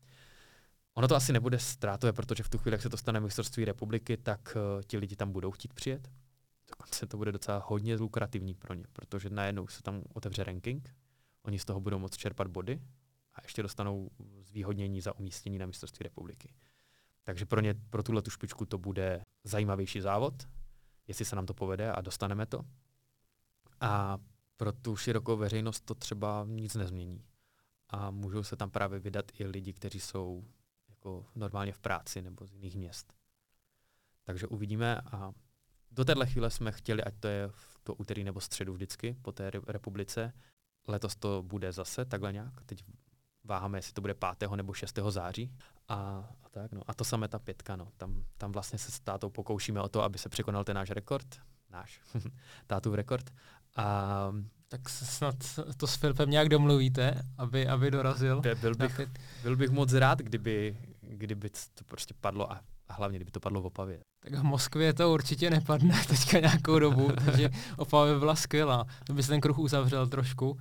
Ono to asi nebude ztrátové, protože v tu chvíli, jak se to stane mistrovství republiky, tak ti lidi tam budou chtít přijet. Dokonce to bude docela hodně lukrativní pro ně, protože najednou se tam otevře ranking, oni z toho budou moct čerpat body a ještě dostanou zvýhodnění za umístění na mistrovství republiky. Takže pro tuhle tu špičku to bude zajímavější závod, jestli se nám to povede a dostaneme to. A pro tu širokou veřejnost to třeba nic nezmění. A můžou se tam právě vydat i lidi, kteří jsou jako normálně v práci nebo z jiných měst. Takže uvidíme a do téhle chvíle jsme chtěli, ať to je v to úterý nebo středu vždycky po té republice. Letos to bude zase takhle nějak. Teď váháme, jestli to bude 5. nebo 6. září. A tak, no. A to samé ta 5. No. Tam vlastně se s tátou pokoušíme o to, aby se překonal ten náš rekord. Tátův rekord. A tak snad to s Filipem nějak domluvíte, aby dorazil. Byl bych moc rád, kdyby to prostě padlo a hlavně, kdyby to padlo v Opavě. Tak v Moskvě to určitě nepadne teďka nějakou dobu, takže Opava by byla skvělá. To by se ten kruh uzavřel trošku.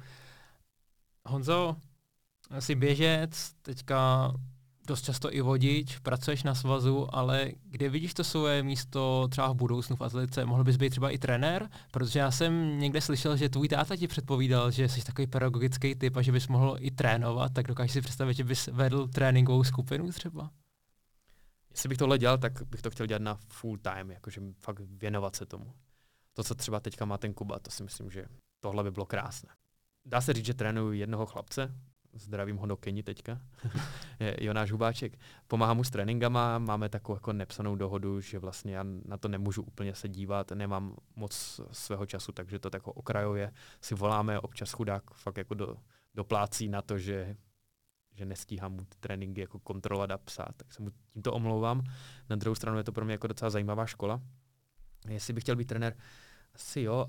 Honzo, jsi běžec, teďka dost často i vodič, pracuješ na svazu, ale kde vidíš to svoje místo třeba v budoucnu v atletice? Mohl bys být třeba i trenér? Protože já jsem někde slyšel, že tvůj táta ti předpovídal, že jsi takový pedagogický typ a že bys mohl i trénovat, tak dokážeš si představit, že bys vedl tréninkovou skupinu třeba? Jestli bych tohle dělal, tak bych to chtěl dělat na full time, jakože fakt věnovat se tomu. To, co třeba teďka má ten Kuba, to si myslím, že tohle by bylo krásné. Dá se říct, že trénuju jednoho chlapce, zdravím ho do Keni teďka, Jonáš Hubáček. Pomáhám mu s tréninkama, máme takovou jako nepsanou dohodu, že vlastně já na to nemůžu úplně se dívat, nemám moc svého času, takže to tak okrajově si voláme, občas chudák fakt jako doplácí na to, že nestíhám mu ty tréninky jako kontrolovat a psát, tak se mu tímto omlouvám. Na druhou stranu je to pro mě jako docela zajímavá škola. Jestli bych chtěl být trenér, asi jo,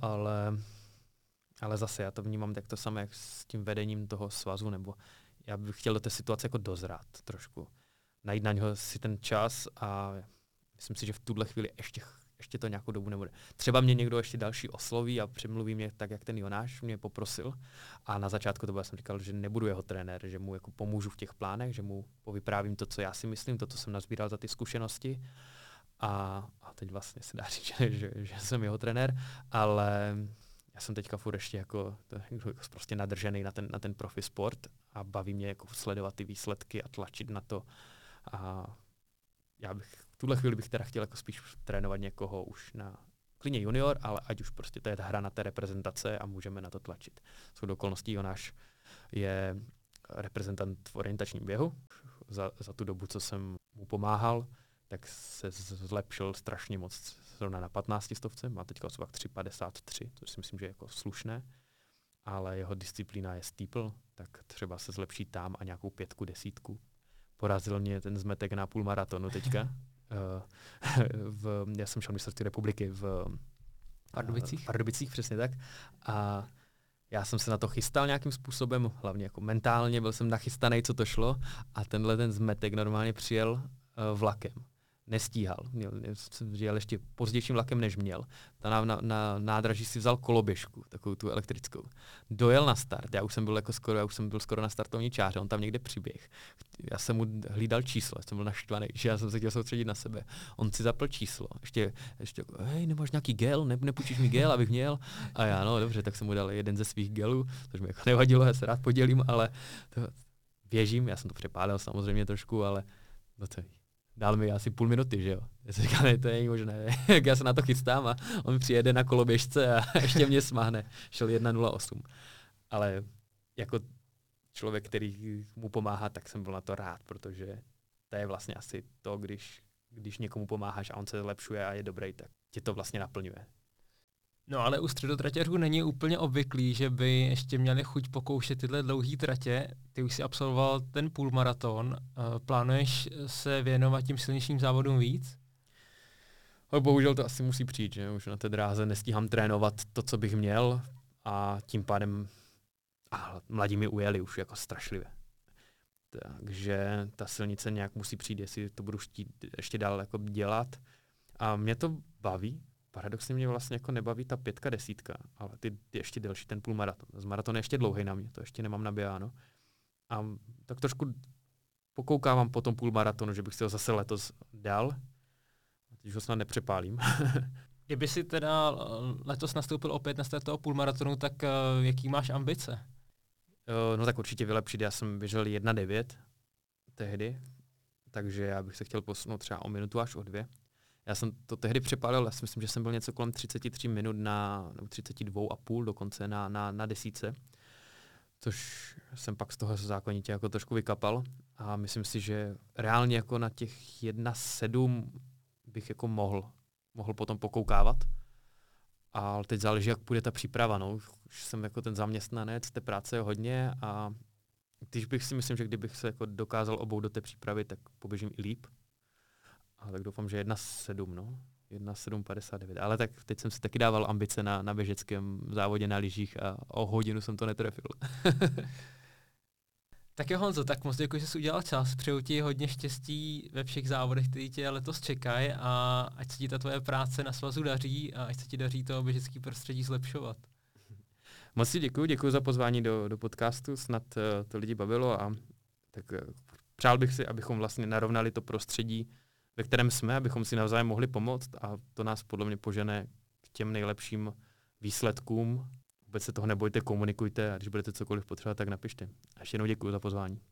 ale zase já to vnímám tak to samé jak s tím vedením toho svazu, nebo já bych chtěl do té situace jako dozrát trošku. Najít na něho si ten čas a myslím si, že v tuhle chvíli ještě to nějakou dobu nebude. Třeba mě někdo ještě další osloví a přemluví mě tak, jak ten Jonáš mě poprosil. A na začátku to jsem říkal, že nebudu jeho trenér, že mu jako pomůžu v těch plánech, že mu povyprávím to, co já si myslím, to, co jsem nazbíral za ty zkušenosti. A teď vlastně se dá říct, že jsem jeho trenér, ale já jsem teďka furt ještě jako prostě nadržený na ten profi sport a baví mě jako sledovat ty výsledky a tlačit na to. A já bych v tuhle chvíli bych teda chtěl jako spíš trénovat někoho už na klidně junior, ale ať už prostě to je ta hra na té reprezentace a můžeme na to tlačit. Shodou okolností Jonáš je reprezentant v orientačním běhu. Za tu dobu, co jsem mu pomáhal, tak se zlepšil strašně moc zrovna na 15 stovce, má teďka osvak 3,53, což si myslím, že je jako slušné, ale jeho disciplína je steeple, tak třeba se zlepší tam a nějakou 5, 10. Porazil mě ten zmetek na půlmaratonu teďka. Já jsem šel mistrovství republiky v Pardubicích, přesně tak. A já jsem se na to chystal nějakým způsobem, hlavně jako mentálně, byl jsem nachystaný, co to šlo, a ten zmetek normálně přijel vlakem. Nestíhal. Jel ještě pozdějším vlakem, než měl. Na nádraží si vzal koloběžku, takovou tu elektrickou. Dojel na start. Já už jsem byl skoro na startovní čáře, on tam někde přiběh. Já jsem mu hlídal číslo, jsem byl naštvaný, že já jsem se chtěl soustředit na sebe. On si zapl číslo. Ještě hej, nemáš nějaký gel, nepůjčíš mi gel, abych měl? A já, no dobře, tak jsem mu dal jeden ze svých gelů, což mi jako nevadilo, já se rád podělím, ale běžím, já jsem to přepálil samozřejmě trošku, ale no to dal mi asi půl minuty, že jo. Já jsem říkal, ne, to není možné. Jak já se na to chystám a on přijede na koloběžce a ještě mě smáhne. Šel 1:08. Ale jako člověk, který mu pomáhá, tak jsem byl na to rád, protože to je vlastně asi to, když někomu pomáháš a on se zlepšuje a je dobrý, tak tě to vlastně naplňuje. No ale u středotraťařů není úplně obvyklý, že by ještě měli chuť pokoušet tyhle dlouhé tratě. Ty už si absolvoval ten půlmaraton. Plánuješ se věnovat tím silničním závodům víc? Ale bohužel to asi musí přijít, že už na té dráze nestíhám trénovat to, co bych měl, a tím pádem mladí mi ujeli už jako strašlivě. Takže ta silnice nějak musí přijít, jestli to budu chtít ještě dál jako dělat. A mě to baví. Paradoxně mě vlastně jako nebaví ta 5, 10, ale ty ještě delší, ten půlmaraton. Z maraton je ještě dlouhý na mě, to ještě nemám naběháno. A tak trošku pokoukávám po tom půlmaratonu, že bych si ho zase letos dal. Teď ho snad nepřepálím. Kdyby si teda letos nastoupil opět na start toho půlmaratonu, tak jaký máš ambice? No tak určitě vylepšit. Já jsem běžel 1:09 tehdy, takže já bych se chtěl posunout třeba o minutu až o 2. Já jsem to tehdy přepálil, já si myslím, že jsem byl něco kolem 33 minut nebo 32,5 dokonce na 10, což jsem pak z toho zákonitě jako trošku vykapal, a myslím si, že reálně jako na těch 1,7 bych jako mohl potom pokoukávat. Ale teď záleží, jak půjde ta příprava. No. Už jsem jako ten zaměstnanec, té práce je hodně a když bych si myslím, že kdybych se jako dokázal obout do té přípravy, tak poběžím i líp. A tak doufám, že 1,7, no. 1,7,59. Ale tak teď jsem si taky dával ambice na běžeckém závodě na lyžích a o hodinu jsem to netrefil. Tak jo, Honzo, tak moc děkuji, že jsi udělal čas. Přeju ti hodně štěstí ve všech závodech, které tě letos čekají a ať se ti ta tvoje práce na svazu daří a ať se ti daří to běžecké prostředí zlepšovat. Moc si děkuji za pozvání do podcastu, snad to lidi bavilo a tak přál bych si, abychom vlastně narovnali to prostředí, ve kterém jsme, abychom si navzájem mohli pomoct a to nás podle mě požene k těm nejlepším výsledkům. Vůbec se toho nebojte, komunikujte a když budete cokoliv potřebovat, tak napište. A ještě jednou děkuji za pozvání.